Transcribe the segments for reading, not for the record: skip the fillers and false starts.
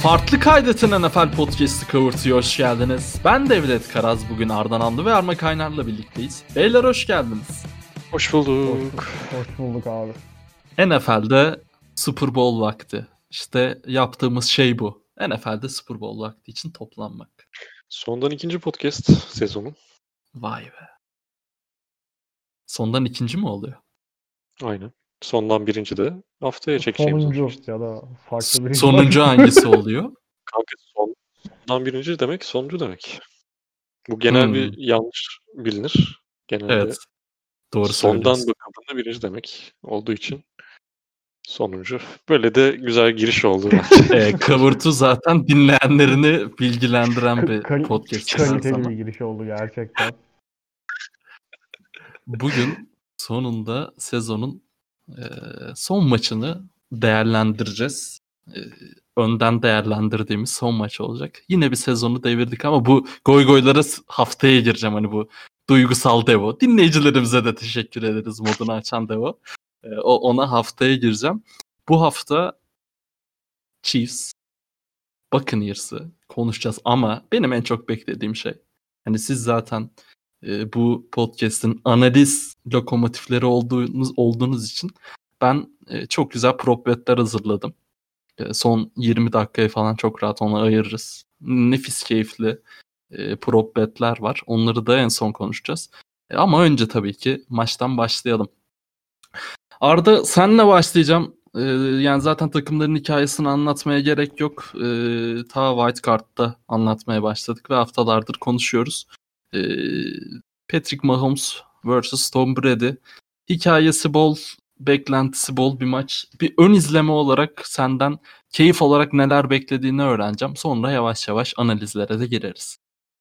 Farklı Kaydeten NFL Podcast'ı kıvırtıyor, hoş geldiniz. Ben Devlet Karaz, bugün Ardan Anlı ve Arma Kaynar'la birlikteyiz. Beyler hoş geldiniz. Hoş bulduk. Hoş bulduk abi. NFL'de Super Bowl vakti. İşte yaptığımız şey bu. NFL'de Super Bowl vakti için toplanmak. Sondan ikinci podcast sezonu. Vay be. Sondan ikinci mi oluyor? Aynen. Sondan birinci de haftaya çekeceğimiz Sonuncu olacak işte. ya da farklı bir Sonuncu hangisi oluyor? Kanka sondan birinci demek sonuncu demek. Bu genel bir yanlış bilinir. Genelde Evet. Doğru sondan söylüyorsun. bakıldığında birinci demek olduğu için sonuncu. Böyle de güzel giriş oldu bence. Kıvırtı zaten dinleyenlerini bilgilendiren bir podcast. Kaliteli bir giriş oldu gerçekten. Bugün sonunda sezonun son maçını değerlendireceğiz. Önden değerlendirdiğimiz son maç olacak. Yine bir sezonu devirdik ama bu goygoylara haftaya gireceğim. Hani bu duygusal Devo. Dinleyicilerimize de teşekkür ederiz modunu açan Devo. Ona haftaya gireceğim. Bu hafta Chiefs, Buccaneers'ı konuşacağız ama benim en çok beklediğim şey, hani siz zaten bu podcast'in analiz lokomotifleri olduğunuz için ben çok güzel prop betler hazırladım. Son 20 dakikayı falan çok rahat ona ayırırız. Nefis keyifli prop betler var. Onları da en son konuşacağız. Ama önce tabii ki maçtan başlayalım. Arda, senle başlayacağım. Yani zaten takımların hikayesini anlatmaya gerek yok. Ta White Card'da anlatmaya başladık ve haftalardır konuşuyoruz. Patrick Mahomes vs. Tom Brady. Hikayesi bol, beklentisi bol bir maç. Bir ön izleme olarak senden keyif olarak neler beklediğini öğreneceğim. Sonra yavaş yavaş analizlere de gireriz.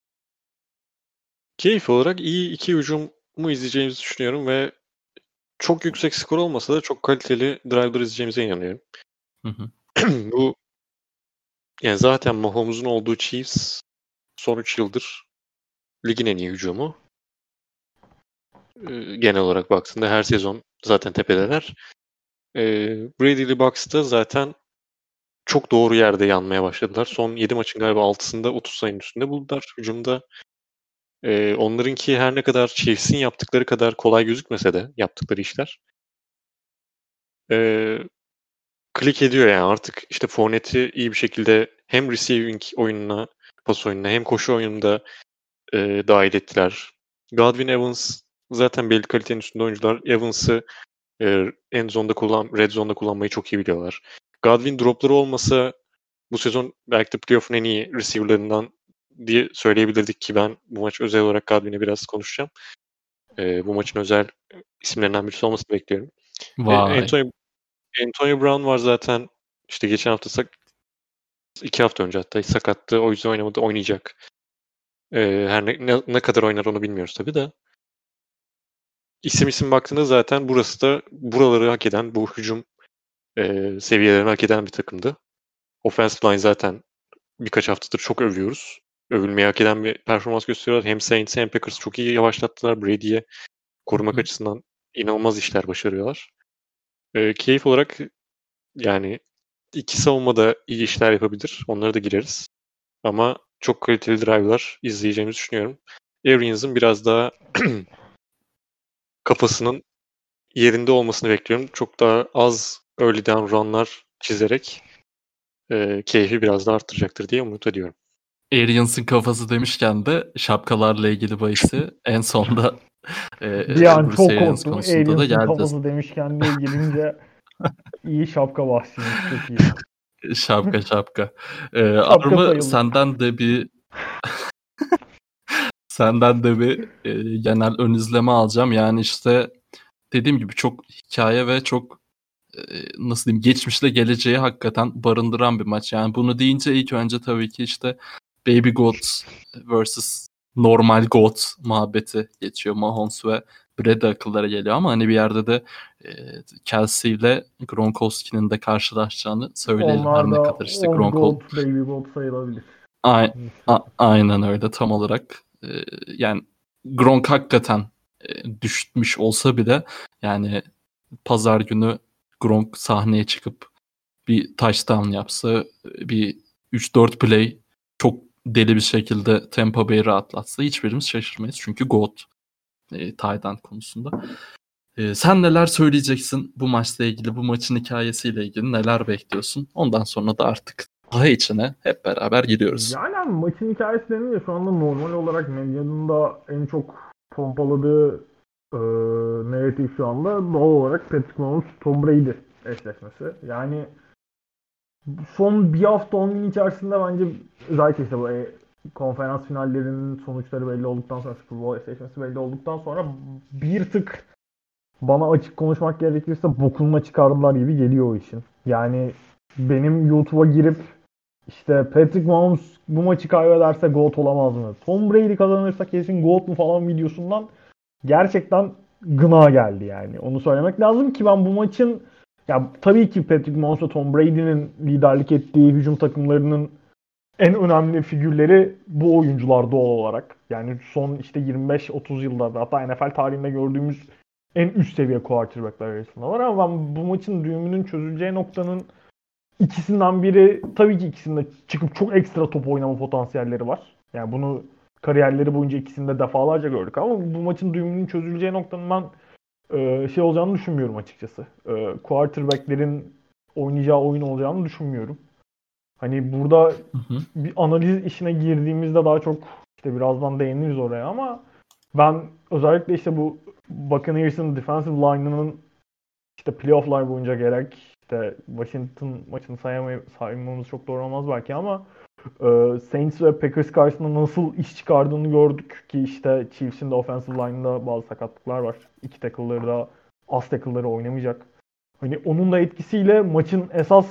Keyif olarak iyi iki hücumu izleyeceğimizi düşünüyorum ve çok yüksek skor olmasa da çok kaliteli drive'lar izleyeceğimize inanıyorum. Hı hı. Bu yani zaten Mahomes'un olduğu Chiefs son 3 yıldır ligin en iyi hücumu. Genel olarak baktığında her sezon zaten tepedeler. Brady'li Bucs'ta zaten çok doğru yerde yanmaya başladılar. Son 7 maçın galiba 6'sında 30 sayının üstünde buldular hücumda. Onlarınki her ne kadar Chiefs'in yaptıkları kadar kolay gözükmese de yaptıkları işler klik ediyor yani. Artık işte Fournette'i iyi bir şekilde hem receiving oyununa, pas oyununa hem koşu oyununda dahil ettiler. Godwin, Evans zaten belli kalitenin üstünde oyuncular. Evans'ı red zone'da kullanmayı çok iyi biliyorlar. Godwin dropları olmasa bu sezon belki de playoff'un en iyi receiver'larından diye söyleyebilirdik ki ben bu maç özel olarak Godwin'e biraz konuşacağım. Bu maçın özel isimlerinden birisi olmasını bekliyorum. Vay. Antonio Brown var zaten. İşte geçen hafta 2 hafta önce hatta sakattı. O yüzden oynamadı. Oynayacak. Her ne kadar oynar onu bilmiyoruz tabii de. İsim baktığında zaten burası da buraları hak eden, bu hücum seviyelerini hak eden bir takımdı. Offensive line zaten birkaç haftadır çok övüyoruz. Övülmeyi hak eden bir performans gösteriyorlar. Hem Saints hem Packers çok iyi yavaşlattılar. Brady'ye korumak açısından inanılmaz işler başarıyorlar. Keyif olarak yani iki savunma da iyi işler yapabilir. Onlara da gireriz. Ama çok kaliteli drive'lar izleyeceğimizi düşünüyorum. Arians'ın biraz daha kafasının yerinde olmasını bekliyorum. Çok daha az early down run'lar çizerek keyfi biraz daha arttıracaktır diye umut ediyorum. Arians'ın kafası demişken de şapkalarla ilgili bahisi en sonda bir an çok Arians korktum. konusunda da Arians'ın geldi. kafası demişken diye girince iyi şapka bahsiniz. Çok iyi. Şapka. Şapka Arma sayılır. senden de bir genel ön izleme alacağım. Yani işte dediğim gibi çok hikaye ve çok nasıl diyeyim, geçmişle geleceği hakikaten barındıran bir maç. Yani bunu deyince ilk önce tabii ki işte Baby Goat vs. Normal Goat muhabbeti geçiyor. Mahomes ve Brady akıllara geliyor ama hani bir yerde de Kelsey ile Gronkowski'nin de karşılaşacağını söyleyelim. Her Onlar ne da kadar işte old goat, baby goat sayılabilir. Aynen öyle tam olarak. Yani Gronk hakikaten düşmüş olsa bile yani pazar günü Gronk sahneye çıkıp bir touchdown yapsa, bir 3-4 play çok deli bir şekilde Tampa Bay'i rahatlatsa hiçbirimiz şaşırmayız. Çünkü GOAT tight end konusunda. Sen neler söyleyeceksin bu maçla ilgili, bu maçın hikayesiyle ilgili neler bekliyorsun? Ondan sonra da artık daha içine hep beraber giriyoruz. Yani maçın hikayesi denince şu anda normal olarak medyanın da en çok pompaladığı narratif şu anda doğal olarak Patrick Mahomes Tom Brady eşleşmesi. Yani son bir hafta 10 gün içerisinde bence özellikle işte bu konferans finallerinin sonuçları belli olduktan sonra, Super Bowl eşleşmesi belli olduktan sonra bir tık bana açık konuşmak gerekirse bokunma çıkardılar gibi geliyor o işin. Yani benim YouTube'a girip işte Patrick Mahomes bu maçı kaybederse GOAT olamaz mı? Tom Brady kazanırsa kesin GOAT mu falan videosundan gerçekten gına geldi yani. Onu söylemek lazım ki ben bu maçın ya tabii ki Patrick Mahomes ve Tom Brady'nin liderlik ettiği hücum takımlarının en önemli figürleri bu oyuncular doğal olarak. Yani son işte 25-30 yılda hatta NFL tarihinde gördüğümüz en üst seviye quarterback'ler arasında var ama ben bu maçın düğümünün çözüleceği noktanın ikisinden biri tabii ki ikisinde çıkıp çok ekstra top oynama potansiyelleri var. Yani bunu kariyerleri boyunca ikisinde defalarca gördük ama bu maçın düğümünün çözüleceği noktanın ben şey olacağını düşünmüyorum açıkçası. Quarterback'lerin oynayacağı oyun olacağını düşünmüyorum. Hani burada bir analiz işine girdiğimizde daha çok işte birazdan değiniriz oraya ama ben özellikle işte bu Buccaneers'ın defensive line'ının işte playoff'lar boyunca gerek işte Washington maçını saymamız çok doğru olmaz belki ama Saints ve Packers karşısında nasıl iş çıkardığını gördük ki işte Chiefs'in de offensive line'ında bazı sakatlıklar var. İki tackle'ları da az tackle'ları oynamayacak. Hani onun da etkisiyle maçın esas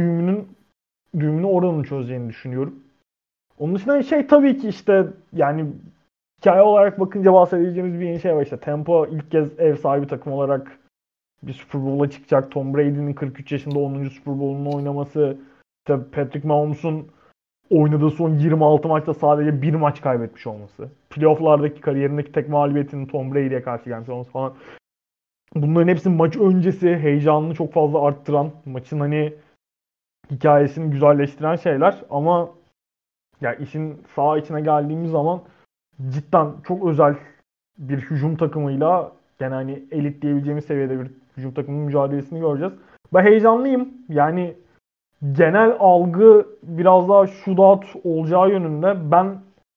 düğümünü oranın çözeceğini düşünüyorum. Onun dışında şey tabii ki işte yani hikaye olarak bakınca bahsedeceğimiz bir şey var işte. Tampa ilk kez ev sahibi takım olarak bir Super Bowl'a çıkacak. Tom Brady'nin 43 yaşında 10. Super Bowl'unu oynaması. İşte Patrick Mahomes'un oynadığı son 26 maçta sadece bir maç kaybetmiş olması. Playoff'lardaki kariyerindeki tek mağlubiyetinin Tom Brady'ye karşı gelmiş olması falan. Bunların hepsi maç öncesi heyecanını çok fazla arttıran, maçın hani hikayesini güzelleştiren şeyler ama ya işin saha içine geldiğimiz zaman cidden çok özel bir hücum takımıyla yani hani elit diyebileceğimiz seviyede bir hücum takımının mücadelesini göreceğiz. Ben heyecanlıyım. Yani genel algı biraz daha shootout olacağı yönünde. Ben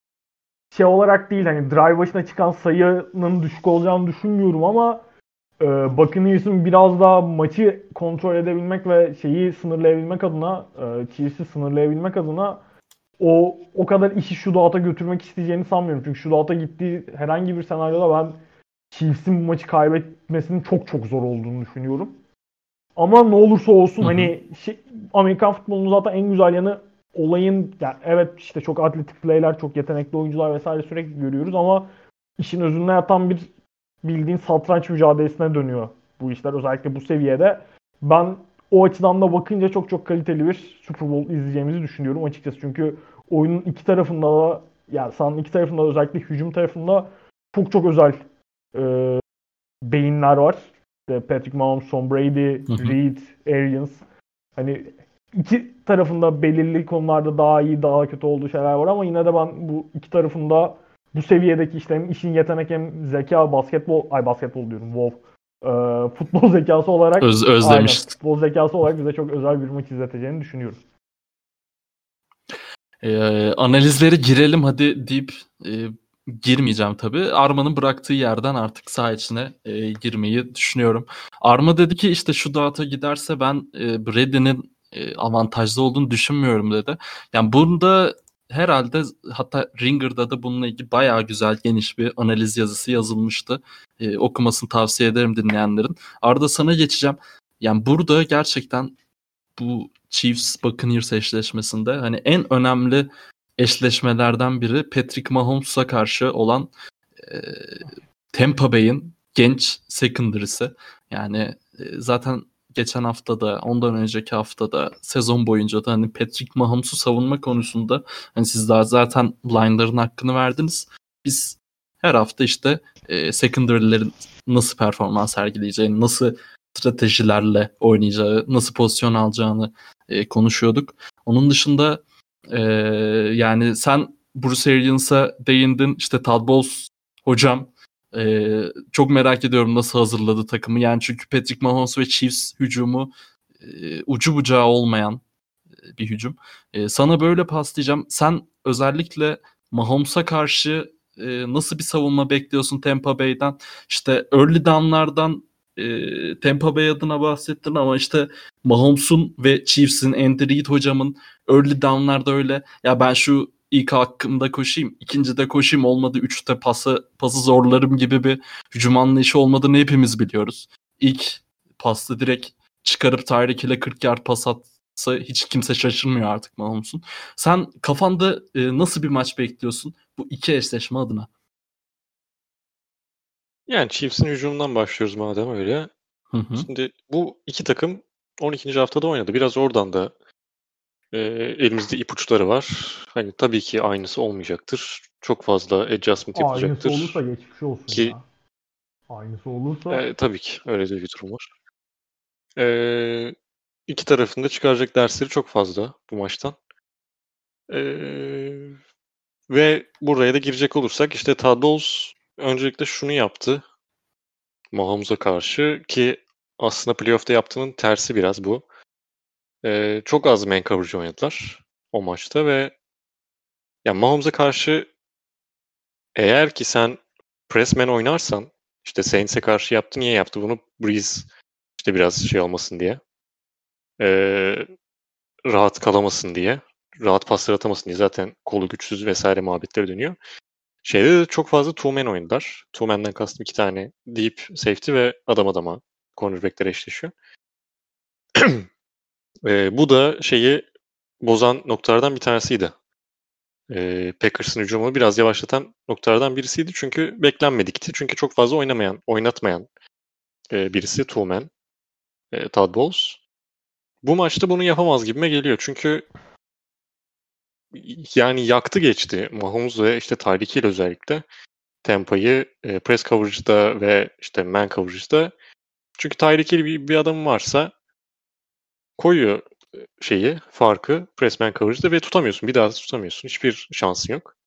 şey olarak değil hani drive başına çıkan sayının düşük olacağını düşünmüyorum ama Buccaneers'ın biraz daha maçı kontrol edebilmek ve şeyi sınırlayabilmek adına, Chiefs'i sınırlayabilmek adına o kadar işi shootout'a götürmek isteyeceğini sanmıyorum. Çünkü shootout'a gittiği herhangi bir senaryoda ben Chiefs'in bu maçı kaybetmesinin çok çok zor olduğunu düşünüyorum. Ama ne olursa olsun hani Amerikan futbolunun zaten en güzel yanı olayın yani evet işte çok atletik play'ler, çok yetenekli oyuncular vesaire sürekli görüyoruz ama işin özünde yatan bir bildiğin satranç mücadelesine dönüyor bu işler özellikle bu seviyede. Ben o açıdan da bakınca çok çok kaliteli bir Super Bowl izleyeceğimizi düşünüyorum açıkçası. Çünkü oyunun iki tarafında da yani sahanın iki tarafında da özellikle hücum tarafında çok çok özel beyinler var. İşte Patrick Mahomes, Tom Brady, Reed, Arians. Hani iki tarafında belirli konularda daha iyi, daha kötü olduğu şeyler var ama yine de ben bu iki tarafında bu seviyedeki işte hem işin yetenek hem zeka, basketbol diyorum, wow. Futbol zekası olarak özlemiştik. Futbol zekası olarak bize çok özel bir maç izleteceğini düşünüyorum. Analizlere girelim hadi deyip girmeyeceğim tabii. Arma'nın bıraktığı yerden artık saha içine girmeyi düşünüyorum. Arma dedi ki işte şu dağıta giderse ben Brady'nin avantajlı olduğunu düşünmüyorum dedi. Yani bunda herhalde hatta Ringer'da da bununla ilgili bayağı güzel geniş bir analiz yazısı yazılmıştı. Okumasını tavsiye ederim dinleyenlerin. Arda sana geçeceğim. Yani burada gerçekten bu Chiefs Buccaneers eşleşmesinde hani en önemli eşleşmelerden biri Patrick Mahomes'a karşı olan Tampa Bay'in genç secondary'si. Yani zaten geçen hafta da ondan önceki hafta da sezon boyunca da hani Patrick Mahomes'u savunma konusunda hani siz daha zaten line'ların hakkını verdiniz. Biz her hafta işte secondary'lerin nasıl performans sergileyeceğini, nasıl stratejilerle oynayacağı, nasıl pozisyon alacağını konuşuyorduk. Onun dışında Yani sen Bruce Arians'a değindin. İşte Todd Bowles hocam çok merak ediyorum nasıl hazırladı takımı. Yani çünkü Patrick Mahomes ve Chiefs hücumu ucu bucağı olmayan bir hücum. Sana böyle paslayacağım. Sen özellikle Mahomes'a karşı nasıl bir savunma bekliyorsun Tampa Bay'den? İşte early down'lardan Tampa Bay adına bahsettin ama işte Mahomes'un ve Chiefs'in, Andy Reid hocamın early down'larda öyle ya ben şu ilk hakkımda koşayım, ikincide koşayım olmadı, üçte pası zorlarım gibi bir hücum anlayışı olmadığını hepimiz biliyoruz. İlk pasta direkt çıkarıp Tyreek ile 40 yard pas atsa hiç kimse şaşırmıyor artık Mahomes'un. Sen kafanda nasıl bir maç bekliyorsun bu iki eşleşme adına? Yani Chiefs'in hücumundan başlıyoruz madem öyle. Hı hı. Şimdi bu iki takım 12. haftada oynadı. Biraz oradan da elimizde ipuçları var. Hani tabii ki aynısı olmayacaktır. Çok fazla adjustment Aynısı yapılacaktır. olursa geçmiş olsun Ki ya. Aynısı olursa tabii ki öyle de bir durum var. İki tarafın da çıkaracak dersleri çok fazla bu maçtan. Ve buraya da girecek olursak işte Todd Bowles öncelikle şunu yaptı Mahomes'a karşı ki aslında playoff'ta yaptığının tersi biraz bu. Çok az man coverage oynadılar o maçta ve yani Mahomes'a karşı eğer ki sen press man oynarsan işte Saints'e karşı yaptı. Niye yaptı bunu? Breeze işte biraz şey olmasın diye. Rahat kalamasın diye. Rahat paslar atamasın diye. Zaten kolu güçsüz vesaire muhabbetleri dönüyor. Şeyde de çok fazla two-man oynadılar. Two-man'den kastım 2 tane deep safety ve adam adama cornerback'ler eşleşiyor. Bu da şeyi bozan noktalardan bir tanesiydi. Packers'ın hücumunu biraz yavaşlatan noktalardan birisiydi. Çünkü beklenmedikti. Çünkü çok fazla oynatmayan birisi two-man. Todd Bowles. Bu maçta bunu yapamaz gibime geliyor. Çünkü yani yaktı geçti Mahomes ve işte Tyreek Hill özellikle Tampa'yı press coverage'da ve işte man coverage'da. Çünkü Tyreek Hill bir adam varsa koyuyor farkı press man coverage'da ve tutamıyorsun. Bir daha tutamıyorsun. Hiçbir şansın yok.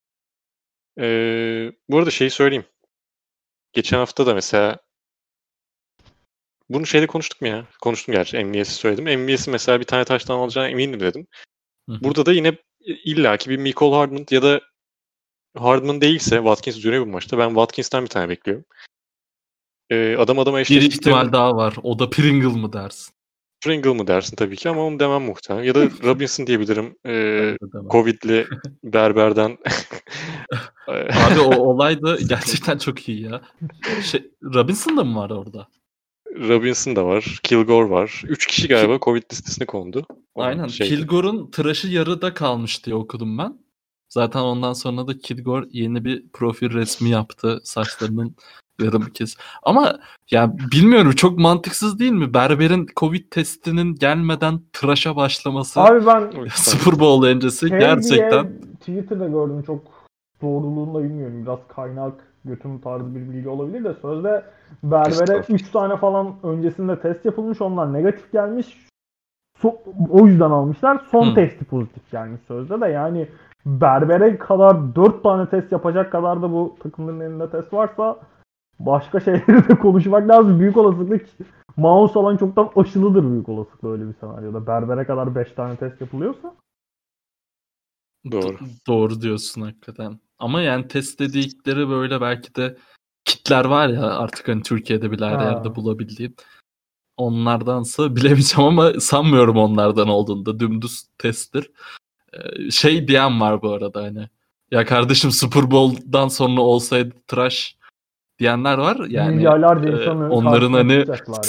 Bu arada şeyi söyleyeyim. Geçen hafta da mesela bunu şeyde konuştuk mu ya? Konuştum gerçi. MVS'i söyledim. MVS'i mesela bir tane taştan alacağına eminim dedim. Hı hı. Burada da yine illaki bir Mecole Hardman ya da Hardman değilse Watkins dönüyor bu maçta. Ben Watkins'ten bir tane bekliyorum. Adam adama Bir eşleştiklerini ihtimal daha var. O da Pringle mı dersin? Pringle mı dersin tabii ki ama onu demem muhtemelen. Ya da Robinson diyebilirim. Ben de demem. Covid'li berberden. Abi o olay da gerçekten çok iyi ya. Robinson da mı var orada? Robinson da var. Kilgore var. 3 kişi galiba Covid listesine kondu. Aynen. Kilgore'un tıraşı yarıda kalmış diye okudum ben. Zaten ondan sonra da Kilgore yeni bir profil resmi yaptı. Saçlarının yarım kes. Ama ya bilmiyorum, çok mantıksız değil mi? Berber'in Covid testinin gelmeden tıraşa başlaması abi ben Super Bowl öncesi gerçekten. diye Twitter'da gördüm, çok doğruluğunu da bilmiyorum. Biraz kaynak götüm tarzı bir bilgi olabilir de sözde berbere 3 tane falan öncesinde test yapılmış, onlar negatif gelmiş. O yüzden almışlar. Son testi pozitif gelmiş sözde de, yani berbere kadar 4 tane test yapacak kadar da bu takımların elinde test varsa başka şeyleri de konuşmak lazım. Büyük olasılık mouse olan çoktan aşılıdır büyük olasılıkla öyle bir senaryoda. Berbere kadar 5 tane test yapılıyorsa. Doğru. Doğru diyorsun hakikaten. Ama yani test dedikleri böyle belki de kitler var ya artık hani Türkiye'de bile her yerde bulabildiğin. Onlardansa bilemeyeceğim ama sanmıyorum onlardan olduğunda. Dümdüz testtir. Şey diyen var bu arada hani. Ya kardeşim Super Bowl'dan sonra olsaydı tıraş diyenler var. Yani milyarlarca insanı onların hani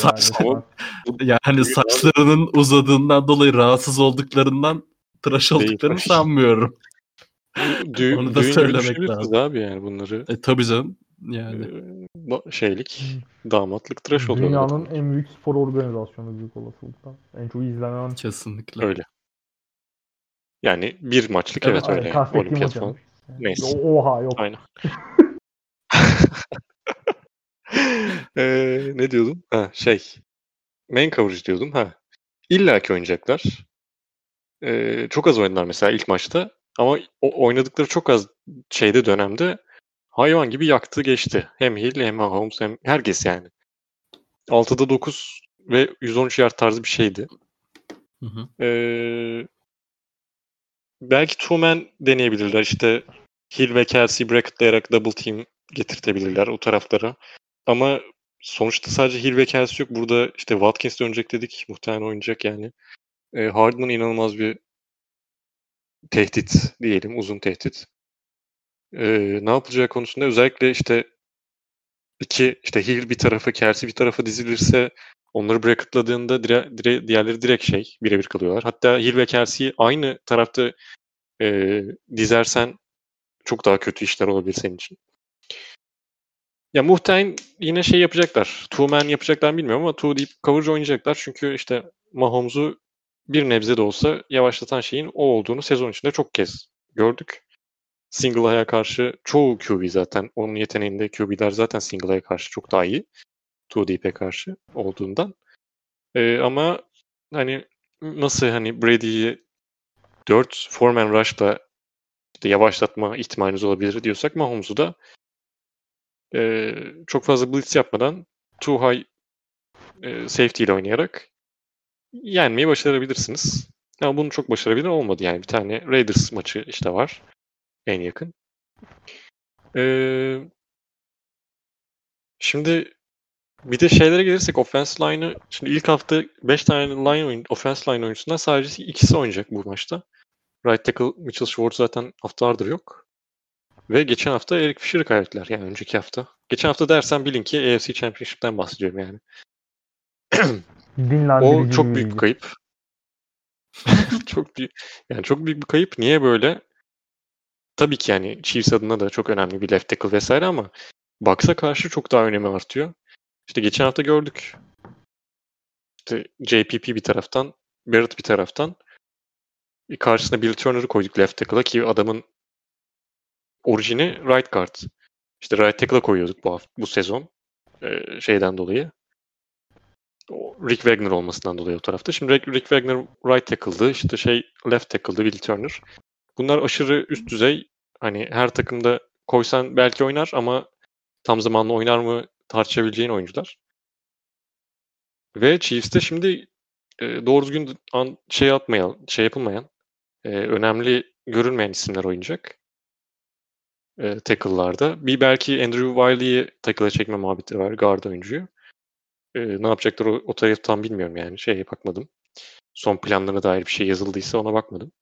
yani saçlarının uzadığından dolayı rahatsız olduklarından tıraş olduklarını sanmıyorum. Onu da söylemek lazım. Abi yani bunları. Tabii canım. Yani. Damatlık tıraş oluyor. Dünyanın en büyük spor organizasyonu büyük olasılıkla. En çok izlenen. Kesinlikle. Öyle. Yani bir maçlık evet öyle. Olimpiyat falan. Neyse. Oha yok. Aynen. Ne diyordum? Main coverage diyordum. İlla ki oynayacaklar. Çok az oynadılar mesela ilk maçta. Ama oynadıkları çok az dönemde hayvan gibi yaktı geçti. Hem Hill hem Mahomes hem herkes yani. 6'da 9 ve 113 yard tarzı bir şeydi. Hı hı. Belki two-man deneyebilirler. İşte Hill ve Kelsey bracketlayarak double team getirtebilirler o taraflara. Ama sonuçta sadece Hill ve Kelsey yok. Burada işte Watkins dönecek dedik. Muhtemelen oynayacak yani. Hardman inanılmaz bir tehdit diyelim. Uzun tehdit. Ne yapacağı konusunda özellikle işte işte Hill bir tarafa, Kelsey bir tarafa dizilirse onları bracketladığında diğerleri direkt birebir kalıyorlar. Hatta Hill ve Kelsey'yi aynı tarafta dizersen çok daha kötü işler olabilir senin için. Ya muhtemelen yine yapacaklar. Two-man yapacaklar bilmiyorum ama two deep coverage oynayacaklar. Çünkü işte Mahomes'u bir nebze de olsa yavaşlatan şeyin o olduğunu sezon içinde çok kez gördük. Single high'a karşı çoğu QB zaten onun yeteneğinde QB'ler zaten single high'a karşı çok daha iyi. Two deep'e karşı olduğundan. Ama hani nasıl hani Brady'yi 4 four-man rush'la işte yavaşlatma ihtimaliniz olabilir diyorsak Mahomes'u da çok fazla blitz yapmadan too high safety ile oynayarak yenmeyi başarabilirsiniz. Ama bunu çok başarabilir olmadı yani. Bir tane Raiders maçı işte var en yakın. Şimdi bir de şeylere gelirsek offensive line'ı şimdi ilk hafta 5 tane offensive line oyuncusundan sadece ikisi oynayacak bu maçta. Right tackle Mitchell Schwartz zaten haftalardır yok. Ve geçen hafta Eric Fisher'ı kaybettiler yani önceki hafta. Geçen hafta dersen bilin ki AFC Championship'ten bahsediyorum yani. O çok büyük bir kayıp. Çok büyük bir kayıp. Niye böyle? Tabii ki yani Chiefs adına da çok önemli bir left tackle vesaire ama Bucks'a karşı çok daha önemi artıyor. İşte geçen hafta gördük. İşte JPP bir taraftan, Barrett bir taraftan. Karşısına Bill Turner'ı koyduk left tackle'a ki adamın orijini right guard. İşte right tackle'a koyuyorduk bu sezon. Şeyden dolayı. Rick Wagner olmasından dolayı o tarafta. Şimdi Rick Wagner right tackle'dı. İşte left tackle'dı Bill Turner. Bunlar aşırı üst düzey. Hani her takımda koysan belki oynar ama tam zamanlı oynar mı tartışabileceğin oyuncular. Ve Chiefs'te şimdi doğru düzgün yapılmayan, önemli görülmeyen isimler oynayacak. Tackle'larda. Bir belki Andrew Wiley'i tackle'a çekme muhabbeti var. Guard oyuncuyu. Ne yapacaklar o tarafı tam bilmiyorum yani. Bakmadım. Son planlarına dair bir şey yazıldıysa ona bakmadım.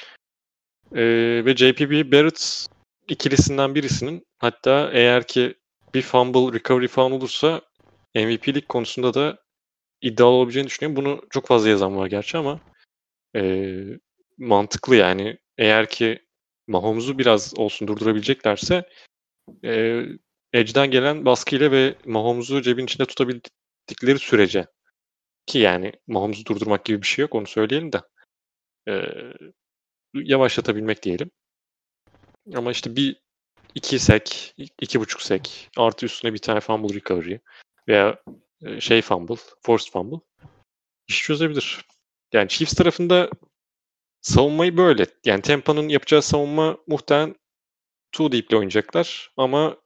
Ve JPP Barrett ikilisinden birisinin hatta eğer ki bir fumble recovery falan olursa MVP'lik konusunda da iddialı olabileceğini düşünüyorum. Bunu çok fazla yazan var gerçi ama mantıklı yani. Eğer ki Mahomes'u biraz olsun durdurabileceklerse edge'den gelen baskıyla ve Mahomes'u cebin içinde tutabildikleri sürece ki yani Mahomes'u durdurmak gibi bir şey yok onu söyleyelim de yavaşlatabilmek diyelim. Ama işte 2 sek, 2,5 sek artı üstüne bir tane fumble recovery veya fumble, forced fumble iş çözebilir. Yani Chiefs tarafında savunmayı böyle. Yani Tampa'nın yapacağı savunma muhtemelen two deep'le oynayacaklar ama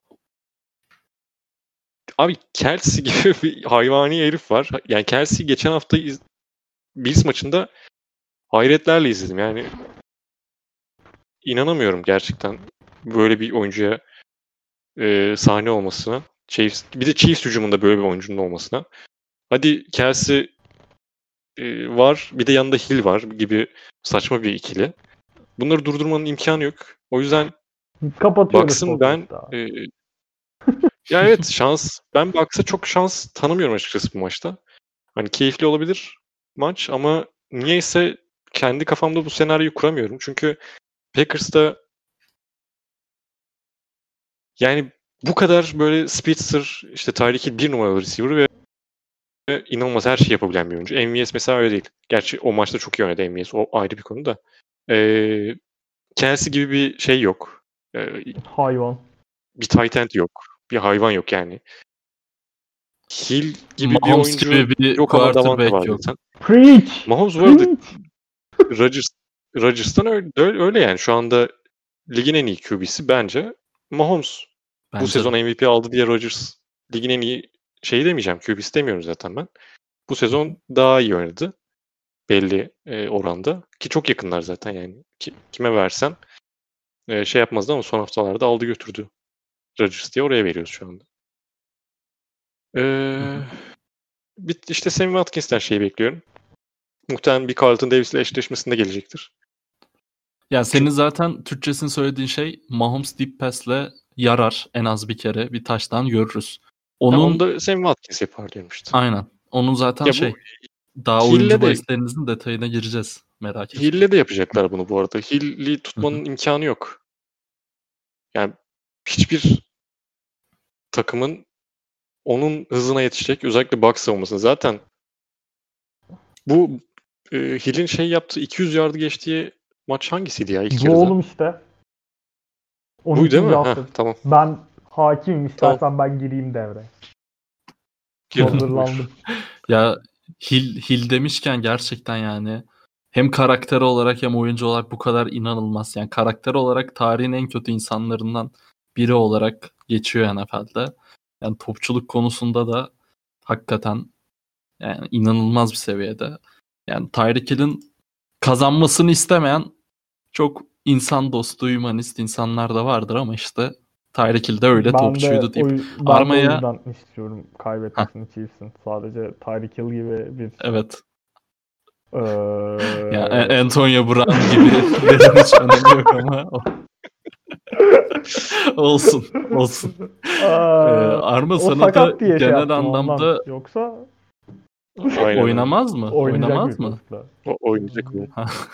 abi Kelsey gibi bir hayvani herif var. Yani Kelsey geçen hafta Bills maçında hayretlerle izledim. Yani inanamıyorum gerçekten böyle bir oyuncuya sahne olmasına. Bir de Chiefs hücumunda böyle bir oyuncunun olmasına. Hadi Kelsey var, bir de yanında Hill var gibi saçma bir ikili. Bunları durdurmanın imkanı yok. O yüzden Bucks'ın ben ya evet ben Bucks'a çok şans tanımıyorum açıkçası bu maçta. Hani keyifli olabilir maç ama niyeyse kendi kafamda bu senaryoyu kuramıyorum. Çünkü Packers'ta yani bu kadar böyle speedster işte Tyreek Hill 1 numaralı receiver ve inanılmaz her şey yapabilen bir oyuncu. MVS mesela öyle değil. Gerçi o maçta çok iyi oynadı MVS. O ayrı bir konu da. Kelsey gibi bir şey yok. Hayvan. Bir tight end yok. Bir hayvan yok yani. Hill gibi Mahomes bir oyuncu gibi bir yok ama Davante quarterback var yok. zaten. Preach! Mahomes vardı. Rodgers Rodgers'tan öyle yani. Şu anda ligin en iyi QB'si bence Mahomes. Bu Bence sezon de. MVP aldı diye Rodgers ligin en iyi şeyi demeyeceğim. QB'si demiyorum zaten ben. Bu sezon daha iyi oynadı. Belli oranda. Ki çok yakınlar zaten yani. Kime versen şey yapmazdı ama son haftalarda aldı götürdü. Rodgers diye oraya veriyoruz şu anda. İşte Sammy Watkins'ten şeyi bekliyorum. Muhtemelen bir Carlton Davis'le eşleşmesinde gelecektir. Ya senin zaten Türkçesini söylediğin şey Mahomes deep pass'le yarar en az bir kere bir taştan görürüz. Onu Onun da Sammy Watkins yapar diyorum işte. aynen. Onun zaten Ya bu daha Hill'le oyuncu de bahislerinizin detayına gireceğiz. Merak etme. Hill'le de yapacaklar bunu bu arada. Hill'i tutmanın imkanı yok. Yani hiçbir takımın onun hızına yetişecek, özellikle box savunmasını. Zaten bu Hill'in şey yaptığı 200 yardı geçtiği maç hangisiydi ya ilk Bu yarıda? oğlum işte. Buydu değil mi? 12. Ha, hafta. tamam. Ben hakimim, istersen Tamam. ben gireyim devreye. Girin, Hazırlandım. buyur. Ya Hill demişken gerçekten yani hem karakter olarak hem oyuncu olarak bu kadar inanılmaz. Yani karakter olarak tarihin en kötü insanlarından biri olarak geçiyor NFL'de. Yani topçuluk konusunda da hakikaten yani inanılmaz bir seviyede. Yani Tyreek Hill'in kazanmasını istemeyen çok insan dostu, humanist insanlar da vardır ama işte Tyreek Hill de öyle topçuydu deyip Ben de o armaya yüzden istiyorum kaybetmesini Chiefs'in. Sadece Tyreek Hill gibi bir evet. eee, Ya Antonio Brown gibilerin hiç önemi yok ama olsun. Arma o sana da sakat diye şey genel yaptım ondan. anlamda Yoksa Aynen öyle. oynamaz mı? oynayacak Oynamaz büyük mı? olasılıkla. O oynayacak bu.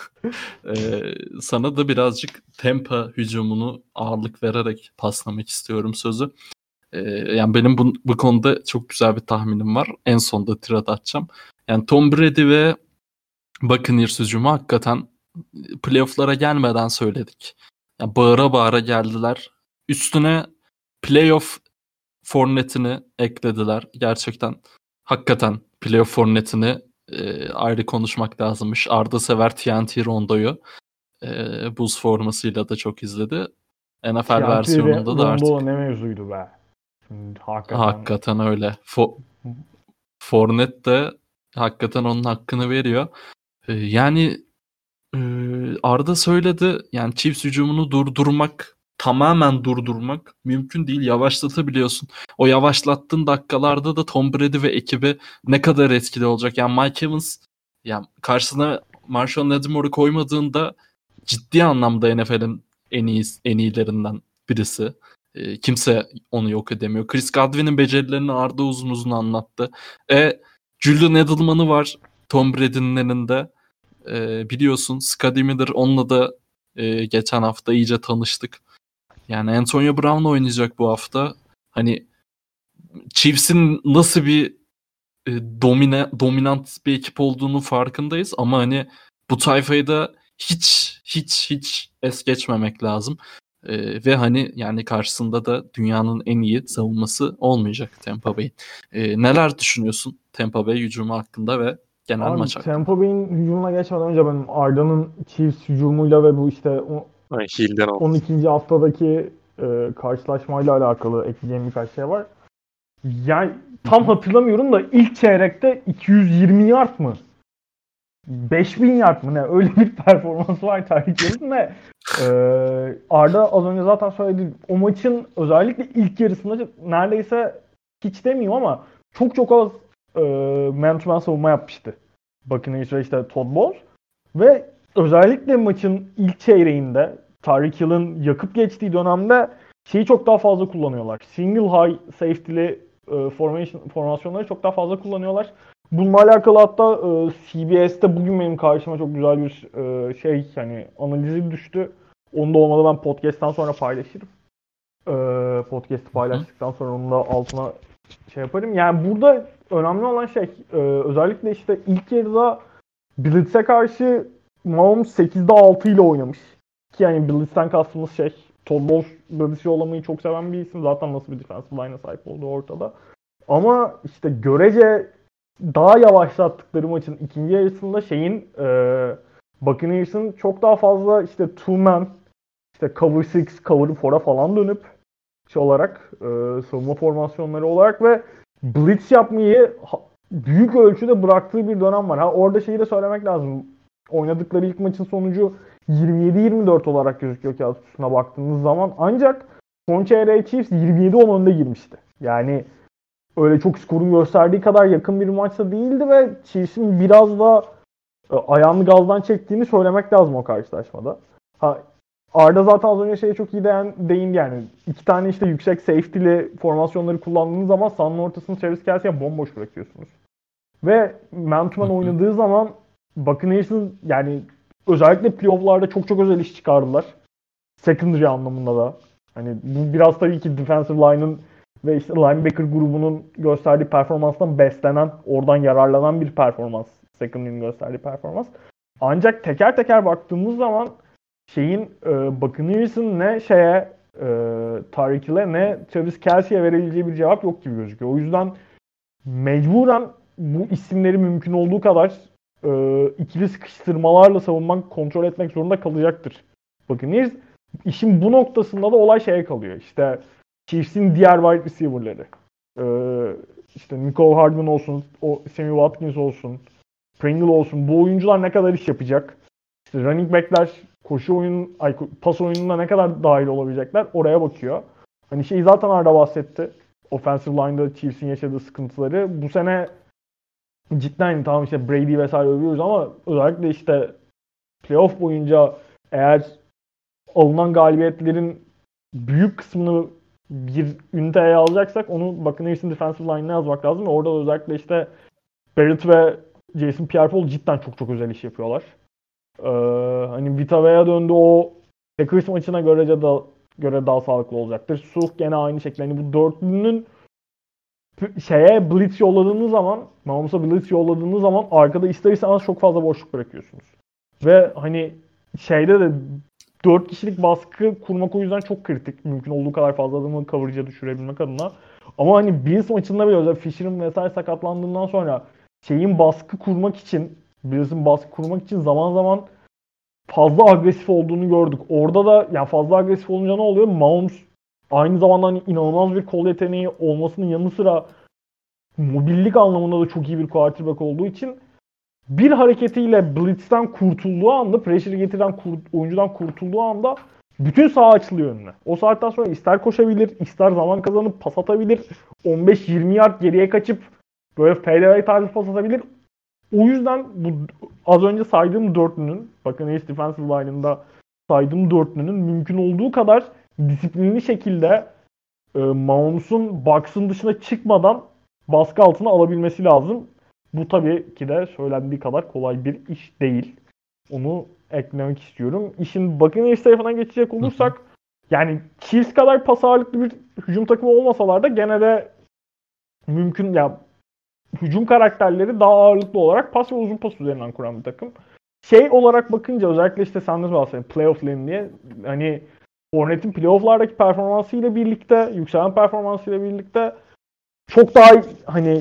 Sana da birazcık Tampa hücumunu ağırlık vererek paslamak istiyorum sözü. Yani benim bu konuda çok güzel bir tahminim var. En sonda tirad atacağım. Yani Tom Brady ve Buccaneers hücumu hakikaten playoff'lara gelmeden söyledik. Yani bağıra bağıra geldiler. Üstüne playoff fornetini eklediler. Gerçekten hakikaten playoff fornetini ayrı konuşmak lazımmış. Arda sever TNT Rondo'yu. Buz formasıyla da çok izledi. NFL versiyonunda da artık Rondo ne mevzuydu be. Şimdi hakikaten öyle. Fournette de hakikaten onun hakkını veriyor. Yani Arda söyledi. Yani Chiefs hücumunu tamamen durdurmak mümkün değil. Yavaşlatabiliyorsun. O yavaşlattığın dakikalarda da Tom Brady ve ekibi ne kadar etkili olacak. Yani Mike Evans yani karşısına Marshawn Lattimore'u koymadığında ciddi anlamda NFL'in en iyilerinden birisi. Kimse onu yok edemiyor. Chris Godwin'in becerilerini Arda uzun uzun anlattı. Julian Edelman'ı var Tom Brady'nin elinde. Biliyorsun Scotty Miller onunla da geçen hafta iyice tanıştık. Yani Antonio Brown oynayacak bu hafta. Hani Chiefs'in nasıl bir dominant bir ekip olduğunu farkındayız ama hani bu tayfayı da hiç es geçmemek lazım. Ve hani yani karşısında da dünyanın en iyi savunması olmayacak Tampa Bay. Neler düşünüyorsun Tampa Bay hücumu hakkında ve genel Abi maç hakkında? Tampa Bay'in hücumuna geçmeden önce benim Arda'nın Chiefs hücumuyla ve bu işte Yani Hill'den al. 12. haftadaki karşılaşmayla alakalı ekleyeceğim birkaç şey var. Yani tam hatırlamıyorum da ilk çeyrekte 220 yard mı? 5000 yard mı ne? Öyle bir performans var Tyreek Hill'in ve Arda az önce zaten söyledi. O maçın özellikle ilk yarısında neredeyse hiç demeyeyim ama çok az man-to-man savunma yapmıştı. Buccaneers ve işte Todd Bowles. Ve özellikle maçın ilk çeyreğinde Tyreek Hill'in yakıp geçtiği dönemde şeyi çok daha fazla kullanıyorlar. Single high safety'li formasyonları çok daha fazla kullanıyorlar. Bununla alakalı hatta CBS'te bugün benim karşıma çok güzel bir hani analizi düştü. Onu da olmadı ben podcast'tan sonra paylaşırım. Podcast'ı paylaştıktan sonra onun da altına şey yaparım. Yani burada önemli olan özellikle işte ilk yarıda Blitz'e karşı Mahomes 8'de 6 ile oynamış. Ki yani Blitz'ten kastımız Todd Bowles Blitz'i yollamayı çok seven bir isim. Zaten nasıl bir defensive line'a sahip olduğu ortada. Ama işte görece daha yavaşlattıkları maçın ikinci yarısında Buccaneers'ın çok daha fazla işte two man, işte cover 6, cover 4'a falan dönüp olarak savunma formasyonları olarak ve blitz yapmayı büyük ölçüde bıraktığı bir dönem var. Orada şeyi de söylemek lazım. Oynadıkları ilk maçın sonucu 27-24 olarak gözüküyor kağıt üstüne baktığınız zaman. Ancak son çeyreğe Chiefs 27-10 önde girmişti. Yani öyle çok skorun gösterdiği kadar yakın bir maçta değildi ve Chiefs'in biraz da ayağını gazdan çektiğini söylemek lazım o karşılaşmada. Arda zaten az önce çok iyi değindi yani. 2 tane işte yüksek safety'li formasyonları kullandığınız zaman sahanın ortasını Travis Kelce'ye bomboş bırakıyorsunuz. Ve man-to-man oynadığı zaman Buccaneers'ın yani özellikle playoff'larda çok özel iş çıkardılar. Secondary anlamında da. Hani bu biraz tabii ki defensive line'ın ve işte linebacker grubunun gösterdiği performanstan beslenen, oradan yararlanan bir performans. Secondary'nin gösterdiği performans. Ancak teker teker baktığımız zaman Buccaneers'ın ne Tyreek Hill'e ne Travis Kelce'ye verebileceği bir cevap yok gibi gözüküyor. O yüzden mecburen bu isimleri mümkün olduğu kadar ikili sıkıştırmalarla savunmak, kontrol etmek zorunda kalacaktır Buccaneers. İşin bu noktasında da olay kalıyor. İşte Chiefs'in diğer wide receiver'ları. İşte Nicole Hardman olsun, Sammy Watkins olsun, Pringle olsun. Bu oyuncular ne kadar iş yapacak? İşte running back'ler pas oyununa ne kadar dahil olabilecekler? Oraya bakıyor. Hani zaten Arda bahsetti. Offensive line'da Chiefs'in yaşadığı sıkıntıları. Bu sene cidden tamam işte Brady vesaire övüyoruz ama özellikle işte playoff boyunca eğer alınan galibiyetlerin büyük kısmını bir üniteye alacaksak onu Buccaneers'in defensive line'ına yazmak lazım. Orada özellikle işte Barrett ve Jason Pierre-Paul cidden çok özel iş yapıyorlar. Hani Vita Vea'ya döndü, o Packers maçına göre daha sağlıklı olacaktır. Suh gene aynı şekilde. Hani bu dörtlünün blitz yolladığınız zaman, Mahomes'a blitz yolladığınız zaman arkada ister istemez çok fazla boşluk bırakıyorsunuz. Ve hani de 4 kişilik baskı kurmak o yüzden çok kritik. Mümkün olduğu kadar fazla adamı coverage'a düşürebilmek adına. Ama hani Bills maçında bile özellikle Fisher'ın vesaire sakatlandığından sonra Bills'in baskı kurmak için zaman zaman fazla agresif olduğunu gördük. Orada da yani fazla agresif olunca ne oluyor? Mahomes aynı zamanda hani inanılmaz bir kol yeteneği olmasının yanı sıra mobillik anlamında da çok iyi bir quarterback olduğu için bir hareketiyle blitz'ten kurtulduğu anda, pressure getiren oyuncudan kurtulduğu anda bütün saha açılıyor önüne. O saatten sonra ister koşabilir, ister zaman kazanıp pas atabilir. 15-20 yard geriye kaçıp böyle fadeaway tarzı pas atabilir. O yüzden bu az önce saydığım dörtlünün, bakın East Defensive Line'ında saydığım dörtlünün mümkün olduğu kadar disiplinli şekilde Mahomes'un box'ın dışına çıkmadan baskı altına alabilmesi lazım. Bu tabii ki de söylendiği kadar kolay bir iş değil. Onu eklemek istiyorum. İşin Buccaneers tarafına geçecek olursak yani Chiefs kadar pas ağırlıklı bir hücum takımı olmasalar da gene de mümkün ya hücum karakterleri daha ağırlıklı olarak pas ve uzun pas üzerinden kuran bir takım. Olarak bakınca özellikle işte sen de bahsettin playoff lane diye hani Hornet'in playoff'lardaki performansıyla birlikte, yükselen performansıyla birlikte çok daha hani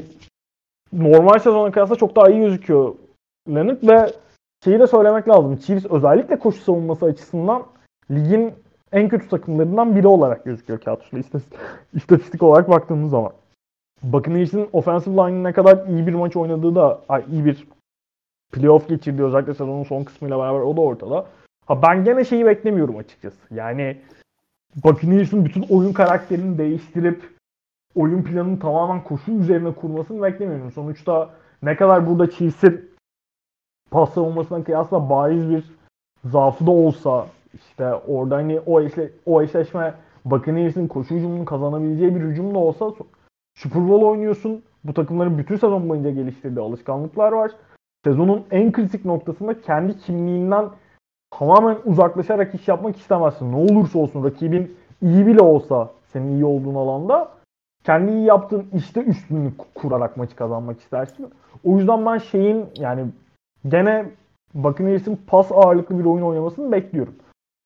normal sezona kıyasla çok daha iyi gözüküyor Leonard ve de söylemek lazım. Chiefs özellikle koşu savunması açısından ligin en kötü takımlarından biri olarak gözüküyor kağıt üstünde istatistik olarak baktığımız zaman. Buccaneers'in offensive line'ın ne kadar iyi bir maç oynadığı da iyi bir playoff geçirdiği özellikle sezonun son kısmıyla beraber o da ortada. Ben gene beklemiyorum açıkçası. Yani Buccaneers'in bütün oyun karakterini değiştirip oyun planını tamamen koşu üzerine kurmasını beklemiyorum. Sonuçta ne kadar burada Chiefs'in pas savunmasına kıyasla bariz bir zaafı da olsa işte orada hani o eşleşme Buccaneers'in koşu hücumunun kazanabileceği bir hücum da olsa Super Bowl oynuyorsun. Bu takımların bütün sezon boyunca geliştirdiği alışkanlıklar var. Sezonun en kritik noktasında kendi kimliğinden tamamen uzaklaşarak iş yapmak istemezsin. Ne olursa olsun rakibin iyi bile olsa senin iyi olduğun alanda kendi iyi yaptığın işte üstünlük kurarak maçı kazanmak istersin. O yüzden ben yani gene Buccaneers'in pas ağırlıklı bir oyun oynamasını bekliyorum.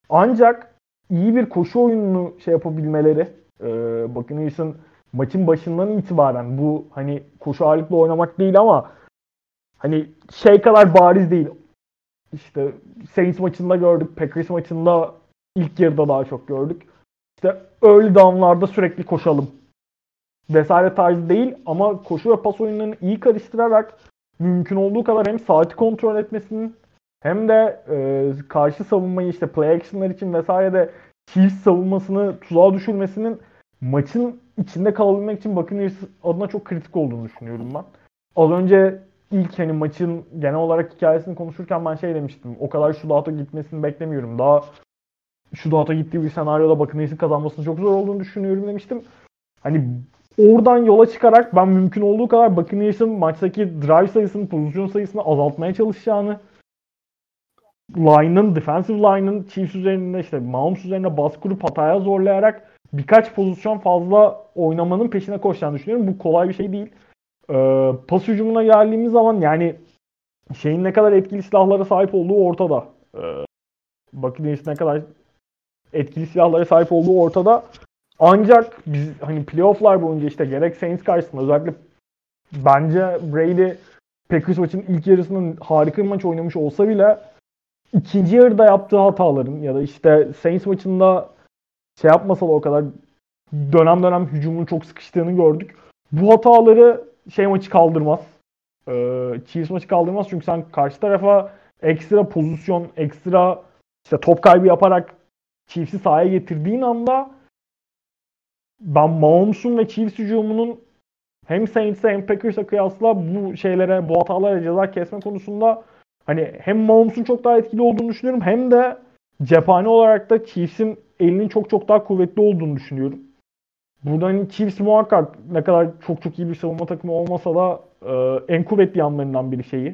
Ancak iyi bir koşu oyununu yapabilmeleri Buccaneers'in maçın başından itibaren bu hani koşu ağırlıklı oynamak değil ama hani kadar bariz değil. İşte Saints maçında gördük. Packers maçında ilk yarıda daha çok gördük. İşte early down'larda sürekli koşalım vesaire tarzı değil ama koşu ve pas oyunlarını iyi karıştırarak mümkün olduğu kadar hem saati kontrol etmesinin hem de karşı savunmayı işte play action'lar için vesaire de Chiefs savunmasını tuzağa düşürmesinin maçın içinde kalabilmek için Buccaneers adına çok kritik olduğunu düşünüyorum ben. Az önce ilk hani maçın genel olarak hikayesini konuşurken ben şey demiştim. O kadar shootout'a gitmesini beklemiyorum. Daha shootout'a gittiği bir senaryoda Buccaneers'in kazanmasının çok zor olduğunu düşünüyorum demiştim. Hani oradan yola çıkarak ben mümkün olduğu kadar Buccaneers'ın maçtaki drive sayısını, pozisyon sayısını azaltmaya çalışacağını, defensive line'ın Chiefs üzerinde işte Mahomes üzerine baskı kurup hataya zorlayarak birkaç pozisyon fazla oynamanın peşine koşacağını düşünüyorum. Bu kolay bir şey değil. Pas hücumuna geldiğimiz zaman yani şeyin ne kadar etkili silahlara sahip olduğu ortada. Buccaneers'in ne kadar etkili silahlara sahip olduğu ortada. Ancak biz hani playoff'lar boyunca işte gerek Saints karşısında özellikle bence Brady Packers maçının ilk yarısının harika bir maç oynamış olsa bile ikinci yarıda yaptığı hataların ya da işte Saints maçında şey yapmasa da o kadar dönem dönem hücumun çok sıkıştığını gördük. Bu hataları maçı kaldırmaz. Chiefs maçı kaldırmaz çünkü sen karşı tarafa ekstra pozisyon, ekstra işte top kaybı yaparak Chiefs'i sahaya getirdiğin anda ben Mahomes'un ve Chiefs hücumunun hem Saints'e hem Packers'a kıyasla bu hatalara ceza kesme konusunda hani hem Mahomes'un çok daha etkili olduğunu düşünüyorum hem de cephane olarak da Chiefs'in elinin çok çok daha kuvvetli olduğunu düşünüyorum. Burada hani Chiefs muhakkak ne kadar çok çok iyi bir savunma takımı olmasa da en kuvvetli yanlarından biri şeyi.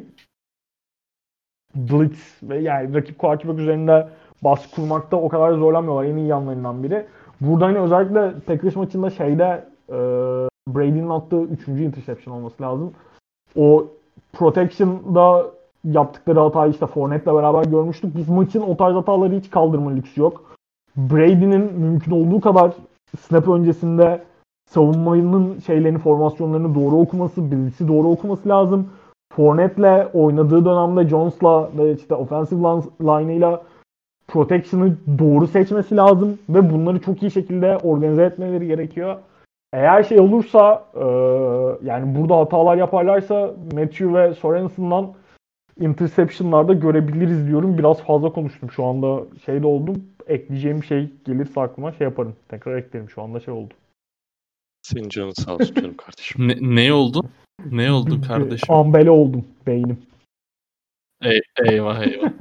Blitz ve yani rakip quarterback üzerinde baskı kurmakta o kadar zorlanmıyorlar. En iyi yanlarından biri. Burada hani özellikle Packers maçında Brady'nin attığı 3. interception olması lazım. O protection'da yaptıkları hatayı işte Fournette'le beraber görmüştük. Biz maçın o tarz hataları hiç kaldırma lüksü yok. Brady'nin mümkün olduğu kadar snap öncesinde savunmanın formasyonlarını doğru okuması, blitz'i doğru okuması lazım. Fournette'le oynadığı dönemde Jones'la ve işte offensive line'ıyla protection'ı doğru seçmesi lazım ve bunları çok iyi şekilde organize etmeleri gerekiyor. Eğer şey olursa yani burada hatalar yaparlarsa Matthew ve Sorensen'dan interception'larda görebiliriz diyorum. Biraz fazla konuştum şu anda oldum. Ekleyeceğim bir şey gelirse aklıma yaparım. Tekrar eklerim şu anda oldu. Senin canın sağ olsun canım kardeşim. Ne oldu? Ne oldu kardeşim? Ambele oldum beynim. Eyvah.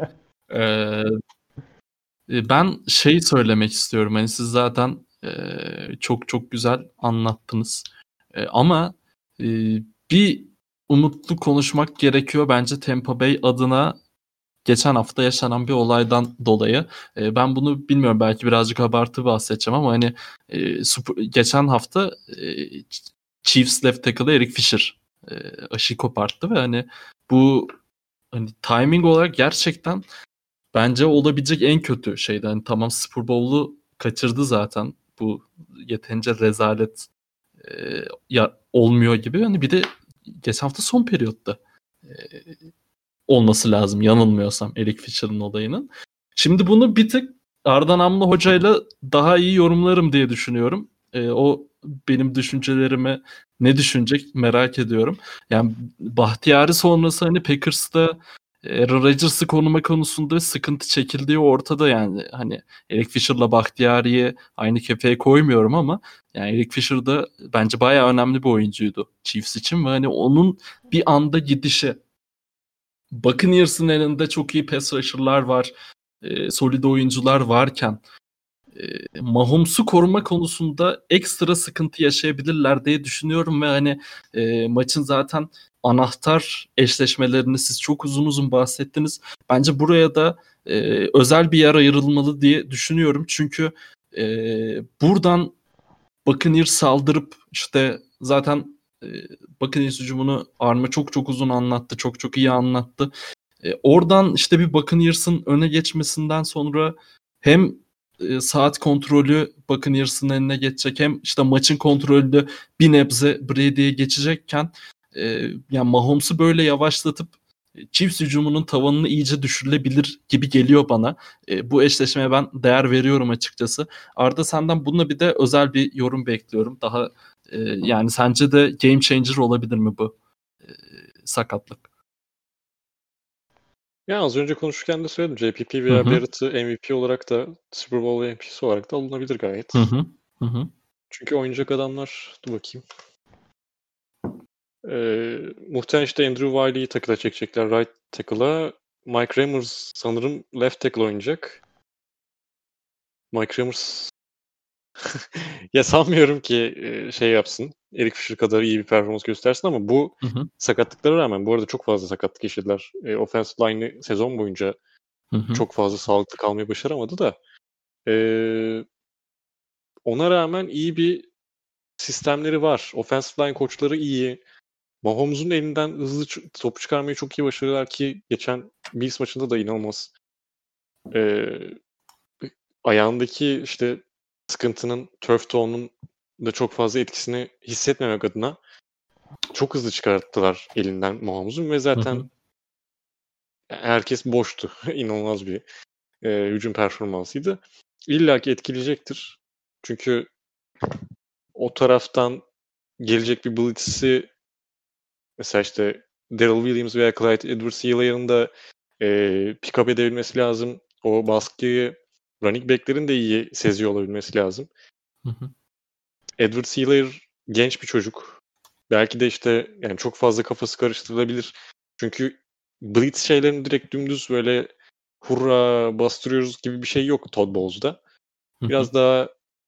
Ben söylemek istiyorum. Hani siz zaten çok çok güzel anlattınız. Ama bir umutlu konuşmak gerekiyor bence Tampa Bay adına geçen hafta yaşanan bir olaydan dolayı. Ben bunu bilmiyorum, belki birazcık abartı bahsedeceğim ama hani geçen hafta Chiefs left tackle'ı Eric Fisher aşı koparttı ve hani bu hani timing olarak gerçekten bence olabilecek en kötü şeydi. Hani tamam, Super Bowl'u kaçırdı zaten. Bu yeterince rezalet ya olmuyor gibi. Hani bir de geçen hafta son periyotta olması lazım yanılmıyorsam Eric Fisher'ın olayının. Şimdi bunu bir tık Arda Namlı hocayla daha iyi yorumlarım diye düşünüyorum. O benim düşüncelerime ne düşünecek merak ediyorum. Yani Bahtiyari sonrası hani Packers'ta Aaron Rodgers'ı konuma konusunda sıkıntı çekildiği ortada yani. Hani Eric Fisher'la Bahtiyari'yi aynı kefeye koymuyorum ama yani Eric Fisher da bence bayağı önemli bir oyuncuydu Chiefs için ve hani onun bir anda gidişi, Buccaneers'ın elinde çok iyi pass rusher'lar var, solid oyuncular varken Mahomes'u koruma konusunda ekstra sıkıntı yaşayabilirler diye düşünüyorum ve hani maçın zaten anahtar eşleşmelerini siz çok uzun uzun bahsettiniz. Bence buraya da özel bir yer ayrılmalı diye düşünüyorum. Çünkü buradan Buccaneers saldırıp işte zaten Buccaneers hücumunu Arma çok çok uzun anlattı. Çok çok iyi anlattı. Oradan işte bir Buccaneers'ın öne geçmesinden sonra hem saat kontrolü Buccaneers'ın eline geçecek hem işte maçın kontrolü de bir nebze Brady'ye geçecekken yani Mahomes'u böyle yavaşlatıp Chiefs hücumunun tavanını iyice düşürülebilir gibi geliyor bana. Bu eşleşmeye ben değer veriyorum açıkçası. Arda, senden bununla bir de özel bir yorum bekliyorum. Daha yani sence de game changer olabilir mi bu sakatlık? Ya az önce konuşurken de söyledim. JPP Hı veya hı. Barrett'ı MVP olarak da Super Bowl MVP'si olarak da alınabilir gayet. Hı hı. Hı hı. Çünkü oynayacak adamlar, dur bakayım. Muhtemelen işte Andrew Wiley'yi takıla çekecekler right tackle'a. Mike Remmers sanırım left tackle oynayacak. Mike Remmers ya sanmıyorum ki şey yapsın. Eric Fisher kadar iyi bir performans göstersin ama bu Hı hı. sakatlıklara rağmen bu arada çok fazla sakatlık yaşadılar. Offensive line'ı sezon boyunca Hı hı. çok fazla sağlıklı kalmayı başaramadı da ona rağmen iyi bir sistemleri var. Offensive line koçları iyi. Mahomes'un elinden hızlı topu çıkarmayı çok iyi başarıyorlar ki geçen Bills maçında da inanılmaz eee, ayağındaki işte sıkıntının, turf toe'nun da çok fazla etkisini hissetmemek adına çok hızlı çıkarttılar elinden Mahomes'un ve Hı zaten hı. herkes boştu. İnanılmaz bir hücum performansıydı. İlla ki etkileyecektir. Çünkü o taraftan gelecek bir blitz'i mesela işte Daryl Williams veya Clyde Edwards-Hilaire'ın da pick up edebilmesi lazım. O baskıyı running back'lerin de iyi seziyor olabilmesi lazım. Hı hı. Edwards-Hilaire genç bir çocuk. Belki de işte yani çok fazla kafası karıştırılabilir. Çünkü blitz şeylerini direkt dümdüz böyle hurra bastırıyoruz gibi bir şey yok Todd Bowles'da. Hı hı. Biraz daha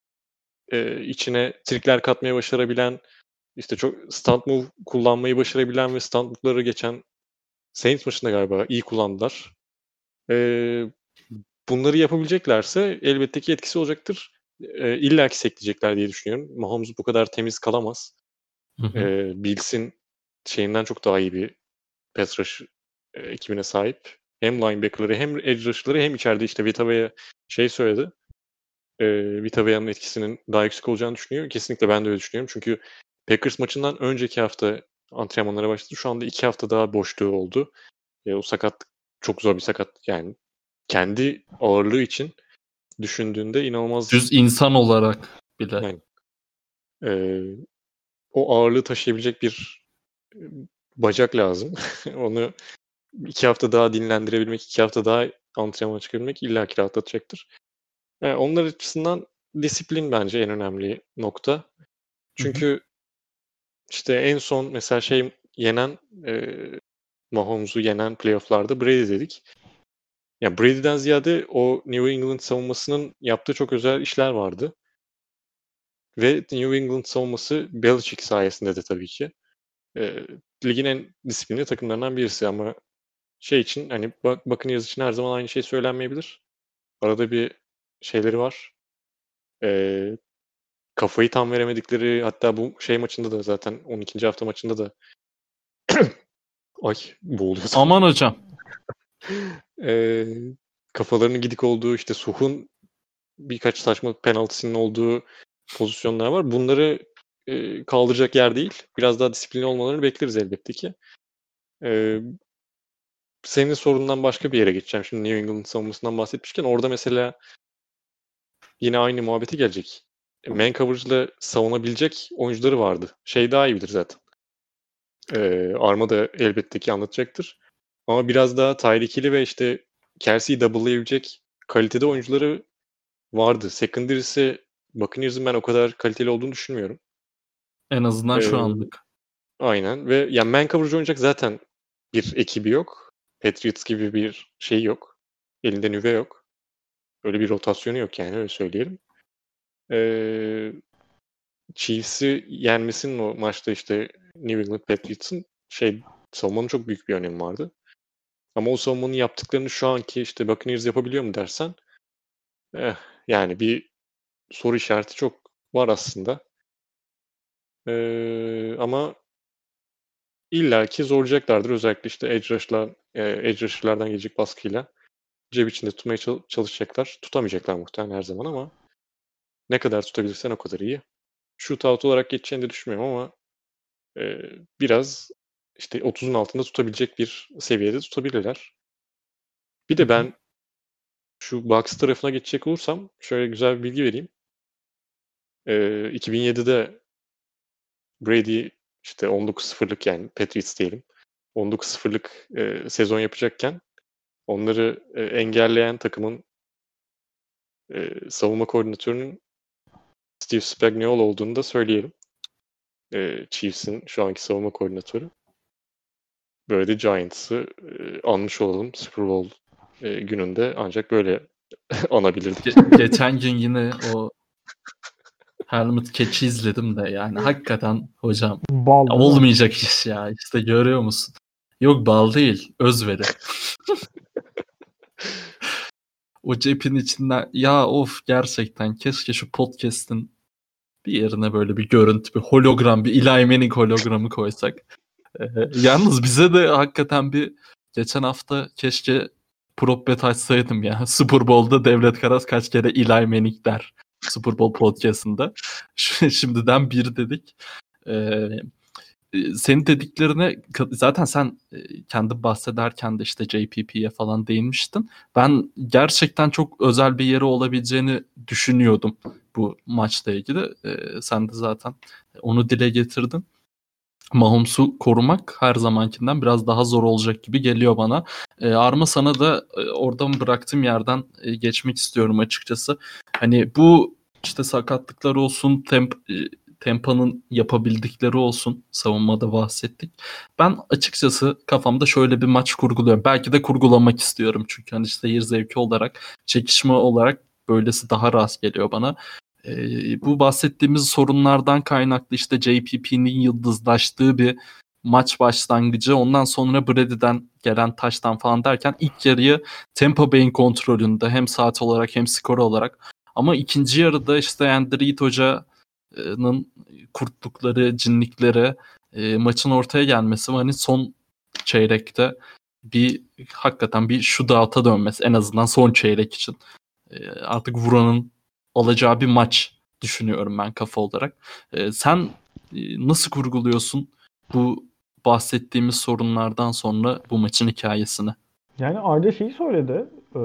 içine trikler katmaya başarabilen, işte çok stunt move kullanmayı başarabilen ve stunt move'ları geçen Saints maçında galiba iyi kullandılar. Eee, bunları yapabileceklerse elbette ki etkisi olacaktır. İlla ki sekleyecekler diye düşünüyorum. Mahomes bu kadar temiz kalamaz. Hı hı. Bills'in şeyinden çok daha iyi bir pass rush ekibine sahip. Hem linebacker'ları hem edge rush'ları hem içeride işte Vita şey söyledi. Vita Vea'nın etkisinin daha yüksek olacağını düşünüyor. Kesinlikle ben de öyle düşünüyorum. Çünkü Packers maçından önceki hafta antrenmanlara başladı. Şu anda 2 hafta daha boşluğu oldu. O sakatlık çok zor bir sakat. Yani kendi ağırlığı için düşündüğünde inanılmaz Düz insan olarak bile. yani eee, o ağırlığı taşıyabilecek bir e, bacak lazım. Onu 2 hafta daha dinlendirebilmek, 2 hafta daha antrenmana çıkabilmek illaki rahatlatacaktır. Onlar açısından disiplin bence en önemli nokta. Hı hı. Çünkü işte en son mesela şey yenen Mahomes'u yenen playoff'larda Brady dedik. Ya Brady'den ziyade o New England savunmasının yaptığı çok özel işler vardı. Ve New England savunması Belichick sayesinde de tabii ki. Eee, ligin en disiplinli takımlarından birisi ama şey için hani Buccaneers için her zaman aynı şey söylenmeyebilir. Arada bir şeyleri var. Eee, kafayı tam veremedikleri hatta bu şey maçında da zaten 12. hafta maçında da ay boğuluyordum. Aman hocam. Eee, kafalarının gidik olduğu işte Suh'un birkaç saçma penaltısının olduğu pozisyonlar var. Bunları kaldıracak yer değil. Biraz daha disiplinli olmalarını bekleriz elbette ki. Eee, senin sorundan başka bir yere geçeceğim. Şimdi New England savunmasından bahsetmişken orada mesela yine aynı muhabbete gelecek. Man coverage'la savunabilecek oyuncuları vardı. Şey daha iyi bilir zaten. Arma da elbette ki anlatacaktır. Ama biraz daha Tyreek Hill'i ve işte Kelsey'yi double'layabilecek kalitede oyuncuları vardı. Secondary'si Buccaneers'ın ben o kadar kaliteli olduğunu düşünmüyorum. En azından şu Eee, anlık. aynen ve yani man coverage oynayacak zaten bir ekibi yok. Patriots gibi bir şey yok. Elinde nüve yok. Öyle bir rotasyonu yok yani öyle söyleyelim. Eee, Chiefs'i yenmesinin o maçta işte New England Patriots'ın şey savunmanın çok büyük bir önemi vardı. Ama o savunmanın yaptıklarını şu anki işte Buccaneers yapabiliyor mu dersen eh, yani bir soru işareti çok var aslında. Ama illaki zorlayacaklardır. Özellikle işte edge rusher'lardan gelecek baskıyla cep içinde tutmaya çalışacaklar. Tutamayacaklar muhtemelen her zaman ama ne kadar tutabilirsen o kadar iyi. Shootout olarak geçeceğini de düşünmüyorum ama biraz işte 30'un altında tutabilecek bir seviyede tutabilirler. Bir de ben şu Bucks tarafına geçecek olursam şöyle güzel bir bilgi vereyim. 2007'de Brady işte 19-0'lık yani Patriots diyelim. 19-0'lık sezon yapacakken onları engelleyen takımın savunma koordinatörünün Steve Spagnuolo olduğunu da söyleyelim. Chiefs'in şu anki savunma koordinatörü. Böyle de Giants'ı anmış olalım Super Bowl gününde ancak böyle anabilirdik. Geçen gün yine o Helmut Keç'i izledim de yani hakikaten hocam Bal değil mi? olmayacak iş ya. İşte görüyor musun? Yok bal değil, özveri. O cepin içinden ya of gerçekten keşke şu podcast'in bir yerine böyle bir görüntü, bir hologram, bir Eli Manning hologramı koysak. Yalnız bize de hakikaten bir geçen hafta keşke prop bet açsaydım ya. Super Bowl'da Devlet Karas kaç kere Eli Manning der Super Bowl podcast'ında. Şimdiden bir dedik. Senin dediklerine zaten sen kendi bahsederken de işte JPP'ye falan değinmiştin. Ben gerçekten çok özel bir yeri olabileceğini düşünüyordum bu maçla ilgili. Sen de zaten onu dile getirdin. Mahomes'u korumak her zamankinden biraz daha zor olacak gibi geliyor bana. Arma sana da oradan bıraktığım yerden geçmek istiyorum açıkçası. Hani bu işte sakatlıklar olsun, Tampa'nın yapabildikleri olsun, savunmada bahsettik. Ben açıkçası kafamda şöyle bir maç kurguluyorum. Belki de kurgulamak istiyorum çünkü hani seyir zevki olarak, çekişme olarak böylesi daha rahat geliyor bana. Bu bahsettiğimiz sorunlardan kaynaklı işte JPP'nin yıldızlaştığı bir maç başlangıcı. Ondan sonra Brady'den gelen taştan falan derken ilk yarıyı Tampa Bay'in kontrolünde hem saat olarak hem skor olarak. Ama ikinci yarıda işte Andy Reid Hoca'nın kurtlukları, cinlikleri maçın ortaya gelmesi hani son çeyrekte bir hakikaten bir shootout'a dönmesi en azından son çeyrek için. Artık vuranın alacağı bir maç düşünüyorum ben kafa olarak. Sen nasıl kurguluyorsun bu bahsettiğimiz sorunlardan sonra bu maçın hikayesini? Yani Arda şeyi söyledi.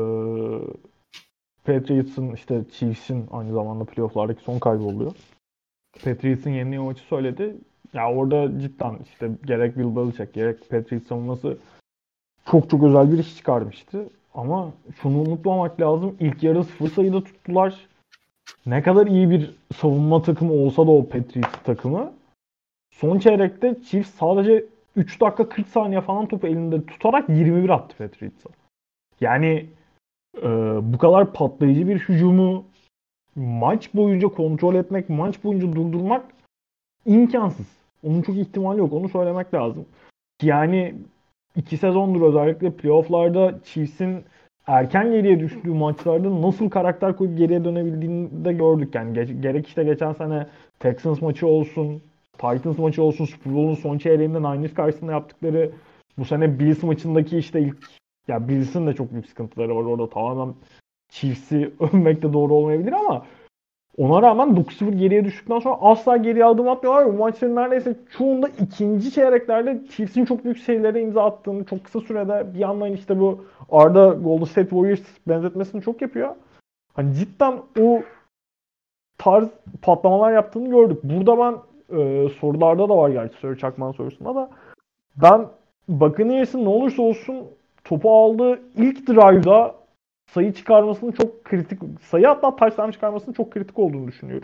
Patriots'ın işte Chiefs'in aynı zamanda playoff'lardaki son kaybı oluyor. Patriots'ın yenildiği maçı söyledi. Ya orada cidden işte gerek Bill Belichick gerek Patriots savunması çok çok özel bir iş çıkarmıştı. Ama şunu unutmamak lazım. İlk yarı 0 sayıda tuttular. Ne kadar iyi bir savunma takımı olsa da o Patriots takımı son çeyrekte Chiefs sadece 3 dakika 40 saniye falan topu elinde tutarak 21 attı Patriots'a. Yani bu kadar patlayıcı bir hücumu maç boyunca kontrol etmek, maç boyunca durdurmak imkansız. Onun çok ihtimali yok. Onu söylemek lazım. Yani 2 sezondur özellikle playoff'larda Chiefs'in erken geriye düştüğü maçlarda nasıl karakter koyup geriye dönebildiğini de gördük. Yani gerek işte geçen sene Texans maçı olsun, Titans maçı olsun, Super Bowl'un son çeyreğinde Niners karşısında yaptıkları, bu sene Bills maçındaki işte ilk, ya Bills'in de çok büyük sıkıntıları var orada, tamamen Chiefs'i övmek de doğru olmayabilir ama ona rağmen 9-0 geriye düştükten sonra asla geriye adım atmıyorlar. Bu maçların neredeyse çoğunda ikinci çeyreklerde Chiefs'in çok büyük serilere imza attığını, çok kısa sürede bir yandan işte bu Arda Golden State Warriors benzetmesini çok yapıyor. Hani cidden o tarz patlamalar yaptığını gördük. Burada ben sorularda da var gerçi, Sör Çakman sorusunda da, ben Buccaneers'ın ne olursa olsun topu aldığı ilk drive'da sayı çıkarmasının çok kritik, sayı hatta touchdown çıkarmasının çok kritik olduğunu düşünüyorum.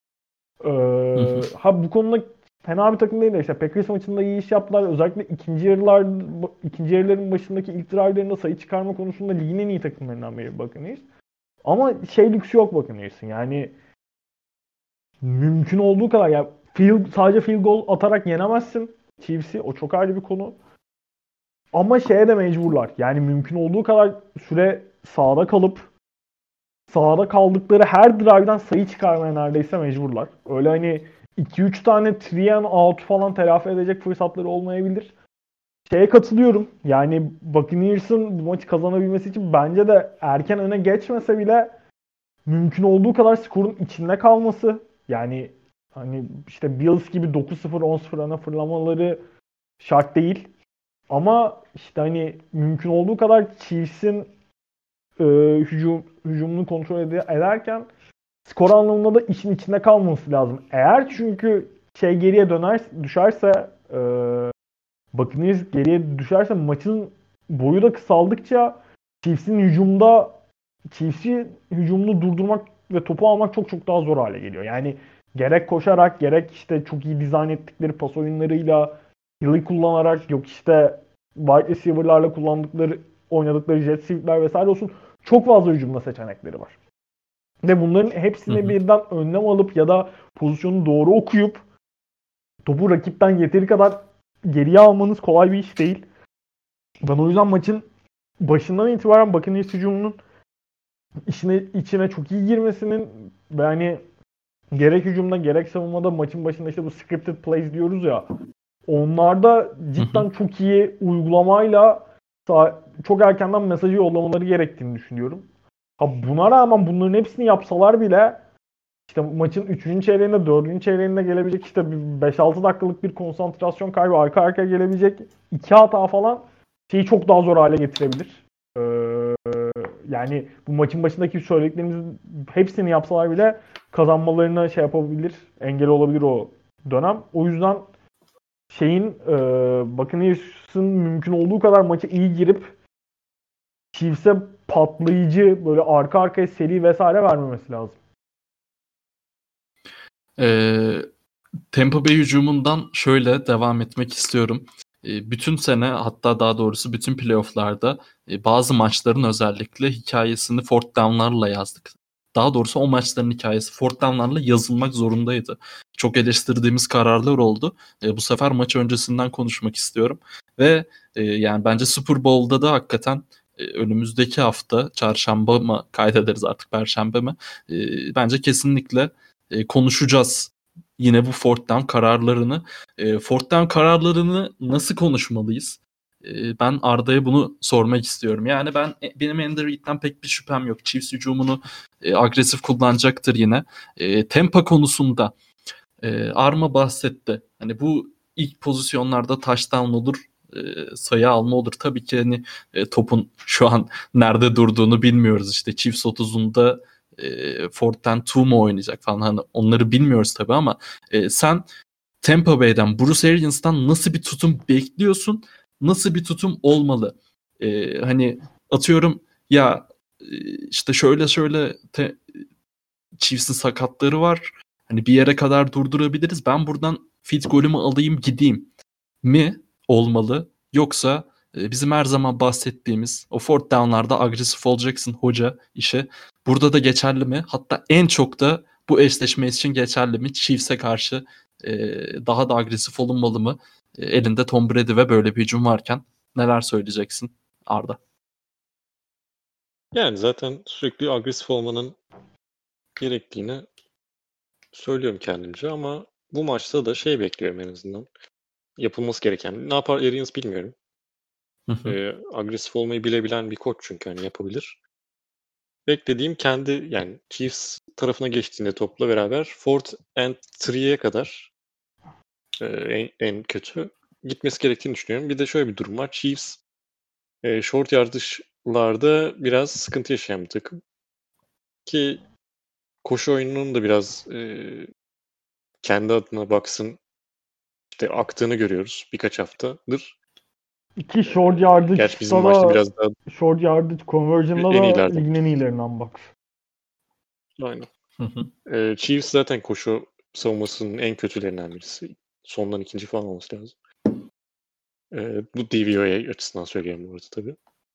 Bu konuda fena bir takım değil de işte Packers maçında iyi iş yaptılar. Özellikle ikinci yarıların başındaki ilk drive'larında sayı çıkarma konusunda ligin en iyi takımlarından biri Buccaneers. Ama şey lüksü yok Buccaneers'ın. Yani mümkün olduğu kadar ya sadece field goal atarak yenemezsin Chiefs'i. O çok ayrı bir konu. Ama şeye de mecburlar. Yani mümkün olduğu kadar süre sahada kalıp sahada kaldıkları her drive'dan sayı çıkarmaya neredeyse mecburlar. Öyle hani 2-3 tane 3 and out falan telafi edecek fırsatları olmayabilir. Şeye katılıyorum. Yani Buccaneers'ın bu maçı kazanabilmesi için bence de erken öne geçmese bile mümkün olduğu kadar skorun içinde kalması. Yani hani işte Bills gibi 9-0 10-0 öne fırlamaları şart değil. Ama işte hani mümkün olduğu kadar Chiefs'in hücumunu kontrol ederken skor anlamında da işin içinde kalmaması lazım. Eğer çünkü geriye düşerse Buccaneers geriye düşerse maçın boyu da kısaldıkça Chiefs'i hücumunu durdurmak ve topu almak çok çok daha zor hale geliyor. Yani gerek koşarak gerek işte çok iyi dizayn ettikleri pas oyunlarıyla Hill'i kullanarak yok işte wide receiver'larla oynadıkları jet sweep'ler vesaire olsun çok fazla hücumda seçenekleri var. Ve bunların hepsine birden önlem alıp ya da pozisyonu doğru okuyup topu rakipten yeteri kadar geriye almanız kolay bir iş değil. Ben o yüzden maçın başından itibaren Buccaneers hücumunun içine çok iyi girmesinin ve hani gerek hücumda gerek savunmada maçın başında işte bu scripted plays diyoruz ya, onlarda cidden çok iyi uygulamayla çok erkenden mesajı yollamaları gerektiğini düşünüyorum. Buna rağmen bunların hepsini yapsalar bile işte maçın 3. çeyreğinde 4. çeyreğinde gelebilecek işte 5-6 dakikalık bir konsantrasyon kaybı, arka arkaya gelebilecek 2 hata falan çok daha zor hale getirebilir. Yani bu maçın başındaki söylediklerimizin hepsini yapsalar bile kazanmalarına yapabilir, engel olabilir o dönem. O yüzden Buccaneers'ın mümkün olduğu kadar maça iyi girip Chiefs'e patlayıcı böyle arka arkaya seri vesaire vermemesi lazım. Tampa Bay hücumundan şöyle devam etmek istiyorum. Bütün sene, hatta daha doğrusu bütün playoff'larda bazı maçların özellikle hikayesini fourth down'larla yazdık. Daha doğrusu o maçların hikayesi fourth down'larla yazılmak zorundaydı. Çok eleştirdiğimiz kararlar oldu. Bu sefer maç öncesinden konuşmak istiyorum. Ve yani bence Super Bowl'da da hakikaten önümüzdeki hafta çarşamba mı kaydederiz artık, perşembe mi? Bence kesinlikle konuşacağız yine bu fourth down kararlarını. Fourth down kararlarını nasıl konuşmalıyız? Ben Arda'ya bunu sormak istiyorum. Yani benim Andy Reid'den pek bir şüphem yok. Chiefs hücumunu agresif kullanacaktır yine. Tempo konusunda Arma bahsetti. Hani bu ilk pozisyonlarda touchdown olur, sayı alma olur. Tabii ki hani topun şu an nerede durduğunu bilmiyoruz. İşte Chiefs 30'unda fourth and two mu oynayacak falan, hani onları bilmiyoruz tabii ama sen Tampa Bay'den, Bruce Arians'tan nasıl bir tutum bekliyorsun? Nasıl bir tutum olmalı? Hani atıyorum ya, işte şöyle Chiefs'in sakatları var. Hani bir yere kadar durdurabiliriz. Ben buradan field golümü alayım gideyim mi olmalı? Yoksa bizim her zaman bahsettiğimiz o fourth down'larda agresif olacaksın hoca işi burada da geçerli mi? Hatta en çok da bu eşleşme için geçerli mi? Chiefs'e karşı daha da agresif olunmalı mı? Elinde Tom Brady ve böyle bir hücum varken neler söyleyeceksin Arda? Yani zaten sürekli agresif olmanın gerektiğini söylüyorum kendimce ama bu maçta da bekliyorum en azından. Yapılması gereken. Ne yapar Arians bilmiyorum. Agresif olmayı bilebilen bir koç çünkü hani yapabilir. Beklediğim yani Chiefs tarafına geçtiğinde topla beraber fourth and three'ye kadar en kötü gitmesi gerektiğini düşünüyorum. Bir de şöyle bir durum var. Chiefs short yardışlarda biraz sıkıntı yaşayan bir takım. Ki koşu oyununun da biraz kendi adına baksın işte aktığını görüyoruz birkaç haftadır. İki short yardage Gerçi bizim maçta biraz daha short yardage conversion'da en da iyilerden. ligin en iyilerinden bak. Aynen. Chiefs zaten koşu savunmasının en kötülerinden birisi. Sondan ikinci falan olması lazım. Bu DVOA açısından söyleyeyim bu arada tabii.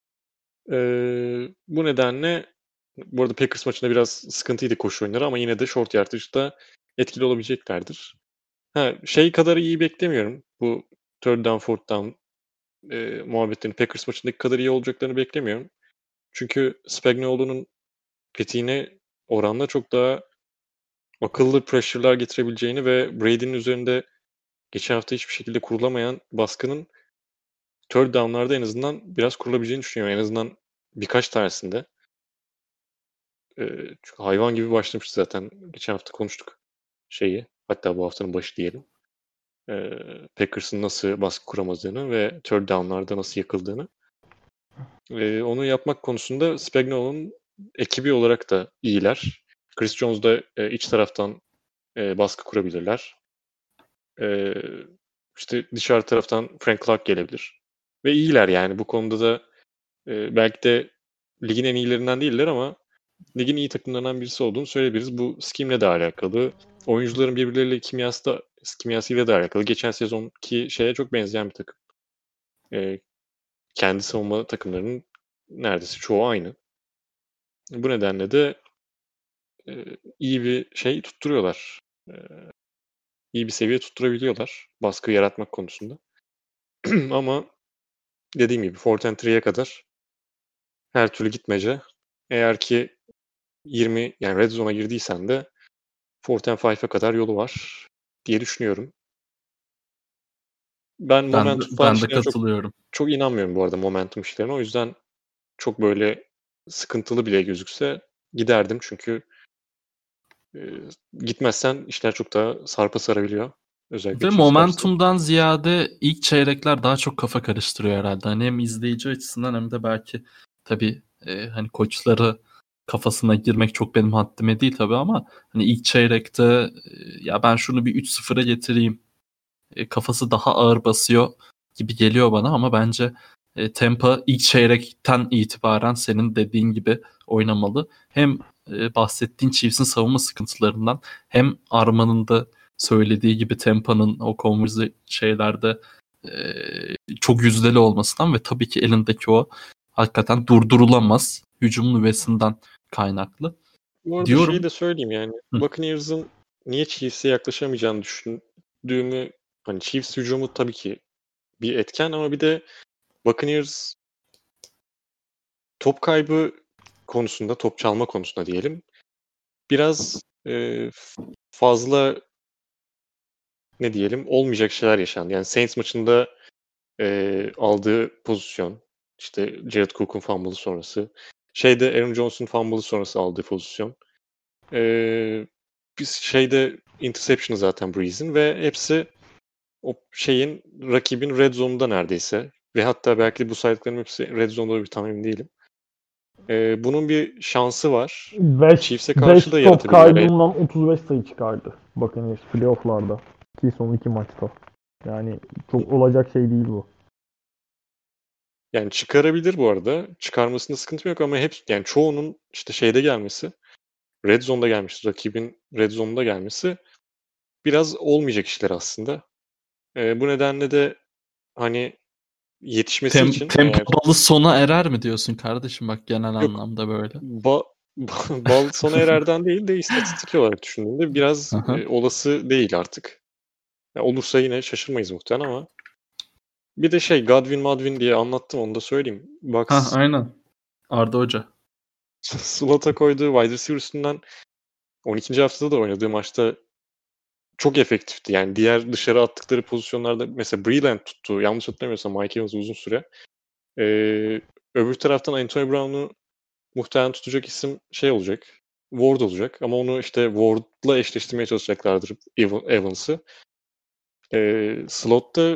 Bu nedenle bu arada Packers maçında biraz sıkıntıydı koşu oyunları ama yine de short yardage'da etkili olabileceklerdir. Kadar iyi beklemiyorum. Bu third down, fourth down muhabbetlerini Packers maçındaki kadar iyi olacaklarını beklemiyorum. Çünkü Spagnuolo'nun petiğine oranla çok daha akıllı pressure'lar getirebileceğini ve Brady'nin üzerinde geçen hafta hiçbir şekilde kurulamayan baskının third down'larda en azından biraz kurulabileceğini düşünüyorum. En azından birkaç tanesinde. Çünkü hayvan gibi başlamıştı zaten. Geçen hafta konuştuk Hatta bu haftanın başı diyelim. Packers'ın nasıl baskı kuramadığını ve third down'larda nasıl yakıldığını. Onu yapmak konusunda Spagnuolo'nun ekibi olarak da iyiler. Chris Jones da iç taraftan baskı kurabilirler. İşte dışarı taraftan Frank Clark gelebilir. Ve iyiler yani bu konuda da belki de ligin en iyilerinden değiller ama ligin iyi takımlarından birisi olduğunu söyleyebiliriz. Bu scheme'le de alakalı. Oyuncuların birbirleriyle kimyasıyla da alakalı. Geçen sezonki şeye çok benzeyen bir takım. Kendi savunma takımlarının neredeyse çoğu aynı. Bu nedenle de iyi bir şey tutturuyorlar. İyi bir seviye tutturabiliyorlar baskı yaratmak konusunda. Ama dediğim gibi 4 and 3'ye kadar her türlü gitmece. Eğer ki 20 yani red zone'a girdiysen de 4 and 5'e kadar yolu var diye düşünüyorum. Ben momentum falan Ben de işlerine katılıyorum. çok inanmıyorum bu arada momentum işlerine. O yüzden çok böyle sıkıntılı bile gözükse giderdim. Çünkü gitmezsen işler çok daha sarpa sarabiliyor. Özellikle Ve Chiefs karşısında. momentumdan ziyade ilk çeyrekler daha çok kafa karıştırıyor herhalde. Hani hem izleyici açısından hem de belki tabii hani koçları kafasına girmek çok benim haddime değil tabii ama hani ilk çeyrekte ya ben şunu bir 3-0'a getireyim kafası daha ağır basıyor gibi geliyor bana ama bence Tampa ilk çeyrekten itibaren senin dediğin gibi oynamalı. Hem bahsettiğin Chiefs'in savunma sıkıntılarından hem Arman'ın da söylediği gibi Tampa'nın o konverze şeylerde çok yüzdeli olmasından ve tabii ki elindeki o hakikaten durdurulamaz hücum nüvesinden kaynaklı. Bu arada Diyorum. şeyi de söyleyeyim yani. Buccaneers'ın niye Chiefs'e yaklaşamayacağını düşündüğümü hani Chiefs hücumu tabii ki bir etken ama bir de Buccaneers top kaybı konusunda, top çalma konusunda diyelim biraz fazla ne diyelim olmayacak şeyler yaşandı. Yani Saints maçında aldığı pozisyon işte Jared Cook'un fumble'ı sonrası Aaron Jones'un fumble'ı sonrası aldığı pozisyon biz interception'ı zaten Breeze'in ve hepsi o rakibin red zone'unda neredeyse ve hatta belki bu saydıklarım hepsi red zone'da bir tam emin değilim. Bunun bir şansı var. Chiefs'e karşı da top yaratabilirler. kaybından 35 sayı çıkardı. Bakın playoff'larda. Ki son 2 maçta. Yani çok olacak şey değil bu. Yani çıkarabilir bu arada. Çıkarmasında sıkıntı yok ama yani çoğunun işte gelmesi, red zone'da gelmesi, rakibin red zone'da gelmesi biraz olmayacak işler aslında. Bu nedenle de hani yetişmesi için Tempalı sona erer mi diyorsun kardeşim bak genel yok anlamda böyle. bal sona ererden değil de istatistik olarak düşündüğümde biraz olası değil artık. Yani olursa yine şaşırmayız muhtemelen ama bir de Godwin diye anlattım onu da söyleyeyim. Bucks Aynen. Arda Hoca. slot'a koyduğu wide receiver üstünden 12. haftada da oynadığı maçta çok efektifti. Yani diğer dışarı attıkları pozisyonlarda mesela Breeland tuttu. Yanlış hatırlamıyorsam Mike Evans uzun süre. Öbür taraftan Antonio Brown'u muhtemelen tutacak isim olacak. Ward olacak. Ama onu işte Ward'la eşleştirmeye çalışacaklardır Evans'ı. Slot'ta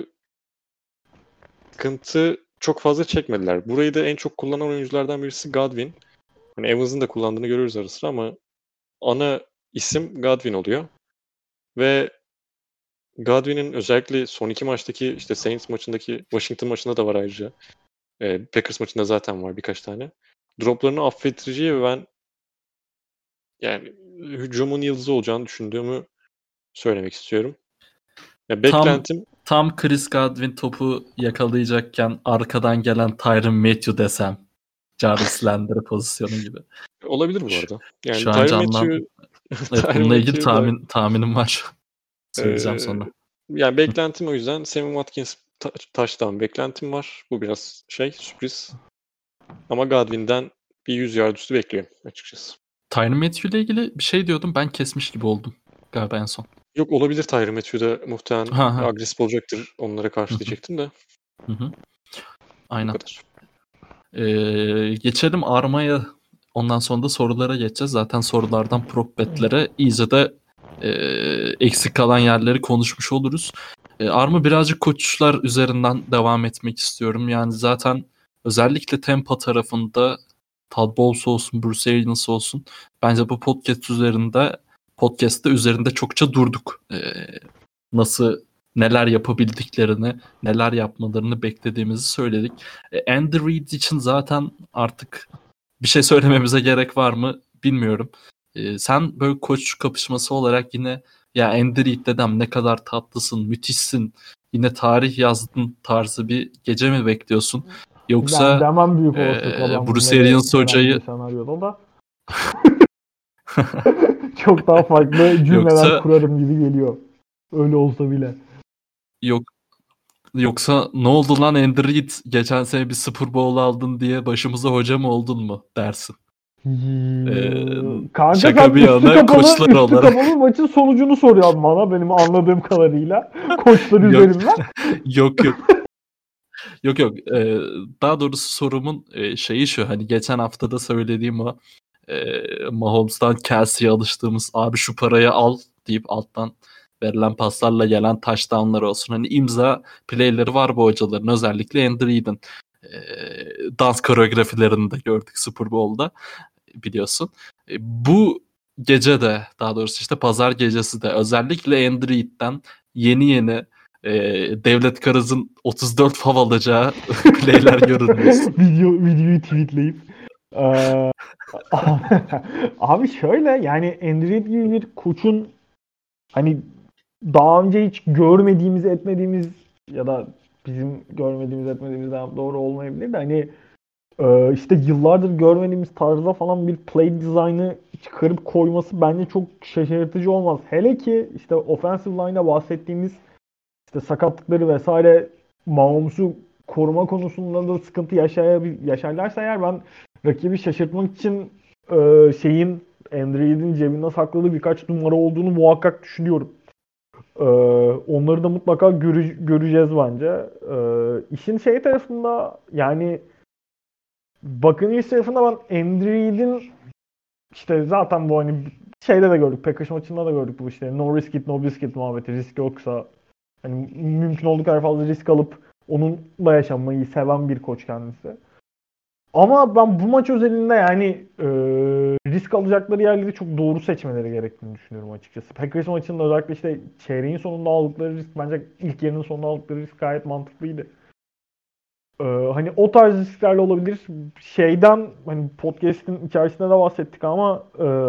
sıkıntı çok fazla çekmediler. Burayı da en çok kullanan oyunculardan birisi Godwin. Hani Evans'ın da kullandığını görüyoruz ara sıra ama ana isim Godwin oluyor. Ve Godwin'in özellikle son 2 maçtaki işte Saints maçındaki Washington maçında da var ayrıca. Packers maçında zaten var birkaç tane. Droplarını affettireceği ve ben yani hücumun yıldızı olacağını düşündüğümü söylemek istiyorum. Ya beklentim Tam Chris Godwin topu yakalayacakken arkadan gelen Tyrann Mathieu desem. Jarvis Landry pozisyonu gibi. olabilir bu arada. Yani Şu an Tyrann Mathieu evet, bununla ilgili tahminim var. Söyleyeceğim sonra. Yani beklentim o yüzden Sammy Watkins touchdown beklentim var. Bu biraz sürpriz. Ama Godwin'den bir 100 yard üstü bekliyorum açıkçası. Tyrann Mathieu ile ilgili bir şey diyordum. Ben kesmiş gibi oldum galiba en son. Yok olabilir Tyrann Mathieu'da muhtemelen agresif olacaktır. Onlara karşı diyecektim de. Aynen. Bu kadar. Geçelim Arma'ya. Ondan sonra da sorulara geçeceğiz. Zaten sorulardan prop betlere iyice de eksik kalan yerleri konuşmuş oluruz. Armı birazcık koçlar üzerinden devam etmek istiyorum. Yani zaten özellikle Tampa tarafında Todd Bowles olsun, Bruce Arians olsun. Bence bu podcast'te üzerinde çokça durduk. Nasıl neler yapabildiklerini, neler yapmalarını beklediğimizi söyledik. Andy Reid için zaten artık bir şey söylememize gerek var mı bilmiyorum. Sen böyle koç kapışması olarak yine ya Andy Reid dedem ne kadar tatlısın, müthişsin, yine tarih yazdın tarzı bir gece mi bekliyorsun? Ben Yoksa demem büyük olasılıkla ben Bruce bunları Arians herhangi hocayı bir senaryoda da çok daha farklı cümleler Yoksa- kurarım gibi geliyor. Öyle olsa bile. yok yoksa ne oldu lan Andy Reid geçen sene bir Super Bowl aldın diye başımıza hoca mı oldun mu dersin? Kanka şaka sen bir yana koçlar olarak. kapalı maçın sonucunu soruyorsun bana benim anladığım kadarıyla. Koçlar Yok. üzerinden. Yok. Yok. Daha doğrusu sorumun şeyi şu, hani geçen haftada söylediğim o Mahomes'tan Kelsey'ye alıştığımız abi şu parayı al deyip alttan verilen paslarla gelen touchdown'lar olsun. Hani imza play'leri var bu hocaların, özellikle Andy Reid'in dans koreografilerini de gördük Super Bowl'da, biliyorsun. Bu gece de, daha doğrusu işte pazar gecesi de özellikle Andy Reid'den yeni Devlet Karaz'ın 34 fav alacağı play'ler görünmüyorsun. Videoyu tweetleyip. Ee, abi şöyle yani Andy Reid gibi bir koçun hani daha önce hiç görmediğimiz etmediğimiz ya da bizim görmediğimiz etmediğimiz daha doğru olmayabilir de hani işte yıllardır görmediğimiz tarzda falan bir play design'ı çıkarıp koyması bence çok şaşırtıcı olmaz. Hele ki işte offensive line'a bahsettiğimiz işte sakatlıkları vesaire Mahomes'u koruma konusunda da sıkıntı yaşarlarsa eğer ben rakibi şaşırtmak için Andy Reid'in cebinde sakladığı birkaç numara olduğunu muhakkak düşünüyorum. Onları da mutlaka göreceğiz bence. İşin şey tarafında yani Buccaneers tarafında ben Andy Reid'in işte zaten bu hani şeyde de gördük. Packers maçında da gördük bu işte. No risk it, no biscuit muhabbeti. Risk yoksa hani mümkün olduğu kadar fazla risk alıp onunla yaşamayı seven bir koç kendisi. Ama ben bu maç özelinde yani risk alacakları yerleri çok doğru seçmeleri gerektiğini düşünüyorum açıkçası. Packers maçında özellikle işte çeyreğin sonunda aldıkları risk bence ilk yarının sonunda aldıkları risk gayet mantıklıydı. Hani o tarz risklerle olabilir. Şeyden hani podcast'in içerisinde de bahsettik ama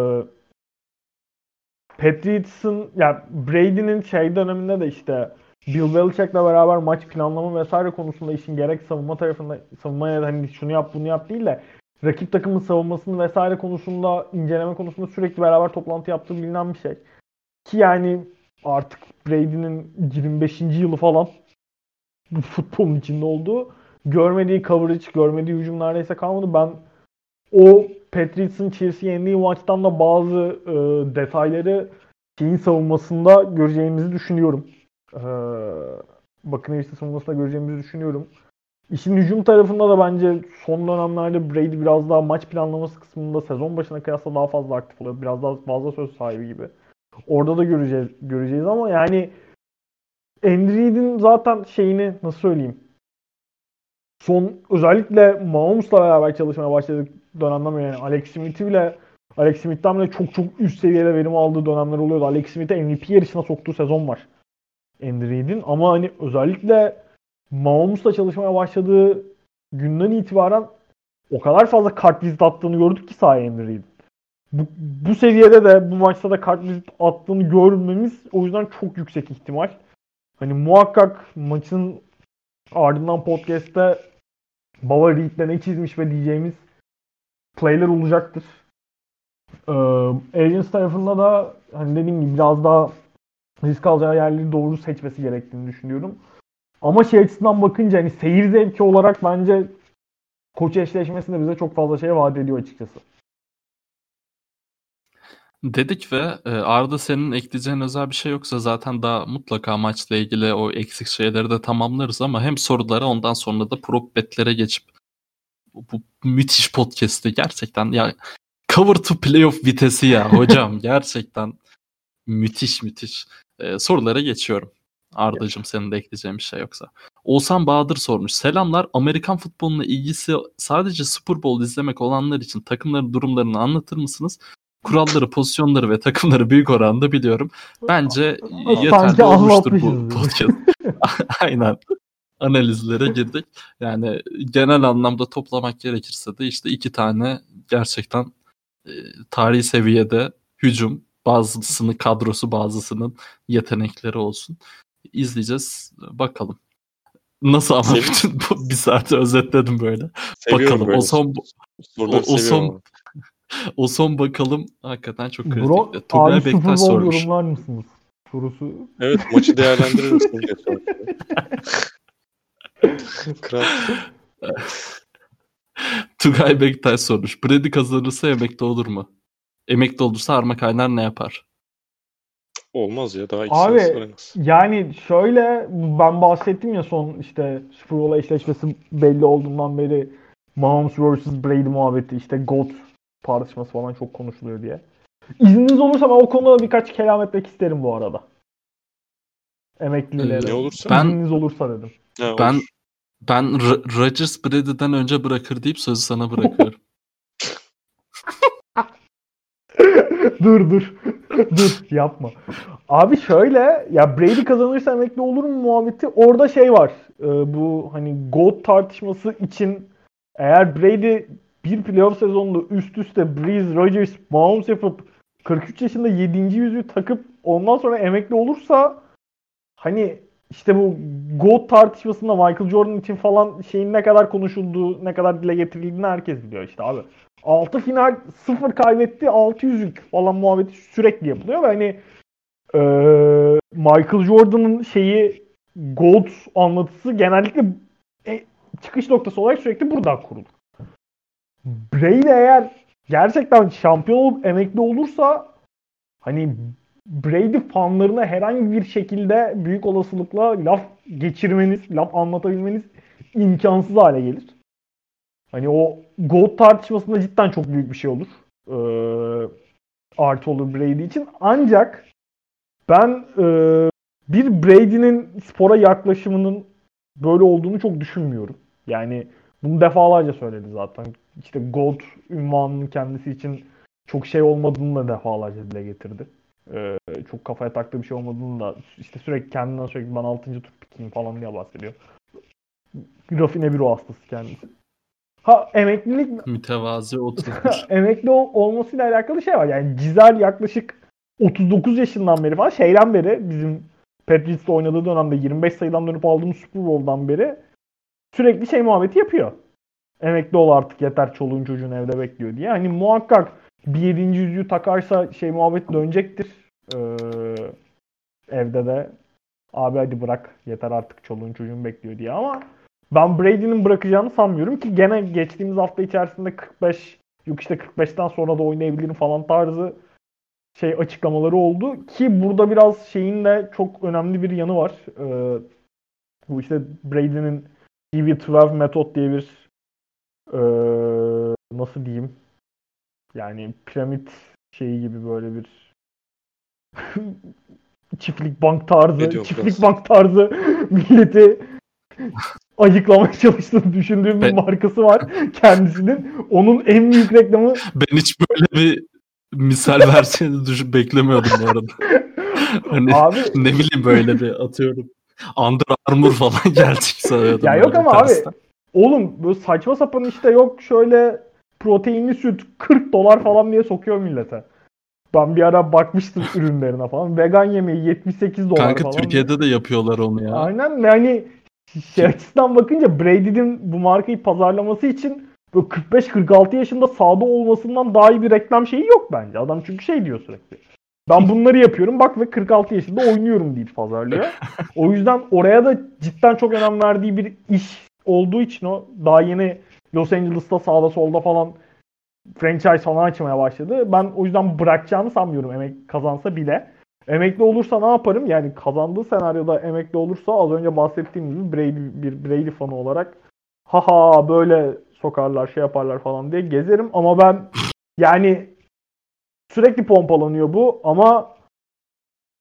Patriots'ın ya Brady'nin şey döneminde de işte Bill Belichick'le beraber maç planlama vesaire konusunda işin gerek savunma tarafında savunmaya hani şunu yap bunu yap değil de rakip takımın savunmasını vesaire konusunda inceleme konusunda sürekli beraber toplantı yaptığı bilinen bir şey. Ki yani artık Brady'nin 25. yılı falan futbolun içinde olduğu. Görmediği coverage, görmediği hücum neredeyse kalmadı. Ben o Patriots'ın Chiefs'i yendiği maçtan da bazı detayları şeyin savunmasında göreceğimizi düşünüyorum. Buccaneers'ın savunmasında göreceğimizi düşünüyorum. İşin hücum tarafında da bence son dönemlerde Brady biraz daha maç planlaması kısmında sezon başına kıyasla daha fazla aktif oluyor. Biraz daha fazla söz sahibi gibi. Orada da göreceğiz ama yani Andy Reid'in zaten şeyini nasıl söyleyeyim? Son özellikle Mahomes'la beraber çalışmaya başladık dönemden beri yani Alex Smith'ten bile çok üst seviyede verim aldığı dönemler oluyordu. Alex Smith'i MVP yarışına soktuğu sezon var Andy Reid'in. Ama hani özellikle Mahomes'la çalışmaya başladığı günden itibaren o kadar fazla kart vizit attığını gördük ki sahaya Andy Reid'in. Bu seviyede de bu maçta da kart vizit attığını görmemiz o yüzden çok yüksek ihtimal. Hani muhakkak maçın ardından podcast'te Baba Reed'le ne çizmiş ve diyeceğimiz playler olacaktır. Arians tarafında da hani dediğim gibi biraz daha risk alacağı yerleri doğru seçmesi gerektiğini düşünüyorum. Ama şey açısından bakınca hani seyir zevki olarak bence koç eşleşmesinde bize çok fazla şey vaat ediyor açıkçası. Dedik ve Arda, senin ekleyeceğin özel bir şey yoksa zaten daha mutlaka maçla ilgili o eksik şeyleri de tamamlarız ama hem sorulara ondan sonra da prop betlere geçip bu müthiş podcast'i gerçekten ya, cover to playoff vitesi ya hocam gerçekten müthiş. Sorulara geçiyorum. Ardacığım senin de ekleyeceğin bir şey yoksa. Oğuzhan Bahadır sormuş. Selamlar. Amerikan futboluna ilgisi sadece Super Bowl izlemek olanlar için takımların durumlarını anlatır mısınız? Kuralları, pozisyonları ve takımları büyük oranda biliyorum. Bence yeterli Sanki olmuştur bu anlatmışız. podcast. Aynen. Analizlere girdik. Yani genel anlamda toplamak gerekirse de işte 2 tane gerçekten tarihi seviyede hücum, bazısının kadrosu, bazısının yetenekleri olsun. İzleyeceğiz. Bakalım. Nasıl ama bütün bir saati özetledim böyle. Seviyorum Bakalım. böyle. O son Soruları o seviyorum. son o son bakalım hakikaten çok Bro, kritikti. abi Tugay Super Bektaş Bowl sormuş. yorumlar mısınız? Sorusu. Evet, maçı değerlendirir misin diye sormuş. Kral. Tugay Bektaş sormuş. Brady kazanırsa emekli olur mu? Emekli olursa Arma Kaynar ne yapar? Olmaz ya, daha 2 senesi var en Abi az. yani şöyle, ben bahsettim ya son işte Super Bowl eşleşmesi belli olduğundan beri Mahomes vs. Brady muhabbeti, işte GOAT tartışması falan çok konuşuluyor diye. İzniniz olursa ben o konuda birkaç kelam etmek isterim bu arada. Emeklilere. Ne olursa? İzniniz olursa dedim. Ha, Ben olur. ben Rodgers Brady'den önce bırakır deyip sözü sana bırakıyorum. Dur. Dur yapma. Abi şöyle, ya Brady kazanırsa emekli olur mu muhabbeti, orada şey var. Bu hani GOAT tartışması için eğer Brady bir playoff sezonunda üst üste Breeze, Rodgers, Mahomes yapıp 43 yaşında 7. yüzüğü takıp ondan sonra emekli olursa, hani işte bu GOAT tartışmasında Michael Jordan için falan şeyin ne kadar konuşulduğu, ne kadar dile getirildiğini herkes biliyor işte abi. 6 final 0 kaybetti, 6 yüzük falan muhabbeti sürekli yapılıyor ve hani Michael Jordan'ın şeyi, GOAT anlatısı genellikle çıkış noktası olarak sürekli buradan kurulur. Brady eğer gerçekten şampiyon olup emekli olursa, hani Brady fanlarına herhangi bir şekilde büyük olasılıkla laf geçirmeniz, laf anlatabilmeniz imkansız hale gelir. Hani o GOAT tartışmasında cidden çok büyük bir şey olur. Artı olur Brady için. Ancak ben bir Brady'nin spora yaklaşımının böyle olduğunu çok düşünmüyorum. Yani bunu defalarca söyledi zaten. İşte GOAT ünvanının kendisi için çok şey olmadığını da defalarca dile getirdi. Çok kafaya taktığı bir şey olmadığını da, işte sürekli kendinden sürekli ben 6. tur pikiyim falan diye bahsediyor. Rafine bir o hastası kendisi. Ha, emeklilik Mütevazi oturmuş. emekli olmasıyla alakalı şey var. Yani Cizel yaklaşık 39 yaşından beri falan, şeyden beri, bizim Patriots'ta oynadığı dönemde 25 sayıdan dönüp aldığımız Super Bowl'dan beri sürekli şey muhabbeti yapıyor. Emekli ol artık yeter, çoluğun çocuğun evde bekliyor diye. Hani muhakkak bir 7. yüzüğü takarsa şey muhabbet dönecektir. Evde de abi hadi bırak yeter artık, çoluğun çocuğun bekliyor diye, ama ben Brady'nin bırakacağını sanmıyorum ki, gene geçtiğimiz hafta içerisinde 45, yok işte 45'ten sonra da oynayabilirim falan tarzı şey açıklamaları oldu ki burada biraz şeyin de çok önemli bir yanı var. Bu işte Brady'nin TV12 metot diye bir nasıl diyeyim, yani piramit şeyi gibi böyle bir çiftlik bank tarzı milleti ayıklamaya çalıştığını düşündüğüm bir markası var kendisinin. Onun en büyük reklamı... Ben hiç böyle bir misal verseni beklemiyordum bu arada. Hani abi, ne bileyim, böyle bir atıyorum. Under Armour falan gelecek sanıyordum. ya yok ama tersten. abi, oğlum böyle saçma sapan işte, yok şöyle proteinli süt $40 falan diye sokuyor millete. Ben bir ara bakmıştım ürünlerine falan. Vegan yemeği $78 Kanka falan. Türkiye'de de yapıyorlar onu ya. Aynen, yani şey açısından bakınca Brady'nin bu markayı pazarlaması için böyle 45-46 yaşında sahada olmasından daha iyi bir reklam şeyi yok bence. Adam çünkü şey diyor sürekli. Ben bunları yapıyorum bak ve 46 yaşında oynuyorum deyip pazarlıyor. O yüzden oraya da cidden çok önem verdiği bir iş olduğu için, o daha yeni Los Angeles'ta sağda solda falan franchise falan açmaya başladı. Ben o yüzden bırakacağını sanmıyorum emek kazansa bile. Emekli olursa ne yaparım? Yani kazandığı senaryoda emekli olursa, az önce bahsettiğim gibi bir Brady fanı olarak haha böyle sokarlar şey yaparlar falan diye gezerim, ama ben yani sürekli pompalanıyor bu, ama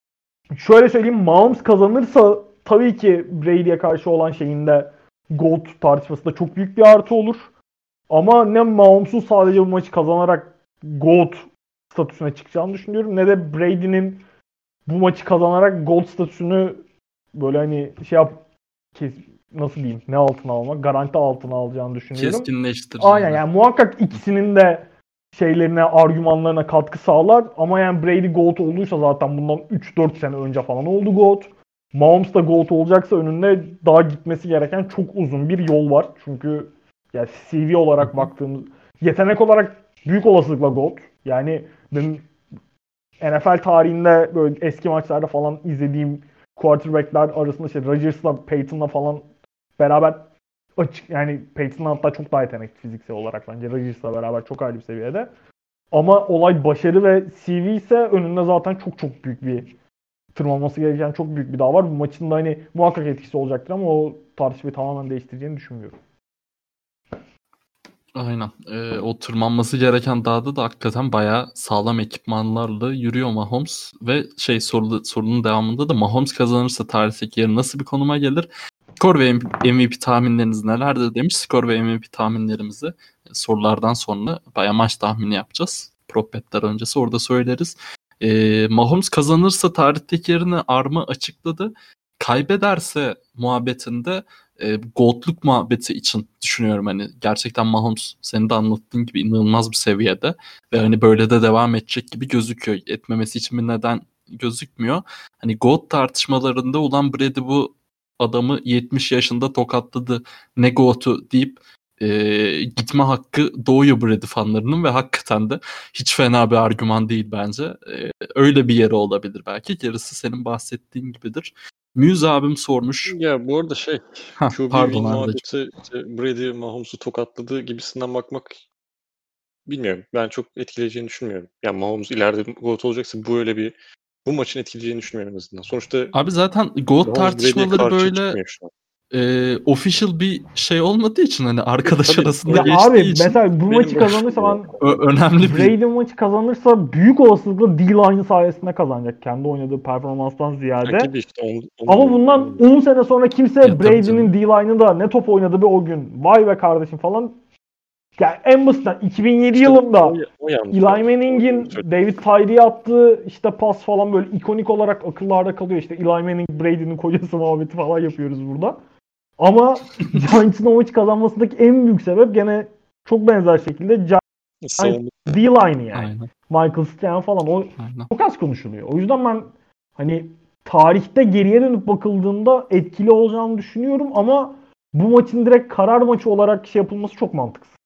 şöyle söyleyeyim, Mahomes kazanırsa tabii ki Brady'ye karşı olan şeyinde GOAT tartışmasında çok büyük bir artı olur. Ama ne Mahomes'un sadece bu maçı kazanarak GOAT statüsüne çıkacağını düşünüyorum, ne de Brady'nin bu maçı kazanarak GOAT statüsünü böyle hani nasıl diyeyim, ne altına almak, garanti altına alacağını düşünüyorum. Keskinleştireceğini. Aynen, yani muhakkak ikisinin de şeylerine, argümanlarına katkı sağlar ama yani Brady GOAT olduysa zaten bundan 3-4 sene önce falan oldu GOAT. Mahomes da GOAT olacaksa önünde daha gitmesi gereken çok uzun bir yol var. Çünkü yani CV olarak baktığımız, yetenek olarak büyük olasılıkla GOAT. Yani benim NFL tarihinde böyle eski maçlarda falan izlediğim quarterback'ler arasında işte Rodgers'la Peyton'la falan beraber açık, yani Peyton'dan hatta çok daha yetenekli fiziksel olarak bence. Rodgers'la beraber çok ayrı bir seviyede. Ama olay başarı ve CV ise önünde zaten çok çok büyük bir tırmanması gereken çok büyük bir dağ var. Bu maçın da hani muhakkak etkisi olacaktır ama o tartışmayı tamamen değiştireceğini düşünmüyorum. Aynen. O tırmanması gereken dağda da hakikaten bayağı sağlam ekipmanlarla yürüyor Mahomes ve sorunun devamında da Mahomes kazanırsa tarihteki yeri nasıl bir konuma gelir? Skor ve MVP tahminleriniz nelerdir demiş. Skor ve MVP tahminlerimizi sorulardan sonra bayağı maç tahmini yapacağız. Prop betler öncesi orada söyleriz. Mahomes kazanırsa tarihteki yerini Arma açıkladı. Kaybederse muhabbetinde GOAT'luk muhabbeti için düşünüyorum, hani gerçekten Mahomes senin de anlattığın gibi inanılmaz bir seviyede ve hani böyle de devam edecek gibi gözüküyor. Etmemesi için bir neden gözükmüyor. Hani GOAT tartışmalarında ulan Brady bu adamı 70 yaşında tokatladı, ne GOAT'u deyip gitme hakkı doğuyor Brady fanlarının ve hakikaten de hiç fena bir argüman değil bence. Öyle bir yeri olabilir belki. Gerisi senin bahsettiğin gibidir. Muse abim sormuş. Ya bu arada Pardon QB Arda'cığım. muhabbeti, Brady Mahomes'u tokatladığı gibisinden bakmak, bilmiyorum. Ben çok etkileyeceğini düşünmüyorum. Yani Mahomes ileride GOAT olacaksa bu maçın etkileyeceğini düşünmüyorum en azından. Sonuçta Abi zaten GOAT Mahomes Brady'ye tartışmaları karşı böyle çıkmıyor şu an. official bir şey olmadığı için, hani arkadaş Tabii. arasında Ya geçtiği abi için mesela bu maçı kazanırsa ben önemli bir Brady maçı kazanırsa büyük olasılıkla D-line'ı sayesinde kazanacak. Kendi oynadığı performanstan ziyade. gibi işte Ama bundan 10 sene sonra kimse Ya tabii Brady'nin canım. D-line'ı da ne top oynadı bir o gün, vay be kardeşim falan. Yani en basitinden 2007 İşte yılında o yanlış. Eli Manning'in David Tyree'ye attığı işte pas falan böyle ikonik olarak akıllarda kalıyor. İşte Eli Manning Brady'nin kocası muhabbeti falan yapıyoruz burada. Ama Giants'ın o maçı kazanmasındaki en büyük sebep gene çok benzer şekilde Giants D-line'ı yani. Aynen. Michael Strahan falan o Aynen. çok az konuşuluyor. O yüzden ben hani tarihte geriye dönüp bakıldığında etkili olacağını düşünüyorum ama bu maçın direkt karar maçı olarak şey yapılması çok mantıksız.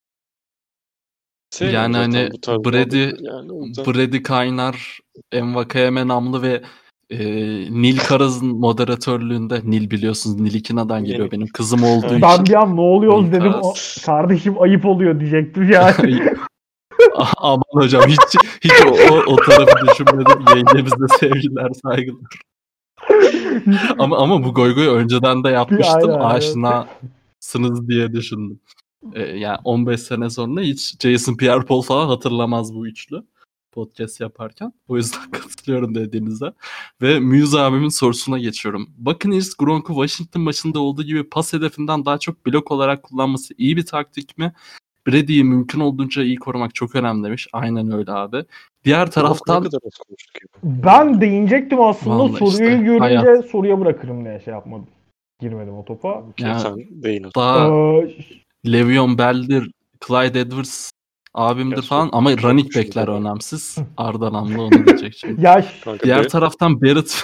Yani hani bu tarz Brady muhabbetler yani, o yüzden. Brady kaynar, Envakayeme namlı ve Nil Karaz'ın moderatörlüğünde, Nil biliyorsunuz Nil Ikina'dan geliyor, benim kızım olduğu için. Ben bir an ne oluyoruz Nil dedim. Kardeşim ayıp oluyor diyecektim yani. Aman hocam hiç o tarafı düşünmedim. Yengemize sevgiler, saygılar. ama bu goygoyu önceden de yapmıştım. Aynen. Aşinasınız diye düşündüm. Yani 15 sene sonra hiç Jason Pierre-Paul falan hatırlamaz bu üçlü podcast yaparken. O yüzden katılıyorum dediğinize. Ve Muse abimin sorusuna geçiyorum. Buccaneers Gronk'u Washington maçında olduğu gibi pas hedefinden daha çok blok olarak kullanması iyi bir taktik mi? Brady'yi mümkün olduğunca iyi korumak çok önemli demiş. Aynen öyle abi. Diğer taraftan ben değinecektim aslında. vallahi Soruyu işte, görünce hayat. soruya bırakırım diye şey yapmadım. Girmedim o topa. Yani sen değin o daha Ee, Le'Veon Bell'dir, Clyde Edwards abimdir falan ama running back'ler önemsiz. Arda Namlı onu diyecek çünkü. ya Diğer taraftan Barrett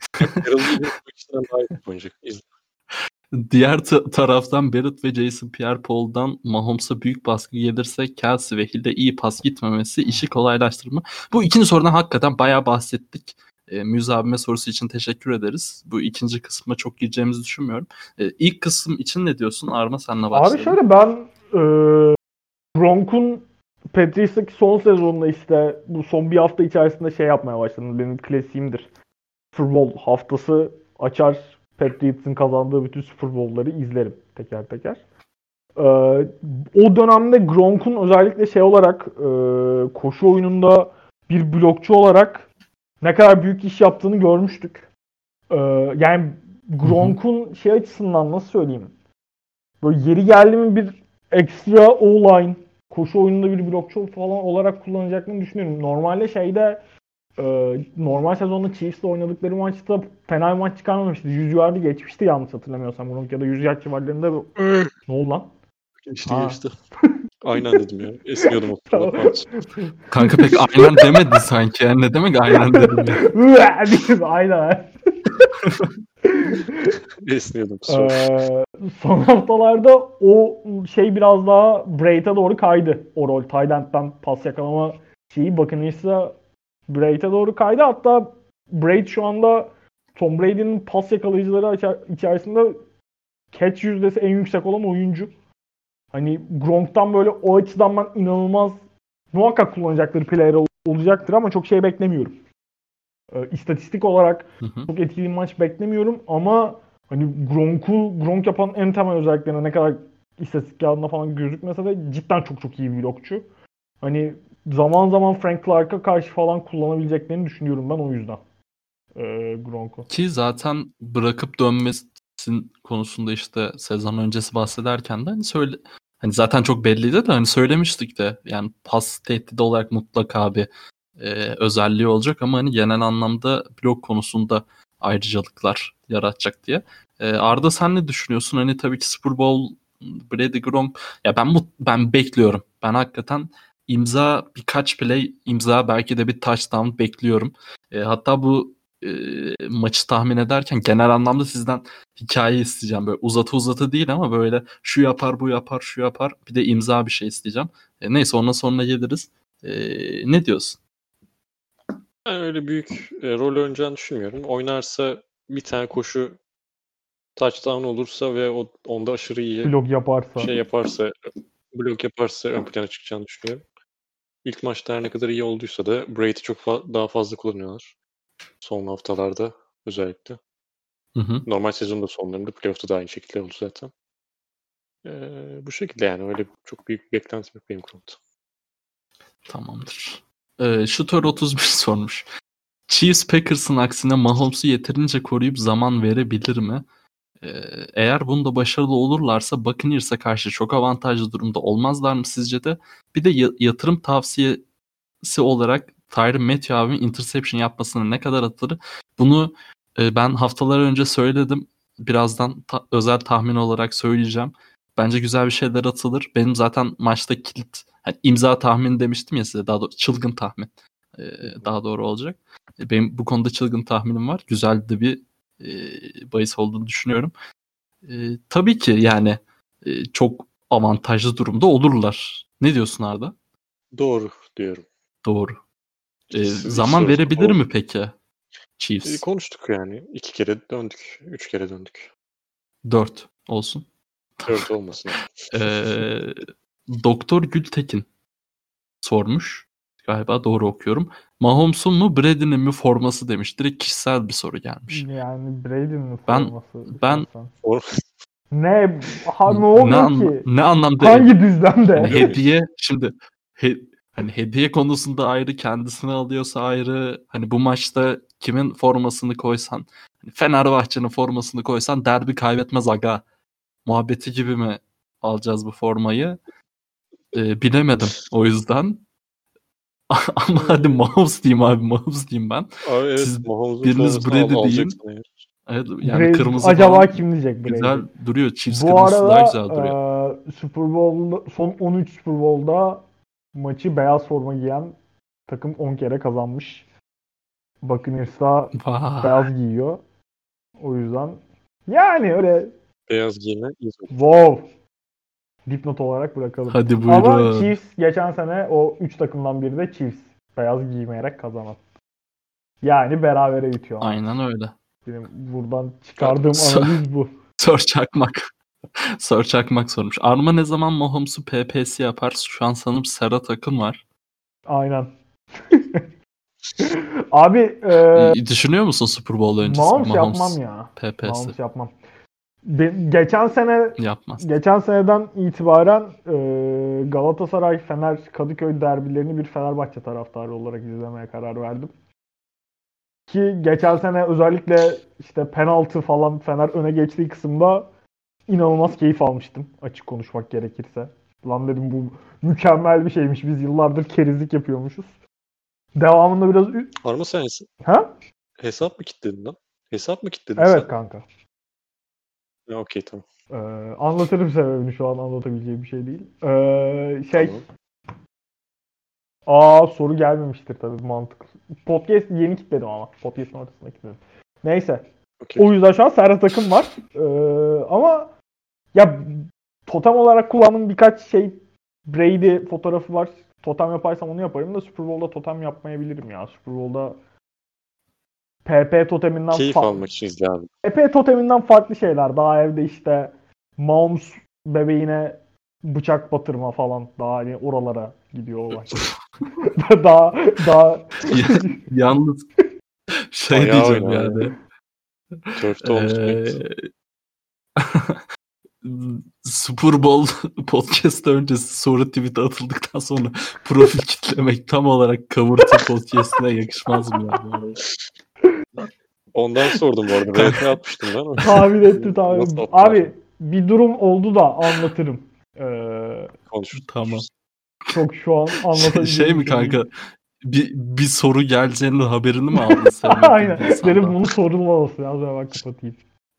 taraftan Barrett ve Jason Pierre-Paul'dan Mahomes'a büyük baskı gelirse Kelsey ve Hill'de iyi pas gitmemesi işi kolaylaştırır mı? Bu ikinci sorudan hakikaten bayağı bahsettik. Muse abime sorusu için teşekkür ederiz. Bu ikinci kısma çok gireceğimizi düşünmüyorum. İlk kısım için ne diyorsun? Arma senle başlayalım. abi şöyle, ben Gronk'un Patriots'taki son sezonunda işte bu son bir hafta içerisinde şey yapmaya başladım. Benim klasiğimdir. Super Bowl haftası açar, Patriots'ın kazandığı bütün Super Bowl'ları izlerim teker teker. O dönemde Gronk'un özellikle şey olarak koşu oyununda bir blokçu olarak ne kadar büyük iş yaptığını görmüştük. Yani Gronk'un şey açısından nasıl söyleyeyim? Böyle yeri geldi mi bir ekstra O-line, koşu oyununda bir blokçu falan olarak kullanacaklarını düşünüyorum. Normalde normal sezonda Chiefs'le oynadıkları maçta fena bir maç çıkarmamıştı. 100 yard'ı geçmişti yanlış hatırlamıyorsam. Gronk ya da 100 yard civarlarında ne oldu lan? Geçti. Aynen dedim ya. Esniyordum o sırada. Tamam. Kanka pek aynen demedin sanki. Yani ne demek aynen dedim ya. Aynen. Esniyordum. Son haftalarda o şey biraz daha Braid'e doğru kaydı. O rol. Tight end'den pas yakalama şeyi Buccaneers'a Braid'e doğru kaydı. Hatta Braid şu anda Tom Brady'nin pas yakalayıcıları içerisinde catch yüzdesi en yüksek olan oyuncu. Hani Gronk'tan böyle o açıdan ben inanılmaz muhakkak kullanacakları player olacaktır ama çok şey beklemiyorum. İstatistik olarak çok etkili bir maç beklemiyorum ama hani Gronk yapan en temel özelliklerine ne kadar istatistik kağıdında falan gözükmese de cidden çok çok iyi bir blokçu. Hani zaman zaman Frank Clark'a karşı falan kullanabileceklerini düşünüyorum ben o yüzden. Gronk'u. Ki zaten bırakıp dönmesin konusunda işte sezon öncesi bahsederken de hani zaten çok belliydi de hani söylemiştik de yani pas tehdidi olarak mutlaka bir özelliği olacak ama hani genel anlamda blok konusunda ayrıcalıklar yaratacak diye. Arda sen ne düşünüyorsun? Hani tabii ki Super Bowl Brady Gronk ya ben bekliyorum. Ben hakikaten birkaç play imza belki de bir touchdown bekliyorum. Hatta bu maçı tahmin ederken genel anlamda sizden hikaye isteyeceğim. Böyle uzatı değil ama böyle şu yapar bu yapar şu yapar bir de imza bir şey isteyeceğim. Neyse ondan sonra geliriz. Ne diyorsun? Ben öyle büyük rol oynayacağını düşünmüyorum. Oynarsa bir tane koşu touchdown olursa ve onda aşırı iyi Blok yaparsa. blok yaparsa ön plana çıkacağını düşünüyorum. İlk maçta her ne kadar iyi olduysa da Braid'i çok daha fazla kullanıyorlar. Son haftalarda özellikle. Normal sezonda sonlarında playoff'ta da aynı şekilde oldu zaten. Bu şekilde yani öyle çok büyük bir beklentim yok benim konuda. Tamamdır. Şutör 31 sormuş. Chiefs Packers'ın aksine Mahomes'u yeterince koruyup zaman verebilir mi? Eğer bunda başarılı olurlarsa Buccaneers'a karşı çok avantajlı durumda olmazlar mı sizce de? Bir de yatırım tavsiyesi olarak Tyrann Mathieu abimin interception yapmasına ne kadar atılır? Bunu ben haftalar önce söyledim. Birazdan özel tahmin olarak söyleyeceğim. Bence güzel bir şeyler atılır. Benim zaten maçta kilit imza tahmini demiştim ya size. Daha doğrusu çılgın tahmin. Daha doğru olacak. Benim bu konuda çılgın tahminim var. Güzel de bir bahis olduğunu düşünüyorum. Tabii ki yani çok avantajlı durumda olurlar. Ne diyorsun Arda? Doğru diyorum. Doğru. Hiç Zaman sorusu verebilir oldu. mi peki Chiefs? Konuştuk yani. 2 kere döndük. 3 kere döndük. 4 olsun. 4 olmasın. Doktor Gültekin sormuş. Galiba doğru okuyorum. Mahomes'un mu Brady'nin mi forması demiş. Direkt kişisel bir soru gelmiş. Yani Brady'nin Ben- forması. ben- Ne? Ne oluyor ki? Ne anlamda Hangi düzlemde? hani hediye şimdi hani hediye konusunda ayrı kendisini alıyorsa ayrı hani bu maçta kimin formasını koysan hani Fenerbahçe'nin formasını koysan derbi kaybetmez aga muhabbeti gibi mi alacağız bu formayı? Bilemedim o yüzden. Ama hadi Mahomes diyeyim abi Mahomes diyeyim ben. Abi evet, Siz Mahomes'un biriniz formasını Brady deyin. alacaksın eğer. Evet, yani kırmızı acaba falan kim diyecek Brady? güzel duruyor. Chiefs Bu kırmızısı daha arada güzel duruyor. Super Bowl'da son 13 Super Bowl'da maçı beyaz forma giyen takım 10 kere kazanmış. Buccaneers'ta Vay. beyaz giyiyor. O yüzden yani öyle Beyaz giyme iyi olur. wow dipnot olarak bırakalım. Hadi Ama buyurun. Chiefs geçen sene o 3 takımdan biri de Chiefs. Beyaz giymeyerek kazanan. Yani berabere bitiyor. Aynen öyle. Benim buradan çıkardığım So- analiz bu. Sör Çakmak. Sör Çakmak sormuş. Arma ne zaman Mahomes'u PP'si yapar? Şu an sanırım Serhat Akın var. Aynen. Abi Düşünüyor musun Super Bowl öncesi Mahomes yapmam ya. PP'si? Mahomes yapmam. Yapmaz. Geçen seneden itibaren Galatasaray Fener Kadıköy derbilerini bir Fenerbahçe taraftarı olarak izlemeye karar verdim. Ki geçen sene özellikle işte penaltı falan Fener öne geçtiği kısımda inanılmaz keyif almıştım açık konuşmak gerekirse. Lan dedim bu mükemmel bir şeymiş. Biz yıllardır kerizlik yapıyormuşuz. Devamında biraz... Arma sen Ha? hesap mı kilitledin lan? Hesap mı kilitledin Evet sen? kanka. Ya, okey tamam. Anlatırım sebebini, şu an anlatabileceğim bir şey değil. Tamam. Soru gelmemiştir tabii, mantıklı. Podcast yeni kilitledim ama. Podcast'ın ortasında kilitledim. Neyse. Okey. O yüzden şu an Serhat Akın var. Ama ya totem olarak kullandığım birkaç Brady fotoğrafı var. Totem yaparsam onu yaparım da Super Bowl'da totem yapmayabilirim ya. Super Bowl'da PP toteminden Keyif almak için izle abi. PP toteminden farklı şeyler. Daha evde işte Mahomes bebeğine bıçak batırma falan. Daha hani oralara gidiyor olay. daha Yalnız şey Bayağı diyeceğim oynar yani. ya. Turf'te olmuş demek. Super Bowl podcast öncesi soru tweet atıldıktan sonra profil kitlemek tam olarak Kavurta podcast'ine yakışmaz mı yani? Ondan sordum bu arada. RT atmıştım ben ama. tahmin ettim. Nasıl attılar? Abi bir durum oldu da anlatırım. Konuşuruz. Tamam. Çok şu an anlatabileceğim Şey mi bir şey değil. kanka? Bir soru geleceğinin haberini mi aldın sen? Aynen. Dedim bunu sorulmaması lazım. Ben kapatayım.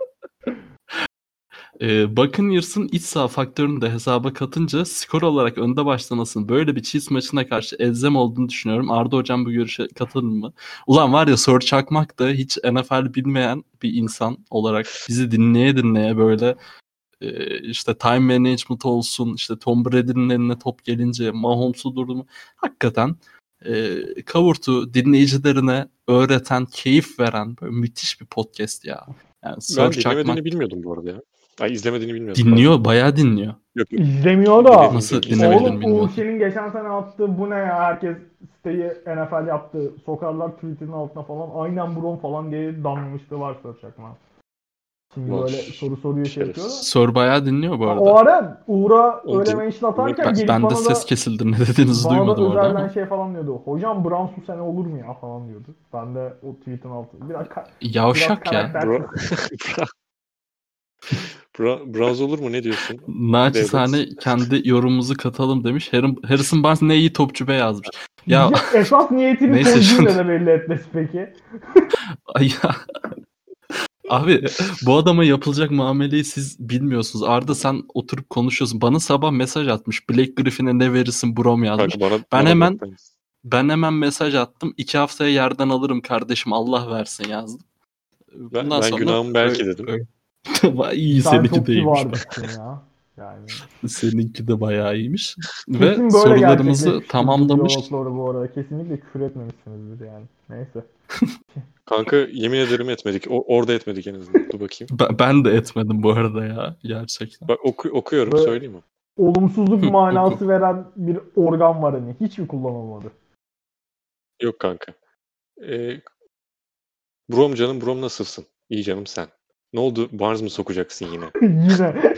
Buccaneers'ın iç saha faktörünü de hesaba katınca skor olarak önde başlamasının böyle bir Chiefs maçına karşı elzem olduğunu düşünüyorum. Arda hocam bu görüşe katılır mı? Ulan var ya, Sör Çakmak da hiç NFL bilmeyen bir insan olarak bizi dinleye böyle işte time management olsun, işte Tom Brady'nin eline top gelince Mahomes'u durdumu hakikaten Kavurt'u dinleyicilerine öğreten, keyif veren böyle müthiş bir podcast ya. Yani Sör Ben dinlemediğini Çakmak bilmiyordum bu arada ya. Ay, izlemediğini bilmiyordum. dinliyor, bayağı dinliyor. Yok. İzlemiyor da. Nasıl dinlediğini dinlemediğini Oğlum bilmiyorum. Urşen'in geçen sene attığı bu ne ya, herkes siteyi NFL yaptı. Sokarlar tweetinin altına falan. Aynen brom falan diye damlamıştı var Sör Çakmak. Şimdi Var. böyle soru soruyor şey yapıyor da. Sör bayağı dinliyor bu O arada. ara Uğur'a Onu öyle din- mention atarken gelip Ben de bana ses da kesildi, ne dediğinizi duymadım orada özelden ama. şey falan diyordu. Hocam Browns bu sene olur mu ya falan diyordu. Ben de o tweetin altına biraz Yavşak ya. karaktersiz. Browns olur mu? Ne diyorsun? Naçizane kendi yorumumuzu katalım demiş. Harrison Barnes ne iyi topçu be yazmış. Ya Esas niyetini Neyse, sonucuyla da belli etmesi peki. ay ya. Abi bu adama yapılacak muameleyi siz bilmiyorsunuz. Arda sen oturup konuşuyorsun. Bana sabah mesaj atmış. Blake Griffin'e ne verirsin brom yazmış. Kanka Ben bana hemen mesaj attım. 2 haftaya yerden alırım kardeşim, Allah versin yazdım. Bundan ben sonra günahım belki dedim. İyi, Sen seninki çok de iyiymiş. kibarmışsın ya. Yani. Seninki de bayağı iyiymiş. Kesin Ve böyle sorularımızı gerçekleşmiştir bu tamamlamış. diyalogları bu arada. Kesinlikle küfür etmemişsinizdir yani. Neyse. Kanka yemin ederim etmedik. Orada etmedik en azından. Dur bakayım. Ben de etmedim bu arada ya. Gerçekten. Bak okuyorum, Böyle söyleyeyim mi? olumsuzluk Hı, manası oku. veren bir organ var hani. Hiç mi kullanılmadı? Yok kanka. Brom canım, Brom nasılsın? İyi canım sen. Ne oldu? Barnes mı sokacaksın yine? Yine.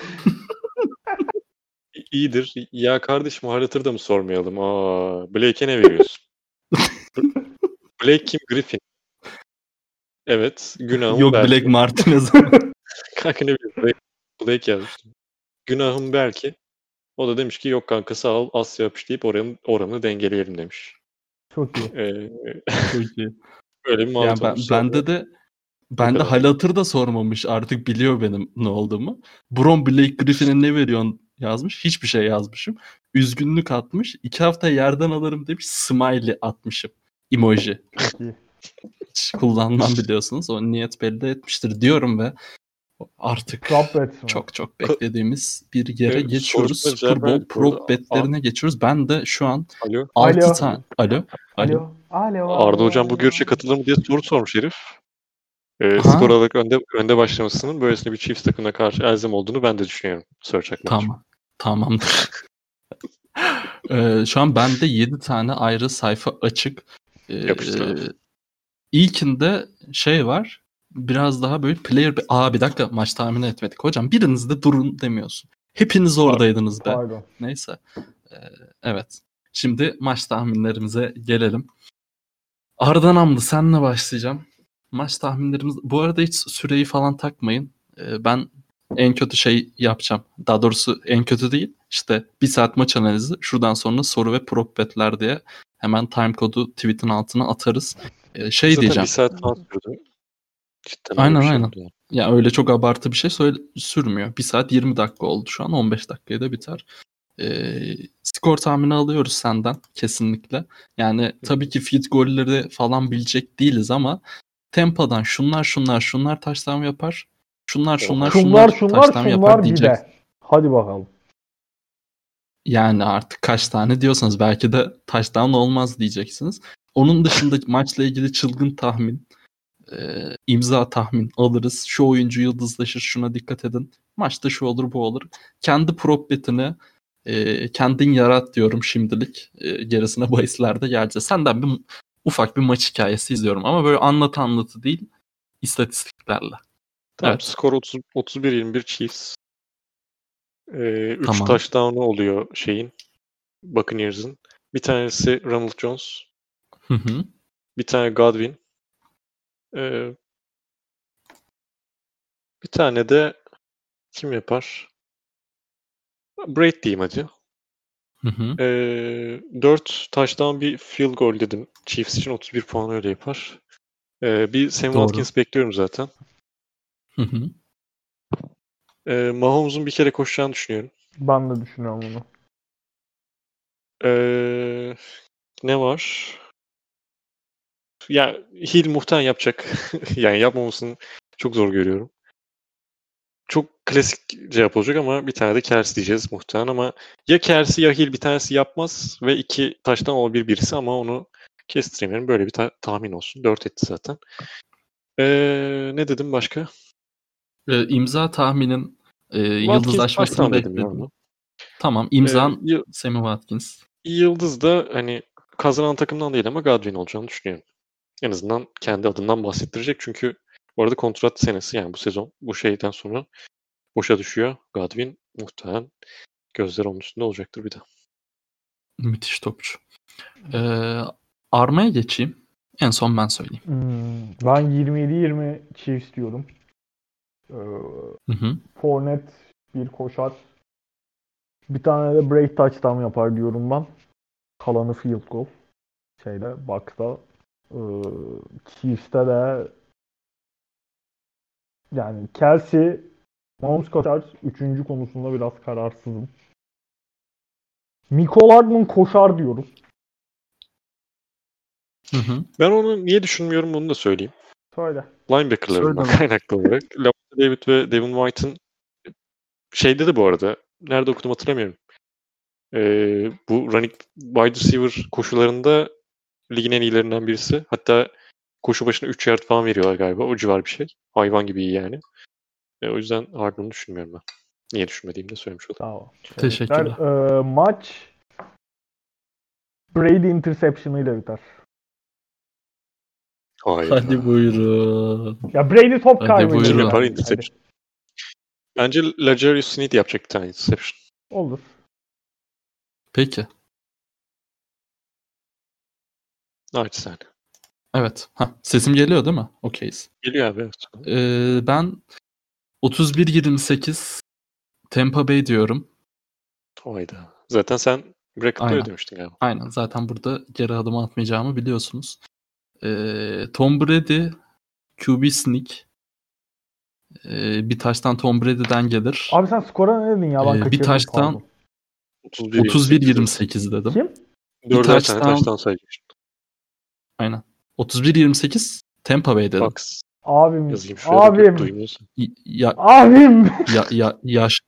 İyidir. Ya kardeşim, halatır da mı sormayalım? Blake'e ne veriyorsun? Blake kim? Griffin. Evet. Günahım Yok, belki. Black Martinez. Kanka ne bileyim. Blake yazmıştım. Günahım belki. O da demiş ki yok kanka sağ ol, Asya yapış deyip oranı dengeleyelim demiş. Çok iyi. Çok iyi. Böyle bir Yani muhabbet olmuş. bende kadar. hal hatır da sormamış. Artık biliyor benim ne olduğumu. Brom Blake Griffin'e ne veriyorsun yazmış. Hiçbir şey yazmışım. Üzgünlük atmış. 2 hafta yerden alırım demiş. Smiley atmışım. Emoji. Çok iyi. Hiç kullanmam biliyorsunuz. O niyet belli etmiştir diyorum ve artık Sabretsin. çok beklediğimiz bir yere geçiyoruz. sorusuna Super cevap Bowl verdik bu arada. prop betlerine geçiyoruz. Ben de şu an Alo. 6 Alo. tane... Alo. Arda hocam bu görüşe katılır mı diye soru sormuş herif. Skor olarak önde başlamasının böylesine bir Chiefs takımına karşı elzem olduğunu ben de düşünüyorum. Tamamdır. Şu an bende 7 tane ayrı sayfa açık. Yapıştır. İlkinde şey var. Biraz daha böyle player... bir dakika, maç tahmini etmedik. Hocam biriniz de durun demiyorsun. Hepiniz oradaydınız be. Pardon. Neyse. Evet. Şimdi maç tahminlerimize gelelim. Arda Namlı, senle başlayacağım. maç tahminlerimiz... Bu arada hiç süreyi falan takmayın. Ben en kötü şey yapacağım. Daha doğrusu en kötü değil. İşte 1 saat maç analizi. Şuradan sonra soru ve prop betler diye hemen time kodu tweet'in altına atarız. Şey Zaten diyeceğim. 1 saat falan sürdü. Cidden öyle Aynen bir şey aynen. oldu yani. Ya öyle çok abartı bir şey sürmüyor. 1 saat 20 dakika oldu şu an. 15 dakikaya da biter. Skor tahmini alıyoruz senden kesinlikle. Yani tabii ki field golleri falan bilecek değiliz ama Tampa'dan şunlar touchdown yapar. Şunlar touchdown yapar bir diyecek. de. Hadi bakalım. Yani artık kaç tane diyorsanız belki de touchdown olmaz diyeceksiniz. Onun dışında maçla ilgili çılgın tahmin, imza tahmin alırız. Şu oyuncu yıldızlaşır, şuna dikkat edin. Maçta şu olur, bu olur. Kendi prop betini kendin yarat diyorum şimdilik. Gerisine bahislerde geleceğiz. Senden ufak bir maç hikayesi izliyorum ama böyle anlatı değil, istatistiklerle. Tamam, Evet. skor 31-21 Chiefs. 3 Tamam. touchdown'u oluyor Buccaneers'ın. Bir tanesi Ronald Jones. Hı hı. Bir tane Godwin. Ee, Bir tane de kim yapar? Braid diyeyim hadi. Hı hı. 4 touchdown bir field goal dedim. Chiefs için 31 puan öyle yapar. Bir Sam Doğru. Watkins bekliyorum zaten. Hı hı. Mahomes'un bir kere koşacağını düşünüyorum. Ben de düşünüyorum bunu. Ne var? Ya Hill muhtemelen yapacak. Yani yapmamasını çok zor görüyorum. Çok klasik cevap olacak ama bir tane de Kelsey diyeceğiz muhtemelen ama ya Kelsey ya Hill bir tanesi yapmaz ve 2 taştan olabilir birisi ama onu kestiremiyorum. Böyle bir tahmin olsun. 4 etti zaten. Ne dedim başka? İmza tahminin Watkins yıldızlaşmasını taştan dedim ya bekledim. onu. Tamam, imzan Sammy Watkins. Yıldız da hani kazanan takımdan değil ama Godwin olacağını düşünüyorum. En azından kendi adından bahsettirecek çünkü bu arada kontrat senesi yani bu sezon bu şeyden sonra boşa düşüyor. Godwin muhtemelen gözler onun üstünde olacaktır bir de. Müthiş topçu. Arma'ya geçeyim. En son ben söyleyeyim. Ben 27-20 Chiefs diyorum. Hı hı. Fournette bir koşar. Bir tane de break touchdown yapar diyorum ben. Kalanı field goal. Bucks'ta. Chiefs'te de yani Kelsey Mahomes koşar. 3. konusunda biraz kararsızım. Mecole Hardman koşar diyorum. Hı hı. Ben onu niye düşünmüyorum bunu da söyleyeyim. Söyle. Linebacker'larından Söyle. kaynaklı olarak. Lavonte David ve Devin White'ın şeyde de bu arada nerede okudum hatırlamıyorum. Bu running wide receiver koşularında ligin en iyilerinden birisi. Hatta koşu başına 3 yard falan veriyorlar galiba. O civar bir şey. Hayvan gibi iyi yani. O yüzden Hardman'ı düşünmüyorum ben. Niye düşünmediğimi de söylemiş oldum. Tamam. Teşekkürler. Maç Brady interception'ıyla biter. Hadi buyurun. Ya Brady top Hadi kaybı. buyurun. Kim yapar Hadi. interception? Bence L'Jarius Sneed yapacak bir tane interception. Olur. Peki. Naçizane. Evet. Sesim geliyor değil mi? Okeyiz. Geliyor abi evet. Ben 31-28 Tampa Bay diyorum. Hayda. Zaten sen bracket'ta Aynen. öyle demiştin galiba. Aynen. Zaten burada geri adım atmayacağımı biliyorsunuz. Tom Brady, QB sneak. Bir taştan Tom Brady'den gelir. Abi sen skora ne dedin ya? Ben Bir kaçırdım taştan pardon. 31-28 dedim. Kim? Bir 4'er tane taştan taştan sayacak. aynen. 31-28 Tampa Bay dedim. Fox. Abim. Yazayım şöyle duymuyorsun. Abim. Yaş.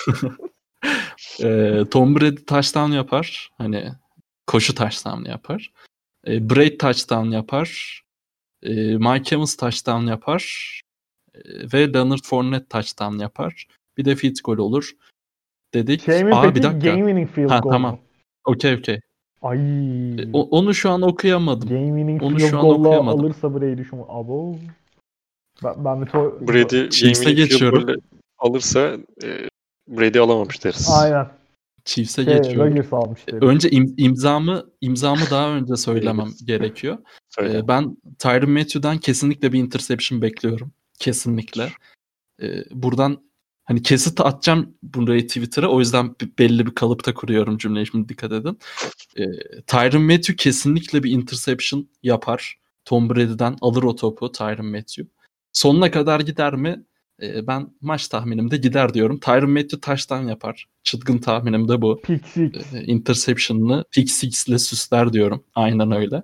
Tom Brady touchdown yapar. Hani koşu touchdown yapar. Braid touchdown yapar. Mike Evans touchdown yapar. Ve Leonard Fournette touchdown yapar. Bir de field goal olur dedik. Şey mi Bir peki? dakika. Game winning field goal Tamam. mu? Okey. Ay. Onu şu an okuyamadım. Game winning Onu field şu an goal'la okuyamadım. alırsa Brady şu abo. Ben bir Brady Chiefs'e game winning field geçiyorum. goal alırsa Brady alamamış deriz. Aynen. Chiefs'e geçiyorum. Rodgers almış dedik. Önce imzamı daha önce söylemem gerekiyor. Söyle. Ben Tyrann Mathieu'dan kesinlikle bir interception bekliyorum. Kesinlikle. Buradan hani kesit atacağım burayı Twitter'a. O yüzden belli bir kalıpta kuruyorum cümleyi. Şimdi dikkat edin. Tyrann Mathieu kesinlikle bir interception yapar. Tom Brady'den alır o topu Tyrann Mathieu. Sonuna kadar gider mi? Ben maç tahminimde gider diyorum. Tyrann Mathieu touchdown yapar. Çılgın tahminim de bu. Pick six. Interception'ını pick six'le süsler diyorum. Aynen öyle.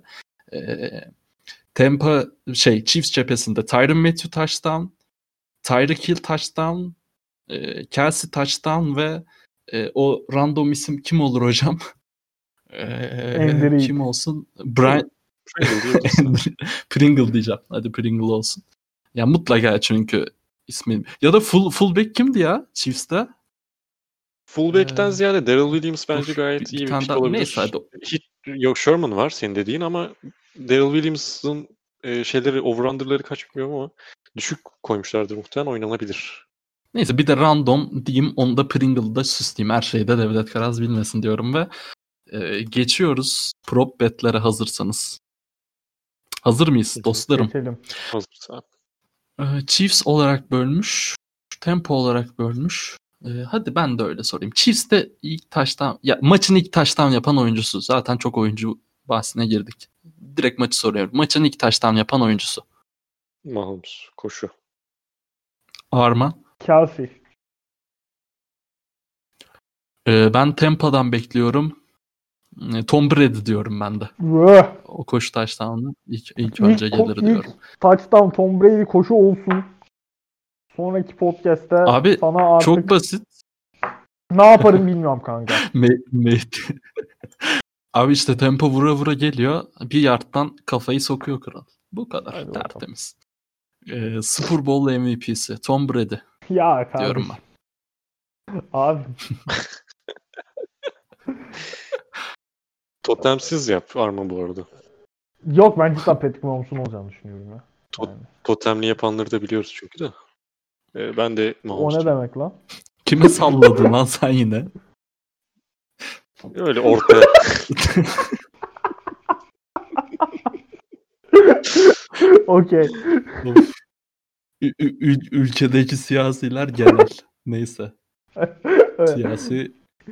Tampa Chiefs cephesinde Tyrann Mathieu touchdown, Tyreek Hill touchdown, Kelsey touchdown ve o random isim kim olur hocam? Kim olsun? Brian Pringle diyeceğim. Hadi Pringle olsun. Ya mutlaka çünkü ismi. Ya da fullback kimdi ya Chiefs'te? Fullback'ten ziyade Darrell Williams bence gayet iyi bir tane pick daha- olabilir. neyse hadi. Yok, Sherman var senin dediğin ama Darrell Williams'ın şeyleri, over-under'ları kaç bilmiyorum ama düşük koymuşlardır, muhtemelen oynanabilir. Neyse bir de random diyeyim, onu da Pringle'da süsleyeyim. Her şeyi de Devlet Karaz bilmesin diyorum ve geçiyoruz prop betlere hazırsanız. Hazır mıyız dostlarım? Geçelim. Hazırsa. Chiefs olarak bölmüş, tempo olarak bölmüş. Hadi ben de öyle sorayım. Chiefs'te ilk taştan, ya maçın ilk taştan yapan oyuncusu. Zaten çok oyuncu bahsine girdik. Direkt maçı soruyorum. Maçın ilk taştan yapan oyuncusu. Mahomes koşu. Arman. Kelsey. Ben Tampa'dan bekliyorum. Tom Brady diyorum ben de. Vıh. O koşu taştanı ilk önce gelir diyorum. Touchdown Tom Brady koşu olsun. Sonraki podcast'te Abi sana artık çok basit. ne yaparım bilmiyorum kanka. Abi işte tempo vura vura geliyor. Bir yardtan kafayı sokuyor kral. Bu kadar. Hadi Tertemiz. Super Bowl MVP'si Tom Brady Ya diyorum kardeşim. ben. Abi. Totemsiz yap Arma bu arada. Yok, ben cidden Patrick Mahomes'un olacağını düşünüyorum ya. Yani. Totemli yapanları da biliyoruz çünkü de. Ben de O Mahomes. ne demek lan? Kime salladın lan sen yine? Öyle orta. Okey. Ülkedeki siyasiler genel. Neyse. Evet. Siyasi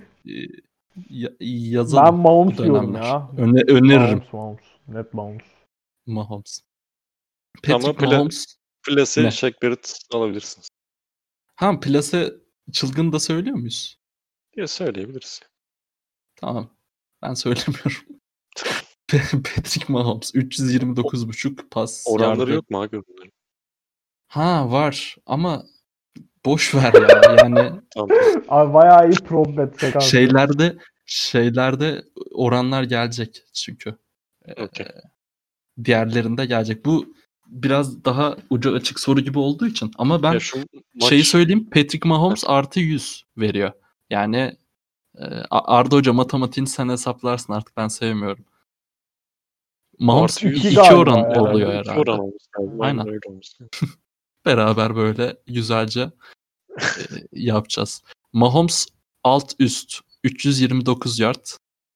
yazalım. Ben Mahomes bu diyorum dönemler. ya. Öneririm. Mahomes. Net Mahomes. Mahomes. Ama Patrick Mahomes. Plase Ne? Shaq Barrett alabilirsiniz. Ha, plase çılgın da söylüyor muyuz? Ya söyleyebiliriz. Tamam. Ben söylemiyorum. Patrick Mahomes 329.5 pas Oranları yardı. yok mu abi bunların? Ha var ama boş ver ya. Yani Tamam. Abi bayağı iyi prop bet sekansı. şeylerde oranlar gelecek çünkü. Okay. Diğerlerinde gelecek. Bu biraz daha ucu açık soru gibi olduğu için ama ben Ya şu şeyi söyleyeyim, Patrick Mahomes artı 100 veriyor. Yani Arda Hoca matematiğini sen hesaplarsın, artık ben sevmiyorum. Mahomes Artı 2 100 oran galiba oluyor yani. herhalde. 2 oran olması lazım. Aynen. Öyle olması lazım. Beraber böyle güzelce yapacağız. Mahomes alt üst 329 yard.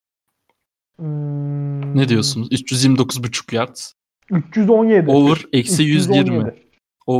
Ne diyorsunuz? 329,5 yard. 317. Over eksi 120. 317.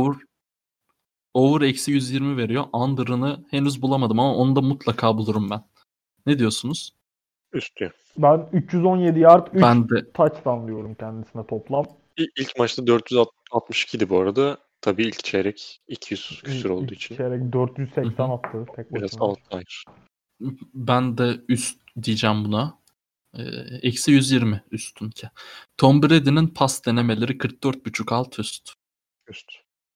Over eksi 120 veriyor. Under'ını henüz bulamadım ama onu da mutlaka bulurum ben. Ne diyorsunuz? Üstü. Ben 317 yard 3 Ben de touchdown diyorum kendisine toplam. İlk maçta 462 idi bu arada. Tabii ilk çeyrek 200 küsür olduğu için. Çeyrek 480 Hı hı. attı tek Biraz başına. outlier. Ben de üst diyeceğim buna. Eksi 120 üstünki. Tom Brady'nin pas denemeleri 44,5 alt üst. Üst.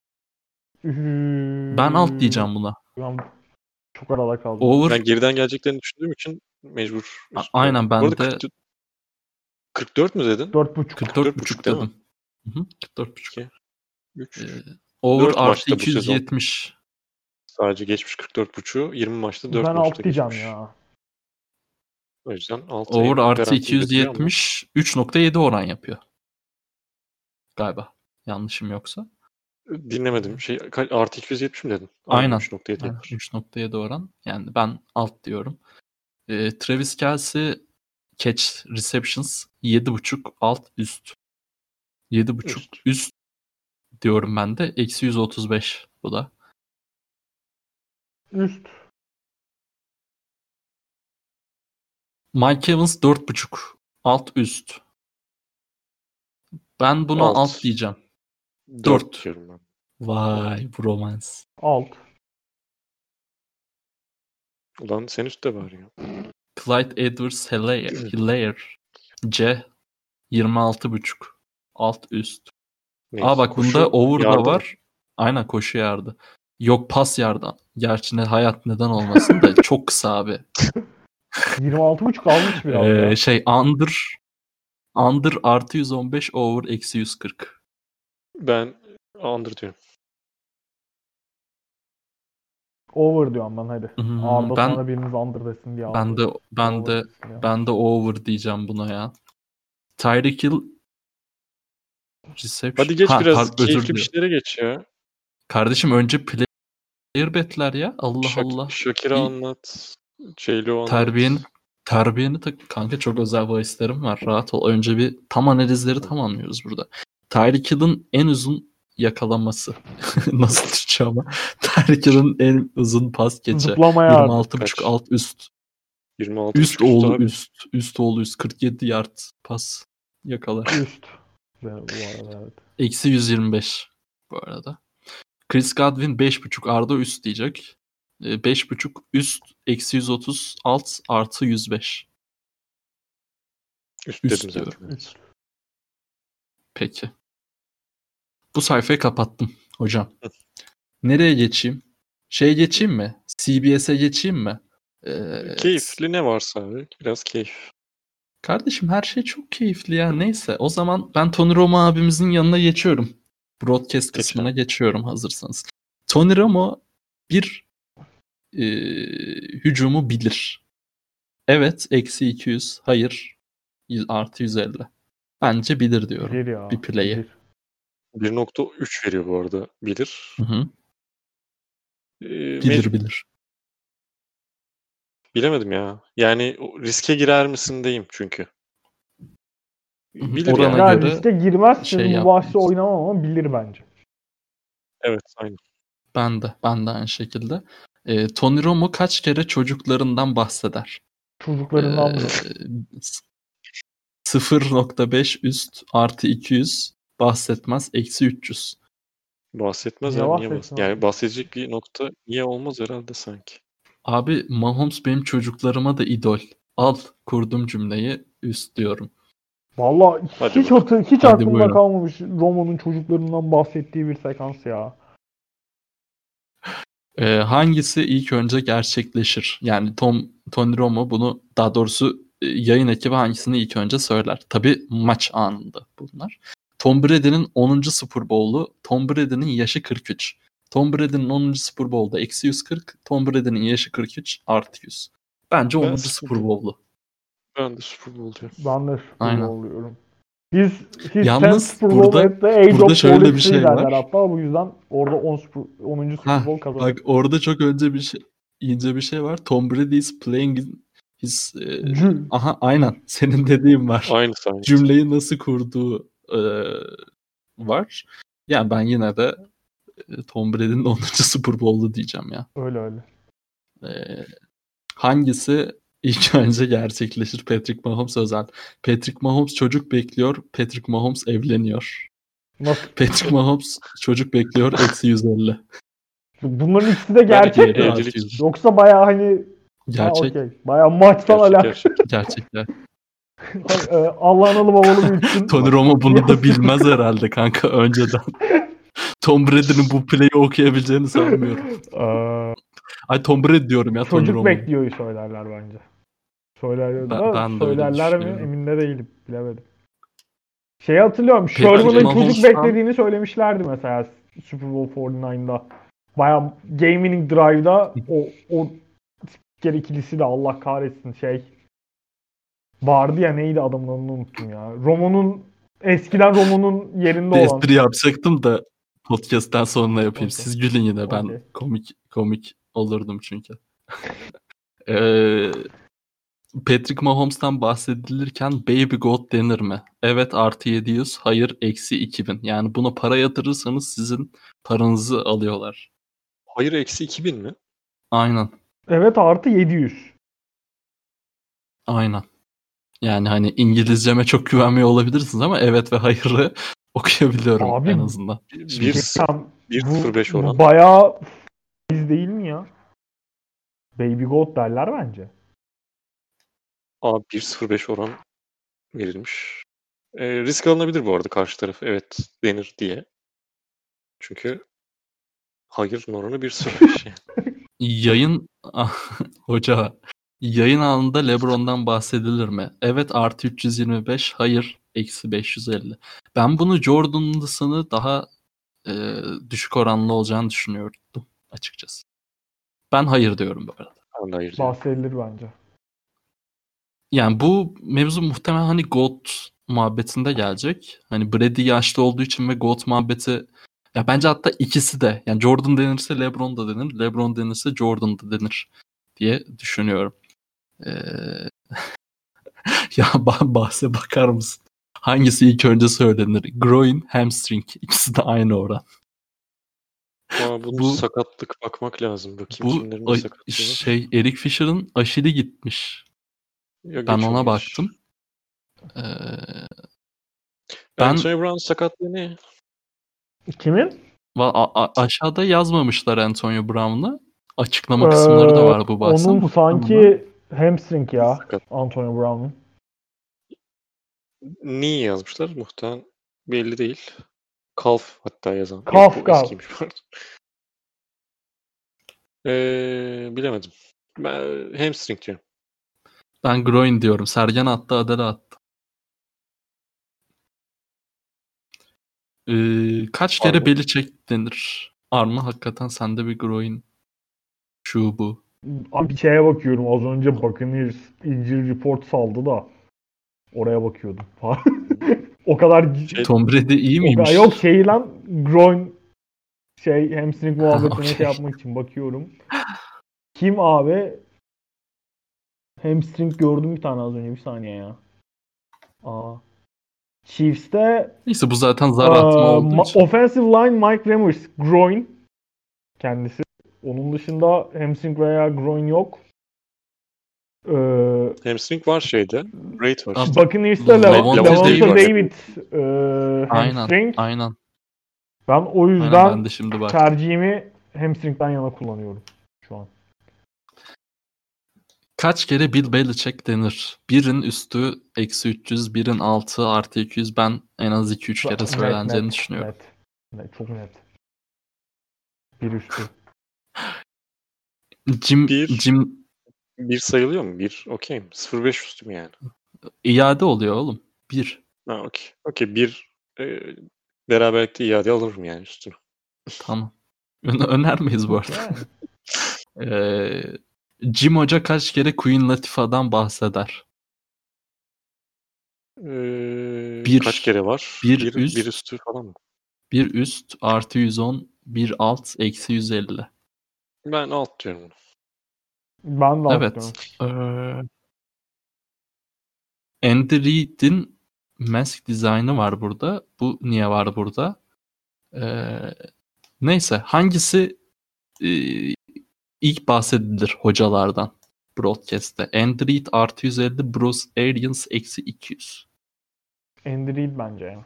Ben alt diyeceğim buna. Ben çok arada kaldım. Over Ben geriden geleceklerini düşündüğüm için mecbur üst. aynen, ben Bu arada de 44 mü dedin? 4.5. 44,5 değil mi? dedim. 44,5. 3. Over 4 artı maçta bu sezon. 270. Sadece geçmiş 44.5'u 20 maçta 4 Ben maçta alt diyeceğim geçmiş. ya. O yüzden altı Over artı garanti gözüküyor 270 3.7 oran yapıyor. Galiba. Yanlışım yoksa. ama dinlemedim. Artı 270 mi dedin? Aynen. 3.7 Aynen. yapar. 3.7 oran. Yani ben alt diyorum. Travis Kelce catch receptions 7.5 alt üst. 7.5 üst diyorum ben de. Eksi 135 bu da. Üst. Mike Evans 4.5 alt üst. Ben buna alt diyeceğim. 4 diyorum ben. Vay bromance. Alt. Ulan sen üstte var ya. Clyde Edwards-Helaire C 26.5 alt üst. Neyse, Bak koşu bunda over da yardı mı? var. Aynen koşu yardı. Yok pas yardı. Gerçi hayat neden olmasın da çok kısa abi. 26.5 almış biraz ya. Under artı 115 over eksi 140. Ben under diyorum. Over diyorum ben hadi. Arda Ben- sonra biriniz under desin diye Ben aldı. de ben de over diyeceğim buna ya. Tyreek Hill reception. Hadi geç biraz özür keyifli bir dilerim. şeylere geç ya. Kardeşim önce player betler ya. Allah Allah. Shakira İyi. anlat. J-Lo anlat. Terbiyeni kanka çok özel bahislerim var. Rahat ol. Önce bir tam analizleri tamamlıyoruz burada. Tyreek Hill'in en uzun yakalaması. Nasıl Türkçe ama. Tyreek Hill'in en uzun pas geçe. Zıplama yardı. 26.5 Kaç? alt üst. 26 Üst oğlu üst. Üst oğlu üst. 47 yard pas yakalar. Üst. Bu arada evet. Eksi 125 bu arada. Chris Godwin 5.5 Arda üst diyecek. 5.5 üst eksi 130 alt artı 105. Üst Üst dedim diyorum. zaten. Üst. Peki. Bu sayfayı kapattım hocam. Nereye geçeyim? Geçeyim mi? CBS'e geçeyim mi? Keyifli ne varsa abi. Biraz keyif. Kardeşim her şey çok keyifli ya. Neyse o zaman ben Tony Romo abimizin yanına geçiyorum. Broadcast kısmına geçiyorum hazırsanız. Tony Romo bir hücumu bilir. Evet eksi 200. Hayır artı 150. Bence bilir diyorum. Bilir ya. Bir play'i. Bilir. 1.3 veriyor bu arada. Bilir. Hı. Mecbur. Bilir. Bilemedim ya. Yani riske girer misin diyeyim çünkü. Bilir Orana yani. Ya riske girmezsin bu bahsi yapmıyoruz. oynamam ama bilir bence. Evet aynı. Ben de aynı şekilde. Tony Romo kaç kere çocuklarından bahseder? Çocuklarından mı? 0.5 üst artı 200 bahsetmez eksi 300. Bahsetmez Niye abi. Niye bahsetsin Yani abi? bahsedecek bir nokta niye olmaz herhalde sanki. Abi Mahomes benim çocuklarıma da idol. Al kurdum cümleyi üst diyorum. Vallahi Hadi hiç Hadi aklımda buyurun. kalmamış Romo'nun çocuklarından bahsettiği bir sekans ya. Hangisi ilk önce gerçekleşir? Yani Tony Romo bunu daha doğrusu yayın ekibi hangisini ilk önce söyler? Tabii maç anında bunlar. Tom Brady'nin 10. Super Bowl'u. Tom Brady'nin yaşı 43. Tom Brady'nin 10. Super Bowl'da eksi 140. Tom Brady'nin yaşı 43 artı 100. Bence 10. Super Bowl'u. Ben de Super Bowl diyorum. Ben de Super Aynen. Bowl diyorum. His Yalnız Super Bowl at the age burada of şöyle 43 bir şey derler var. hatta bu yüzden orada 10. Super Bowl kazanır. Bak orada çok ince bir şey var. Tom Brady is playing his aha aynen senin dediğin var. Aynısı. Cümleyi nasıl kurduğu var. Yani ben yine de Tom Brady'nin 10. Super Bowl'u diyeceğim ya. Öyle. Hangisi ilk önce gerçekleşir? Patrick Mahomes özel. Patrick Mahomes çocuk bekliyor. Patrick Mahomes evleniyor. Nasıl? Patrick Mahomes çocuk bekliyor. Eksi 150. Bunların ikisi de gerçek mi? Evlilik. Yoksa bayağı hani Gerçek. okay. Bayağı maçtan alakalı. Gerçekler. Allah'ın alı babalı büyüksün. Tony Romo bunu da bilmez herhalde kanka önceden. Tom Brady'nin bu play'i okuyabileceğini sanmıyorum. Ay Tom Brady diyorum ya Tony Çocuk Romo. bekliyor söylerler bence. Söylerler Ben de öyle söylerler mi? düşünüyorum. Emin de değilim. Bilemedim. Hatırlıyorum. Patrick Sherman'ın çocuk Mahomes'tan- beklediğini söylemişlerdi mesela Super Bowl 49'da. Bayağı Game Winning Drive'da o spiker ikilisi de Allah kahretsin vardı ya neydi adamın adını unuttum ya. Eskiden Romo'nun yerinde Bir olan. espri yapacaktım da podcast'ten sonra yapayım. Okay. Siz gülün yine ben Okay. komik olurdum çünkü. Patrick Mahomes'tan bahsedilirken Baby Goat denir mi? Evet artı 700, hayır eksi 2000. Yani buna para yatırırsanız sizin paranızı alıyorlar. Hayır eksi 2000 mi? Aynen. Evet artı 700. Aynen. Yani hani İngilizceme çok güvenmiyor olabilirsiniz ama evet ve hayırı okuyabiliyorum Abi, en azından. Şimdi 1.05 Bu oran. bayağı biz değil mi ya? Baby Goat derler bence. Abi 1.05 oran verilmiş. Risk alınabilir bu arada karşı taraf evet denir diye. Çünkü hayırın oranı 1.05 yani. yayın hoca yayın anında LeBron'dan bahsedilir mi? Evet artı 325, hayır eksi 550. Ben bunu Jordan'lısını daha düşük oranlı olacağını düşünüyordum açıkçası. Ben hayır diyorum bu arada. Ben de hayır diyorum. Bahsedilir bence. Yani bu mevzu muhtemelen hani GOAT muhabbetinde gelecek. Hani Brady yaşlı olduğu için ve GOAT muhabbeti ya bence hatta ikisi de yani Jordan denirse LeBron da denir, LeBron denirse Jordan da denir diye düşünüyorum. Ee, ya bahse bakar mısın? Hangisi ilk önce söylenir? Groin, hamstring. İkisi de aynı oran. Ama bunun Bu sakatlık bakmak lazım. Bakayım bu kimlerin de sakatlığı var. Eric Fisher'ın Aşili gitmiş. Ya Ben geç ona onu geç. baktım. Ben Anthony Brown sakatlığı ne? Kimin? aşağıda yazmamışlar Antonio Brown'la. Açıklama kısımları da var bu bahsin. Onun sanki hamstring ya. Sakat. Antonio Brown'un. Niye yazmışlar? Muhtemelen belli değil. Calf hatta yazan. Calf, Yok, bu calf. eskiymiş pardon. Bilemedim. Ben hamstring diyorum. Ben groin diyorum. Sergen attı, Adele attı. Kaç kere Arma. Belichick denir? Arma hakikaten sende bir groin şu bu. Abi bir şeye bakıyorum. Az önce Buccaneers injury report saldı da oraya bakıyordum. O kadar Tom Brady iyi o miymiş? kadar yok şey lan groin hamstring muhabbetine okey. şey yapmak için bakıyorum. Kim abi? Hamstring gördüm bir tane az önce, bir saniye ya. Chiefs'te Neyse bu zaten zar atma olduğu için. offensive line Mike Remmers groin kendisi. Onun dışında hamstring veya groin yok. Hamstring var şeyde. Great var işte. Buccaneers'te Lavonte Lavonte David. David hamstring. Aynen. Ben o Aynen yüzden ben de şimdi bak. tercihimi hamstring'den yana kullanıyorum şu an. Kaç kere Bill Belichick denir? Birin üstü eksi 300, birin altı artı 200. Ben en az 2-3 kere söyleneceğini düşünüyorum. Net. Çok net. Bir üstü. Jim Bir sayılıyor mu? Bir okey mi? 0.5 üstü mü yani? iade oluyor oğlum. 1. Ha okey. Okey bir beraberlikte iade alırım yani üstüne. Tamam. Önermeyiz bu arada. Jim Hoca kaç kere Queen Latifah'dan bahseder? Kaç kere var? Bir Bir üstü falan mı? Bir üst artı 110, bir alt eksi 150. Ben alt diyorum. Ben de Evet. Andy Reid'in mask dizaynı var burada. Bu niye var burada? Neyse. Hangisi ilk bahsedilir hocalardan broadcast'te? Andy Reid artı 150, Bruce Arians eksi 200. Andy Reid bence ya.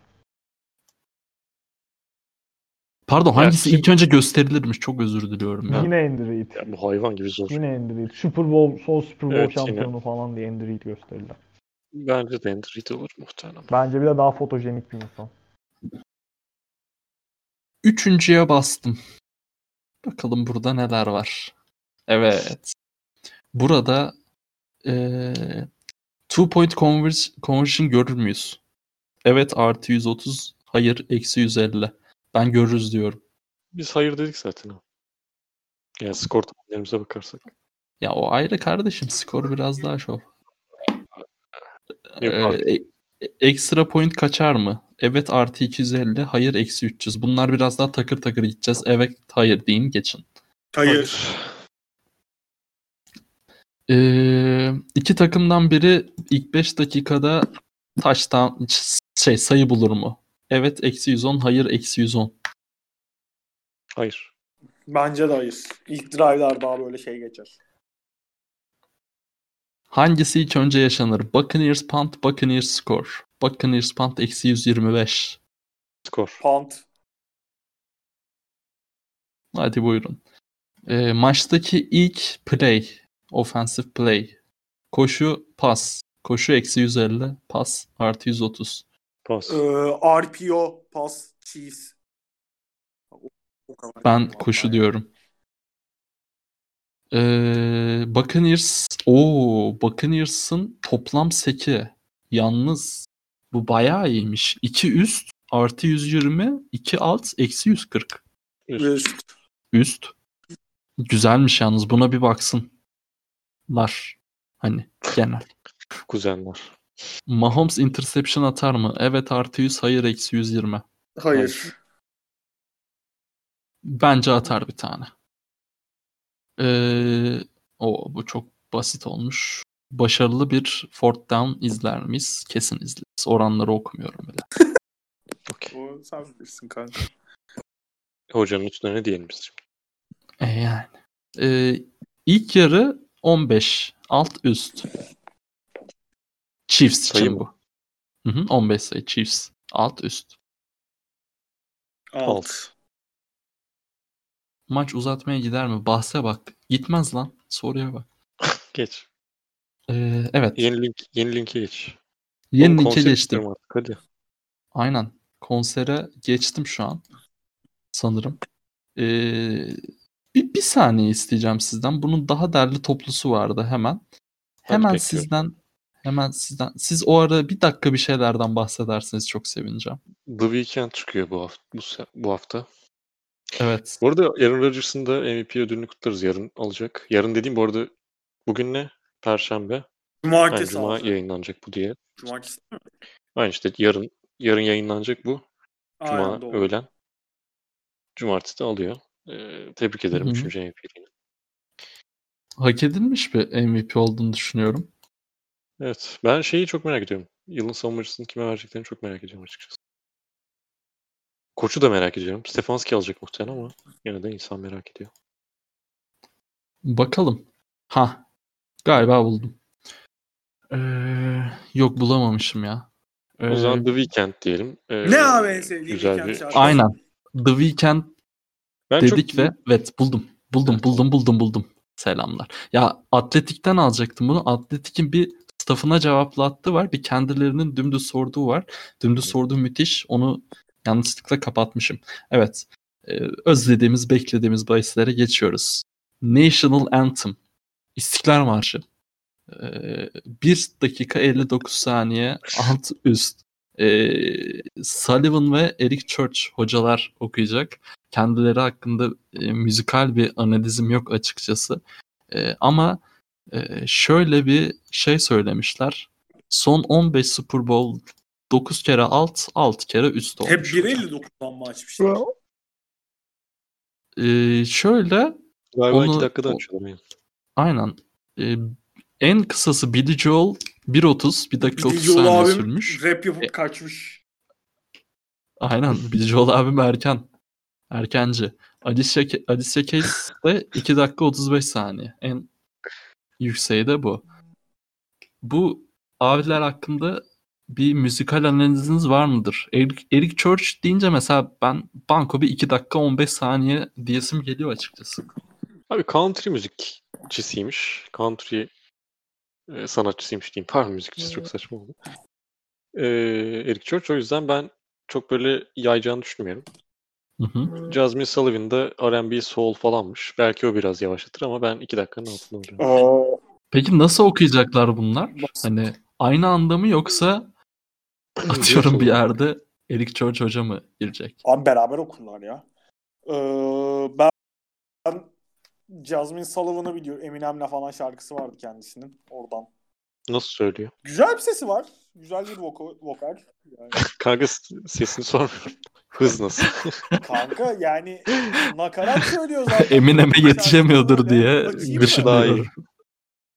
Pardon Ya hangisi kim- ilk önce gösterilirmiş? Çok özür diliyorum ya. Yine Andy Reid. Ya bu hayvan gibi zor. Yine Andy Reid. Super Bowl Evet, şampiyonu falan diye Andy Reid gösterirler. Bence de Andrew olur muhtemelen. Bence bir de daha fotojenik bir insan. Üçüncüye bastım. Bakalım burada neler var. Evet. Burada 2-point conversion görür müyüz? Evet artı 130. Hayır eksi 150. Ben görürüz diyorum. Biz hayır dedik zaten. Yani skor tahminlerimize bakarsak. Ya o ayrı kardeşim. Skor biraz daha şov. Yok abi. Ekstra point kaçar mı? Evet artı 250. Hayır eksi 300. Bunlar biraz daha takır takır gideceğiz. Evet hayır deyin geçin. Hayır. İki takımdan biri ilk 5 dakikada taştan sayı bulur mu? Evet -110, hayır -110. Hayır. Bence de hayır. İlk drive'lar daha böyle şey geçer. Hangisi ilk önce yaşanır? Buccaneers punt, Buccaneers score. Buccaneers punt -125. Skor. Punt. Hadi buyurun. Maçtaki ilk play, offensive play. Koşu, pas. Koşu -150, pas +130. Pas. RPO, pas, Chiefs. O kadar. Ben koşu diyorum. Buccaneers'ın toplam seki. Yalnız bu bayağı iyiymiş. 2 üst +120, 2 alt -140. Üst. Üst. Güzelmiş yalnız. Buna bir baksınlar. Hani genel. Kuzenler. Mahomes interception atar mı? Evet +100, hayır -120. Hayır. Bence atar bir tane. Bu çok basit olmuş. Başarılı bir fourth down izler miyiz? Kesin izleriz. Oranları okumuyorum bile. Okay. O sen bilirsin kanka. Hocanın üstüne ne diyelim biz şimdi? Yani. İlk yarı 15. Alt üst. Chiefs Sayı için mı? bu. 15 sayı Chiefs. Alt üst. Alt. Maç uzatmaya gider mi? Bahse bak. Gitmez lan. Soruya bak. Geç. Evet. Yeni linke geç. Yeni Oğlum, linke konsept geçtim. istiyorum artık, hadi. Aynen. Konsere geçtim şu an. Sanırım. Bir saniye isteyeceğim sizden. Bunun daha derli toplusu vardı hemen. Hemen bekliyorum. sizden. Siz o ara bir dakika bir şeylerden bahsederseniz çok sevineceğim. The Weeknd çıkıyor bu hafta. Evet. Bu arada Aaron Rodgers'ın da MVP ödülünü kutlarız. Yarın alacak. Yarın dediğim bu arada bugün ne? Perşembe. Cumartesi Cuma abi. yayınlanacak bu diye. Cumartesi mi? Aynı işte yarın yayınlanacak bu. Cuma Aynen, doğru. öğlen. Cumartesi de alıyor. Tebrik ederim Hı hı. 3. MVP'liğini. Hak edilmiş bir MVP olduğunu düşünüyorum. Evet. Ben şeyi çok merak ediyorum. Yılın savunmacısını kime vereceklerini çok merak ediyorum açıkçası. Koçu da merak ediyorum. Stefanski alacak muhtemelen ama yine de insan merak ediyor. Bakalım. Galiba buldum. Yok bulamamışım ya. O zaman The Weeknd diyelim. Ne abi en sevdiğin güzel Weeknd bir şarkısı? Aynen. The Weeknd Ben dedik çok ve evet buldum. Selamlar. Ya Atletik'ten alacaktım bunu. Atletik'in bir staffına cevaplattığı var. Bir kendilerinin dümdüz sorduğu var. Dümdüz sorduğu müthiş. Onu yanlışlıkla kapatmışım. Evet. Özlediğimiz, beklediğimiz bahislere geçiyoruz. National Anthem. İstiklal Marşı. 1 dakika 59 saniye alt üst. Sullivan ve Eric Church hocalar okuyacak. Kendileri hakkında müzikal bir analizim yok açıkçası. Ama şöyle bir şey söylemişler. Son 15 Super Bowl 9 kere alt, 6 kere üst olmuş. Hep 1.59'dan mı açmışlar? Şöyle galiba onu- 2 dakikada açıyorlar. Yani. aynen. En kısası Billy Joel 1.30 1 dakika 30 Billy Joel saniye abim sürmüş. rap yapıp kaçmış. Aynen. Billy Joel abim erkenci. Alicia Keys de 2 dakika 35 saniye. En yükseği de bu. Bu abiler hakkında bir müzikal analiziniz var mıdır? Eric Church deyince mesela ben banko bir 2 dakika 15 saniye diyesim geliyor açıkçası. Abi country müzikçisiymiş. Country sanatçısıymış diyeyim. Pardon, müzikçisi çok saçma oldu. Eric Church, o yüzden ben çok böyle yayacağını düşünmüyorum. Hı. Jasmine Sullivan da R&B soul falanmış. Belki o biraz yavaşlatır ama ben 2 dakikanın altında olacağım. Peki nasıl okuyacaklar bunlar? Hani aynı anda mı yoksa atıyorum bir yerde Eric Church hoca mı girecek? Abi beraber okurlar ya. Ben Jasmine Sullivan'ı biliyorum. Eminem'le falan şarkısı vardı kendisinin. Oradan. Nasıl söylüyor? Güzel bir sesi var. Güzel bir vokal. Yani, Kanka sesini sormuyorum. Hız nasıl? kanka yani nakarat söylüyor zaten. Eminem'e yetişemiyordur Şarkı diye böyle. Bakayım mı? düşünüyorum.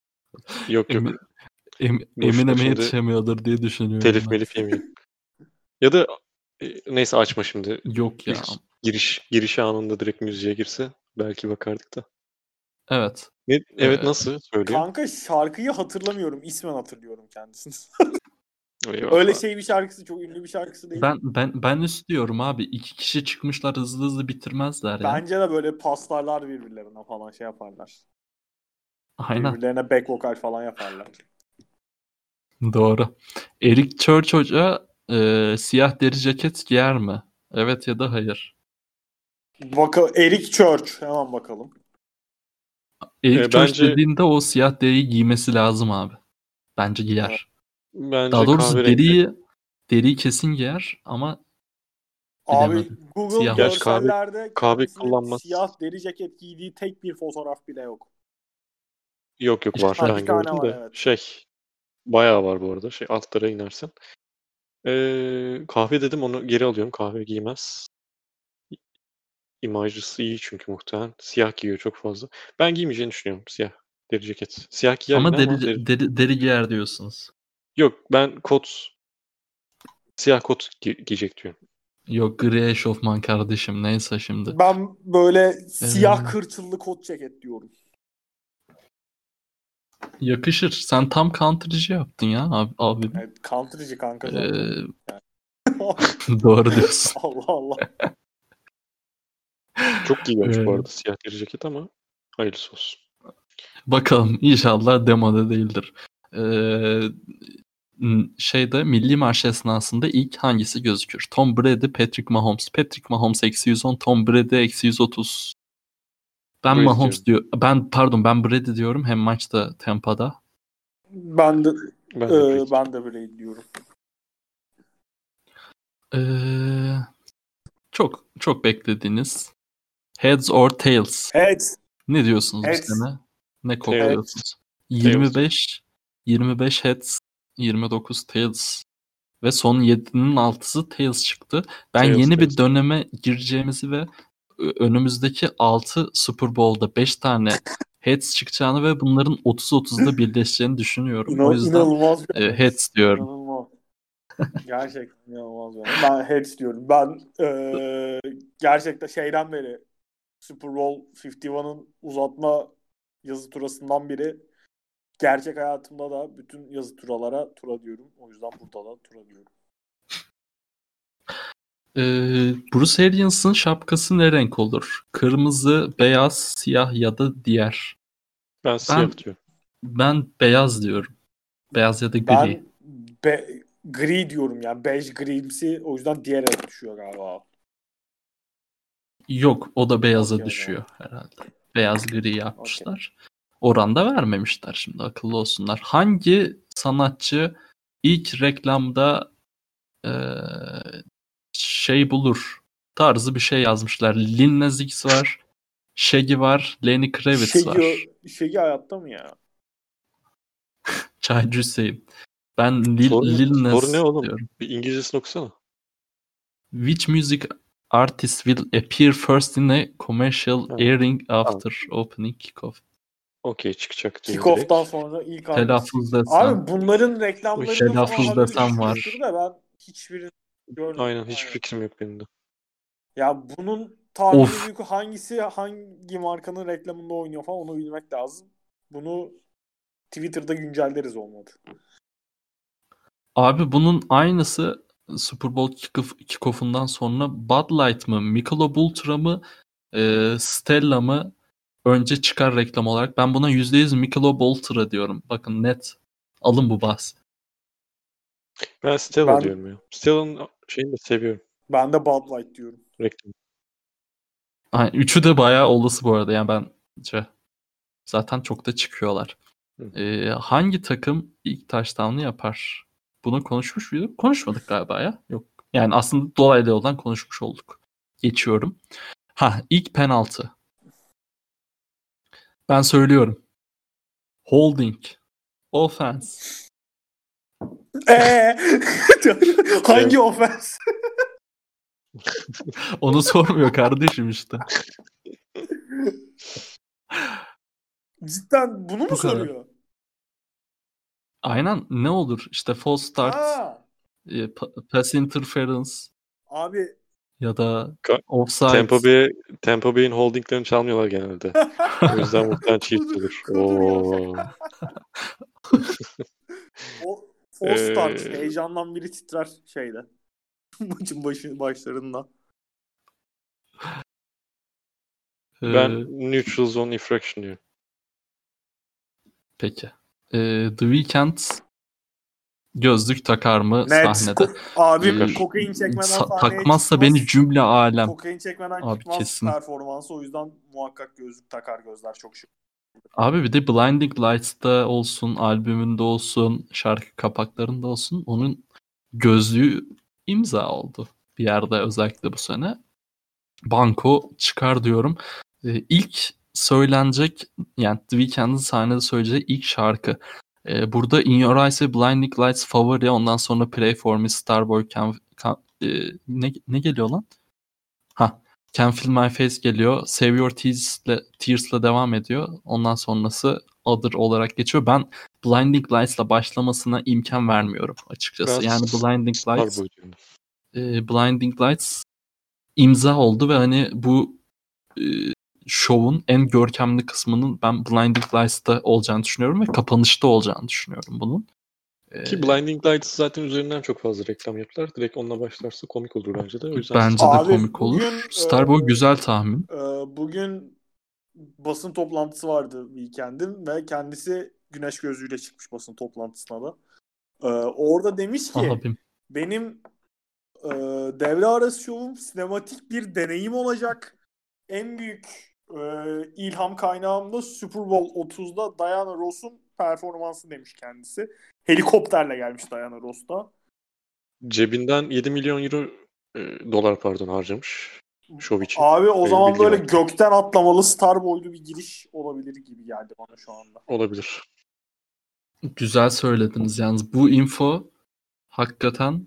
Yok yok. Emi- Dur Eminem'e şimdi yetişemiyordur diye düşünüyorum telif ben. melif yemeyelim. Ya da neyse açma şimdi. Yok ya. İlk giriş anında direkt müziğe girse belki bakardık da. Evet. Evet Ee, nasıl söylüyor? Kanka şarkıyı hatırlamıyorum. İsmen hatırlıyorum kendisini. Eyvah. Öyle şey bir şarkısı, çok ünlü bir şarkısı değil. ben istiyorum abi. 2 kişi çıkmışlar, hızlı hızlı bitirmezler ya. Bence de böyle paslarlar birbirlerine falan şey yaparlar. Aynen. Birbirlerine back vokal falan yaparlar. Doğru. Eric Church Hoca siyah deri ceket giyer mi? Evet ya da hayır. Eric Church. Hemen bakalım. Eric Church Bence dediğinde o siyah deriyi giymesi lazım abi. Bence giyer. Daha doğrusu kahverengi. deriyi kesin giyer ama Abi bilemedim. Google Siyah Gerçi olsun. görsellerde kahve kendisinin kullanmaz. siyah deri ceket giydiği tek bir fotoğraf bile yok. Yok yok var. İşte Ha, Ben bir tane gördüm var de. evet. Bayağı var bu arada. Altlara inersen. Kahve dedim onu geri alıyorum. Kahve giymez. İmajcısı iyi çünkü muhtemelen. Siyah giyiyor çok fazla. Ben giymeyeceğini düşünüyorum siyah deri ceket. Siyah giyer ama yine ama deri giyer diyorsunuz. Yok ben siyah kot giyecek diyorum. Yok, gri eşofman kardeşim, neyse şimdi. Ben böyle siyah Ee, kırçıllı kot ceket diyorum. Yakışır. Sen tam counter'cı yaptın ya abi. Evet, countryci kanka zaten. Doğru diyorsun. Allah Allah. Çok giyiyormuş bu Ee, arada siyah deri ceket ama hayırlısı olsun. Bakalım, inşallah demoda değildir. Milli marş esnasında ilk hangisi gözükür? Tom Brady, Patrick Mahomes. Patrick Mahomes -110, Tom Brady -130. Ben Brady Mahomes diyorum. ben Brady diyorum, hem maçta Tampa'da. Ben de Ben de Brady. ben de böyle diyorum. Ee, çok çok beklediğiniz Heads or Tails. Heads. Ne diyorsunuz bu Heads. sene? Ne Tails. kokluyorsunuz? 25 Heads, 29 Tails ve son 7'nin 6'sı Tails çıktı. Ben yeni bir döneme gireceğimizi ve önümüzdeki 6 Super Bowl'da 5 tane Heads çıkacağını ve bunların 30-30'da birleşeceğini düşünüyorum. O yüzden İnanılmaz bir analiz. Heads diyorum. İnanılmaz. Gerçekten inanılmaz bir analiz. Ben heads diyorum. Ben gerçekten şeyden beri Super Bowl 51'ın uzatma yazı turasından biri gerçek hayatımda da bütün yazı turalara tura diyorum. O yüzden burada da tura diyorum. Bruce Arians'ın şapkası ne renk olur? Kırmızı, beyaz, siyah ya da diğer. Ben siyah diyorum. Ben beyaz diyorum. Beyaz ya da gri. Ben gri diyorum yani. Bej grimsi, o yüzden diğer ele düşüyor galiba. Yok, o da beyaza Okey, düşüyor herhalde. Beyaz gri yapmışlar. Oranda vermemişler, şimdi akıllı olsunlar. Hangi sanatçı ilk reklamda bulur tarzı bir şey yazmışlar. Lil Nas X var. Shaggy var. Lenny Kravitz var. Shaggy hayatta mı ya? Çaycı Hüseyin. Ben Soru Lil Nas ne oğlum? diyorum. Bir İngilizcesini okusana. Which music artist will appear first in a commercial airing after opening kickoff? Okey çıkacak diyor Kickoff'tan direkt. sonra ilk Telaffuz desem. Abi bunların reklamlarını Telaffuz falan desem var. çıkmıştır da ben hiçbirini görmedim. Aynen hiçbir fikrim yok benim de. Ya bunun tahmini büyük hangisi hangi markanın reklamında oynuyor falan onu bilmek lazım. Bunu Twitter'da güncelleriz olmadı. Abi bunun aynısı Super Bowl kickoff'undan sonra Bud Light mı, Michelob Ultra mı, Stella mı önce çıkar reklam olarak. Ben buna %100 Michelob Ultra diyorum. Bakın net. Alın bu bahsi. Ben Stella diyorum ya. Stella'nın şeyini de seviyorum. Ben de Bud Light diyorum. Reklam. Üçü de bayağı olası bu arada. Yani bence zaten çok da çıkıyorlar. Hangi takım ilk touchdown'ı yapar? Bunu konuşmuş muyduk? Konuşmadık galiba ya. Yok. Yani aslında dolaylı yoldan konuşmuş olduk. Geçiyorum. İlk penaltı. Ben söylüyorum. Holding. Offense. Hangi ofens? Onu sormuyor kardeşim işte. Cidden bunu mu Bu kadar. soruyor? Aynen, ne olur işte false start, Ha, pass interference abi ya da Ka- offside. Tampa Bay'in holdinglerini çalmıyorlar genelde. O yüzden muhtemelen Chiefs olur. Kudur yavşak. Oo. O false start. Ee, Heyecandan biri titrer şeyde. Maçın başlarında. ben Ee, neutral zone infraction diyorum. peki. The Weeknd gözlük takar mı Net. sahnede? Abim Takar. kokain çekmeden sahneye Takmazsa çıkmaz. beni cümle alem. Kokain çekmeden Abi çıkmaz kesin. performansı. O yüzden muhakkak gözlük takar, gözler çok şık. Abi bir de Blinding Lights'ta olsun, albümünde olsun, şarkı kapaklarında olsun, onun gözlüğü imza oldu bir yerde, özellikle bu sene. Banko çıkar diyorum. İlk söylenecek, yani The Weeknd'in sahnede söyleyeceği ilk şarkı. Burada In Your Eyes ve Blinding Lights favori. Ondan sonra Pray For Me, Starboy, ne geliyor lan? Can Feel My Face geliyor. Save Your Tears'la devam ediyor. Ondan sonrası Other olarak geçiyor. Ben Blinding Lights'la başlamasına imkan vermiyorum açıkçası. Ben Yani Starboy diyorum. Blinding Lights imza oldu ve hani bu e, şovun en görkemli kısmının ben Blinding Lights'ta olacağını düşünüyorum ve kapanışta olacağını düşünüyorum bunun. Ki Blinding Lights zaten üzerinden çok fazla reklam yaptılar. Direkt onunla başlarsa komik olur bence de. O yüzden Bence de Abi, komik olur. bugün, Starboy güzel tahmin. Bugün basın toplantısı vardı Weekend'in ve kendisi güneş gözlüğüyle çıkmış basın toplantısına da. Orada demiş ki Abim. benim devre arası şovum sinematik bir deneyim olacak. En büyük ilham kaynağım da Super Bowl 30'da Diana Ross'un performansı demiş kendisi. Helikopterle gelmiş Diana Ross da. cebinden 7 milyon euro dolar pardon harcamış şov için. Abi o Öyle zaman bilgi böyle var. gökten atlamalı Star boylu bir giriş olabilir gibi geldi bana şu anda. Olabilir. Güzel söylediniz yalnız. Bu info hakikaten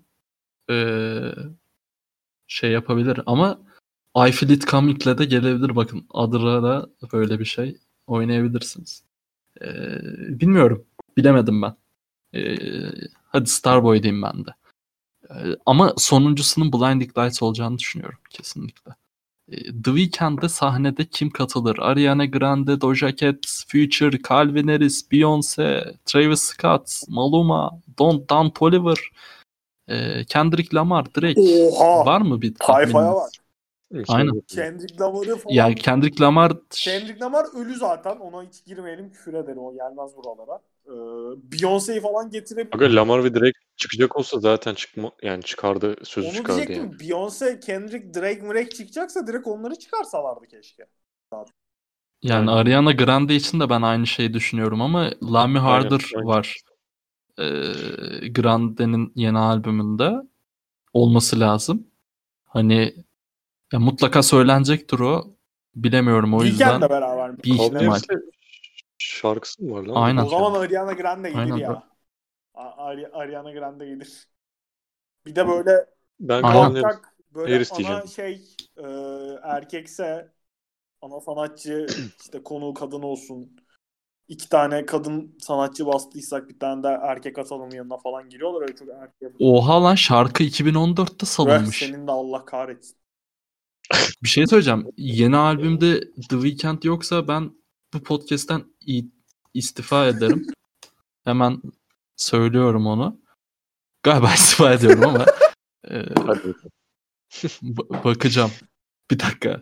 şey yapabilir ama I Feel It Coming'le de gelebilir. Bakın Adır'a da böyle bir şey oynayabilirsiniz. Bilmiyorum. Bilemedim ben. Hadi Starboy diyeyim ben de. Ama sonuncusunun Blinding Lights olacağını düşünüyorum kesinlikle. The Weeknd'de sahnede kim katılır? Ariana Grande, Doja Cat, Future, Calvin Harris, Beyoncé, Travis Scott, Maluma, Don Toliver, Kendrick Lamar, Drake. Oha! Var mı bir Tayfaya tahmininiz? bak. Aynen. Kendrick Lamar'ı falan. Yani Kendrick Lamar Ölü zaten. Ona hiç girmeyelim, küfür ederim. O gelmez buralara. Beyoncé'yi falan getirebilir. Aga Lamar ve Drake çıkacak olsa zaten çıkardı, sözü Onu çıkardı diyecektim. yani. Beyoncé, Kendrick, Drake çıkacaksa direkt onları çıkarsalardı keşke. yani Aynen. Ariana Grande için de ben aynı şeyi düşünüyorum ama Lamy Harder Aynen. var. Grande'nin yeni albümünde olması lazım. Hani ya mutlaka söylenecektir o. Bilemiyorum o yüzden. Weekend'le beraber mi? Bir ihtimal. Şarkısı mı var lan? Aynen. O zaman Ariana Grande gelir Aynen. ya. Ariana Grande gelir. Bir de böyle Ben muhakkak böyle Harris ana diyeceğim. erkekse ana sanatçı işte konu kadın olsun. 2 tane kadın sanatçı bastıysak bir tane de erkek atalım yanına falan giriyorlar. Öyle çok erkek. Oha lan, şarkı 2014'te salınmış. Senin de Allah kahretsin. Bir şey söyleyeceğim. Yeni albümde The Weeknd yoksa ben bu podcast'ten istifa ederim. Hemen söylüyorum onu. Galiba istifa ediyorum ama Hadi. bakacağım. Bir dakika.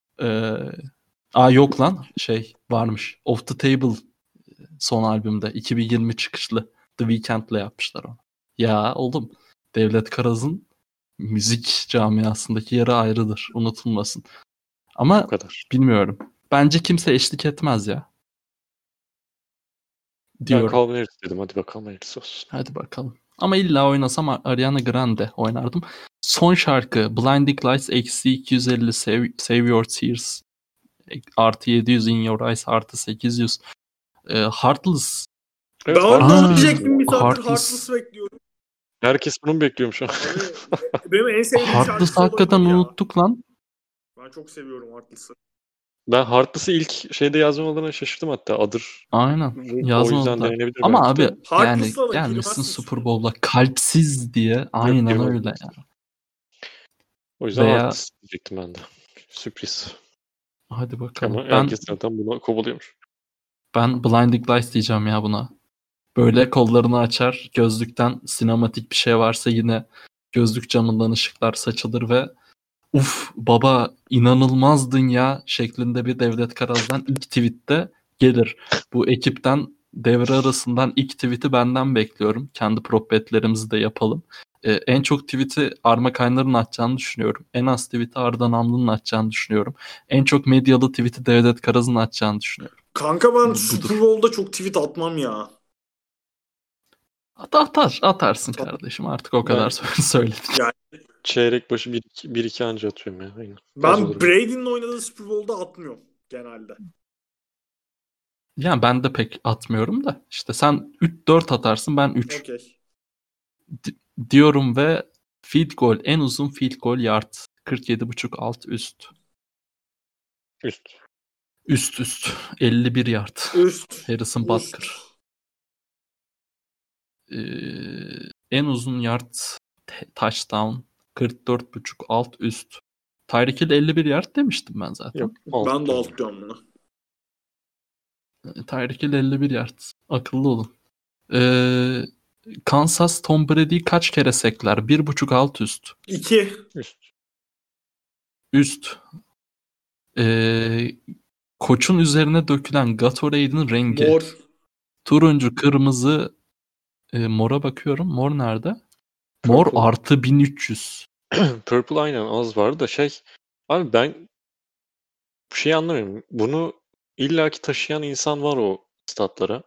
Yok lan, varmış. Off the Table son albümde 2020 çıkışlı The Weeknd'le yapmışlar onu. Ya oğlum, Devlet Karaz'ın müzik camiasındaki yeri ayrıdır. Unutulmasın. Ama Bu kadar. bilmiyorum. Bence kimse eşlik etmez ya. Diyorum. Ben Calvin Harris dedim. Hadi bakalım hayırlısı olsun. Hadi bakalım. Ama illa oynasam Ariana Grande oynardım. Son şarkı Blinding Lights -250 Save Your Tears +700 In Your Eyes +800 Heartless. Evet, Ben onu diyecektim, bir saattir Heartless bekliyorum. Herkes bunu mu bekliyormuş? Benim en sevdiğim Heartless hakikaten unuttuk lan. Ben çok seviyorum Heartless'ı. Ben Heartless'ı ilk şeyde yazmalarına şaşırdım hatta. Adır. Aynen. O yüzden Yazmadılar. denenebilir Ama belki de. abi yani Heartless'la da gelmişsin girmezsin Super Bowl'a kalpsiz diye. Aynen girmez. öyle ya. O yüzden Veya Heartless diyecektim ben de. Sürpriz. hadi bakalım. Ama herkes zaten buna kovalıyormuş. Ben Blinding Lights diyeceğim ya buna. Böyle kollarını açar, gözlükten sinematik bir şey varsa yine gözlük camından ışıklar saçılır ve uf baba inanılmazdın ya şeklinde bir Devlet Karaz'dan ilk tweette gelir. Bu ekipten devre arasından ilk tweet'i benden bekliyorum. Kendi prop betlerimizi de yapalım. En çok tweet'i Arma Kaynar'ın atacağını düşünüyorum. En az tweet'i Arda Namlı'nın atacağını düşünüyorum. En çok medyalı tweet'i Devlet Karaz'ın atacağını düşünüyorum. Kanka ben Budur. Super Bowl'da çok tweet atmam ya. Atarsın kardeşim artık o kadar söyledim. Yani Çeyrek başı 1-2 anca atıyorum ya. Aynen. ben Brady'nin oynadığı Super Bowl'da atmıyorum genelde. Yani ben de pek atmıyorum da işte sen 4 atarsın ben 3 Okey. diyorum ve field goal en uzun field goal yard 47.5 alt üst. Üst 51 yard. Üst. Harrison Butker. En uzun yard touchdown 44.5 alt üst. Tyreek Hill 51 yard demiştim ben zaten. Yok, ben de alt diyorum bunu. Tyreek Hill 51 yard. Akıllı olun. Kansas Tom Brady kaç kere sekler? 1.5 alt üst. 2. Üst. Koçun üzerine dökülen Gatorade'in rengi. Mor. Turuncu, kırmızı, mora bakıyorum. Mor nerede? Mor Purple. artı 1300. Purple aynen az vardı da abi ben bir şey anlamıyorum. Bunu illaki taşıyan insan var o statlara.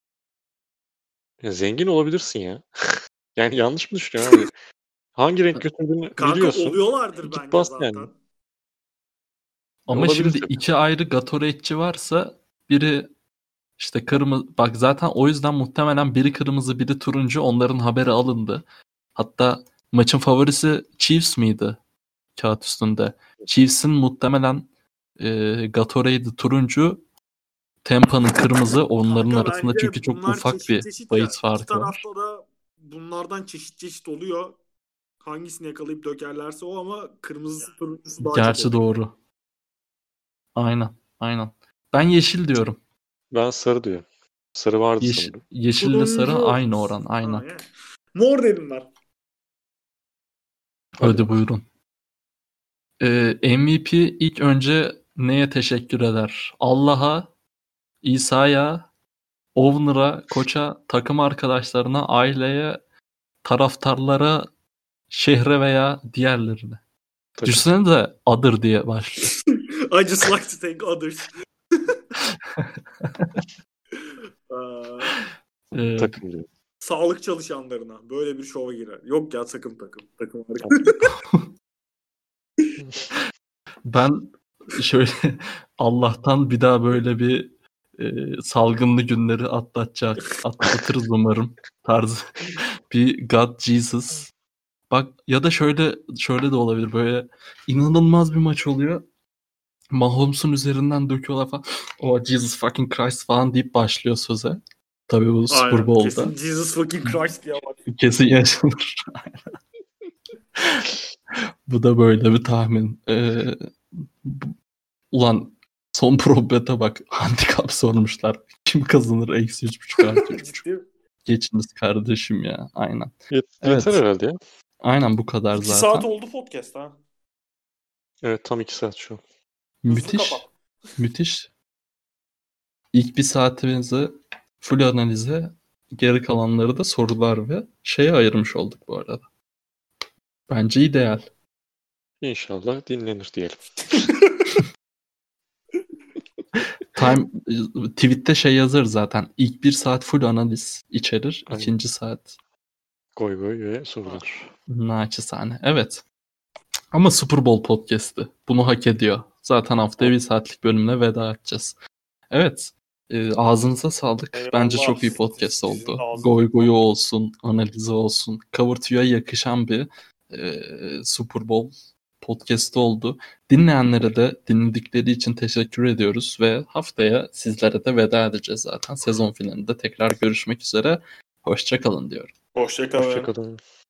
Ya zengin olabilirsin ya. Yani yanlış mı düşünüyorum abi? Hangi renk götürdüğünü Kanka biliyorsun. oluyorlardır Git bence bas zaten. yani. Ama Olabilir şimdi tabii. iki ayrı Gatorade'ci varsa biri işte kırmızı. Bak zaten o yüzden muhtemelen biri kırmızı biri turuncu onların haberi alındı. Hatta maçın favorisi Chiefs miydi? Kağıt üstünde. Chiefs'in muhtemelen Gatorade'i turuncu, Tampa'nın kırmızı onların Kanka arasında bence çünkü çok bunlar ufak çeşit bir çeşit bayıt İki farkı var. tarafta da bunlardan çeşit çeşit oluyor. Hangisini yakalayıp dökerlerse o ama kırmızısı turuncusu daha çok Gerçi oluyor. doğru. Aynen. Ben yeşil diyorum. Ben sarı diyorum. Sarı vardı sanırım. Yeşille sarı Turuncu. aynı oran. Aynen. Ha, yani. Mor dedim ben. Hadi buyurun. MVP ilk önce neye teşekkür eder? Allah'a, İsa'ya, owner'a, koça, takım arkadaşlarına, aileye, taraftarlara, şehre veya diğerlerine. Takım. Düşünsene de Adır diye başlıyor. I just like to thank others. Takım diyor. Sağlık çalışanlarına böyle bir şova girer. Yok ya takım. Takım harika. Ben şöyle Allah'tan bir daha böyle bir salgınlı günleri atlatırız umarım tarzı bir God Jesus. Bak ya da şöyle de olabilir böyle inanılmaz bir maç oluyor. Mahomes'un üzerinden döküyorlar falan. O Jesus fucking Christ falan deyip başlıyor söze. Tabii bu Super Bowl'da. Kesin Jesus fucking Christ diye bak. Kesin yaşanır. Bu da böyle bir tahmin. Ulan son probete bak. Handikap sormuşlar. Kim kazanır? Eksi 3.5 artı 3.5. Ciddi. Geçiniz kardeşim ya. Aynen. Yeter herhalde ya. Aynen bu kadar 2 zaten. saat oldu podcast ha. Evet tam 2 saat şu an. Müthiş. Müthiş. İlk bir saatimizi full analize, geri kalanları da sorular ve şeye ayırmış olduk bu arada. Bence ideal. İnşallah dinlenir diyelim. Tweet'te şey yazar zaten. İlk bir saat full analiz içerir. Aynen. İkinci saat Goy ve sorular. naçizane. Evet. Ama Super Bowl podcast'ı. Bunu hak ediyor. Zaten haftaya bir saatlik bölümle veda edeceğiz. Evet. Ağzınıza sağlık. Eyvallah. Bence çok iyi podcast Sizin oldu. ağzınıza Goyu olsun, analizi olsun. Cover 2'ye yakışan bir Super Bowl podcast oldu. Dinleyenlere de dinledikleri için teşekkür ediyoruz ve haftaya sizlere de veda edeceğiz zaten. Sezon finalinde tekrar görüşmek üzere. Hoşça kalın diyorum. Hoşça kalın. Hoşçakalın.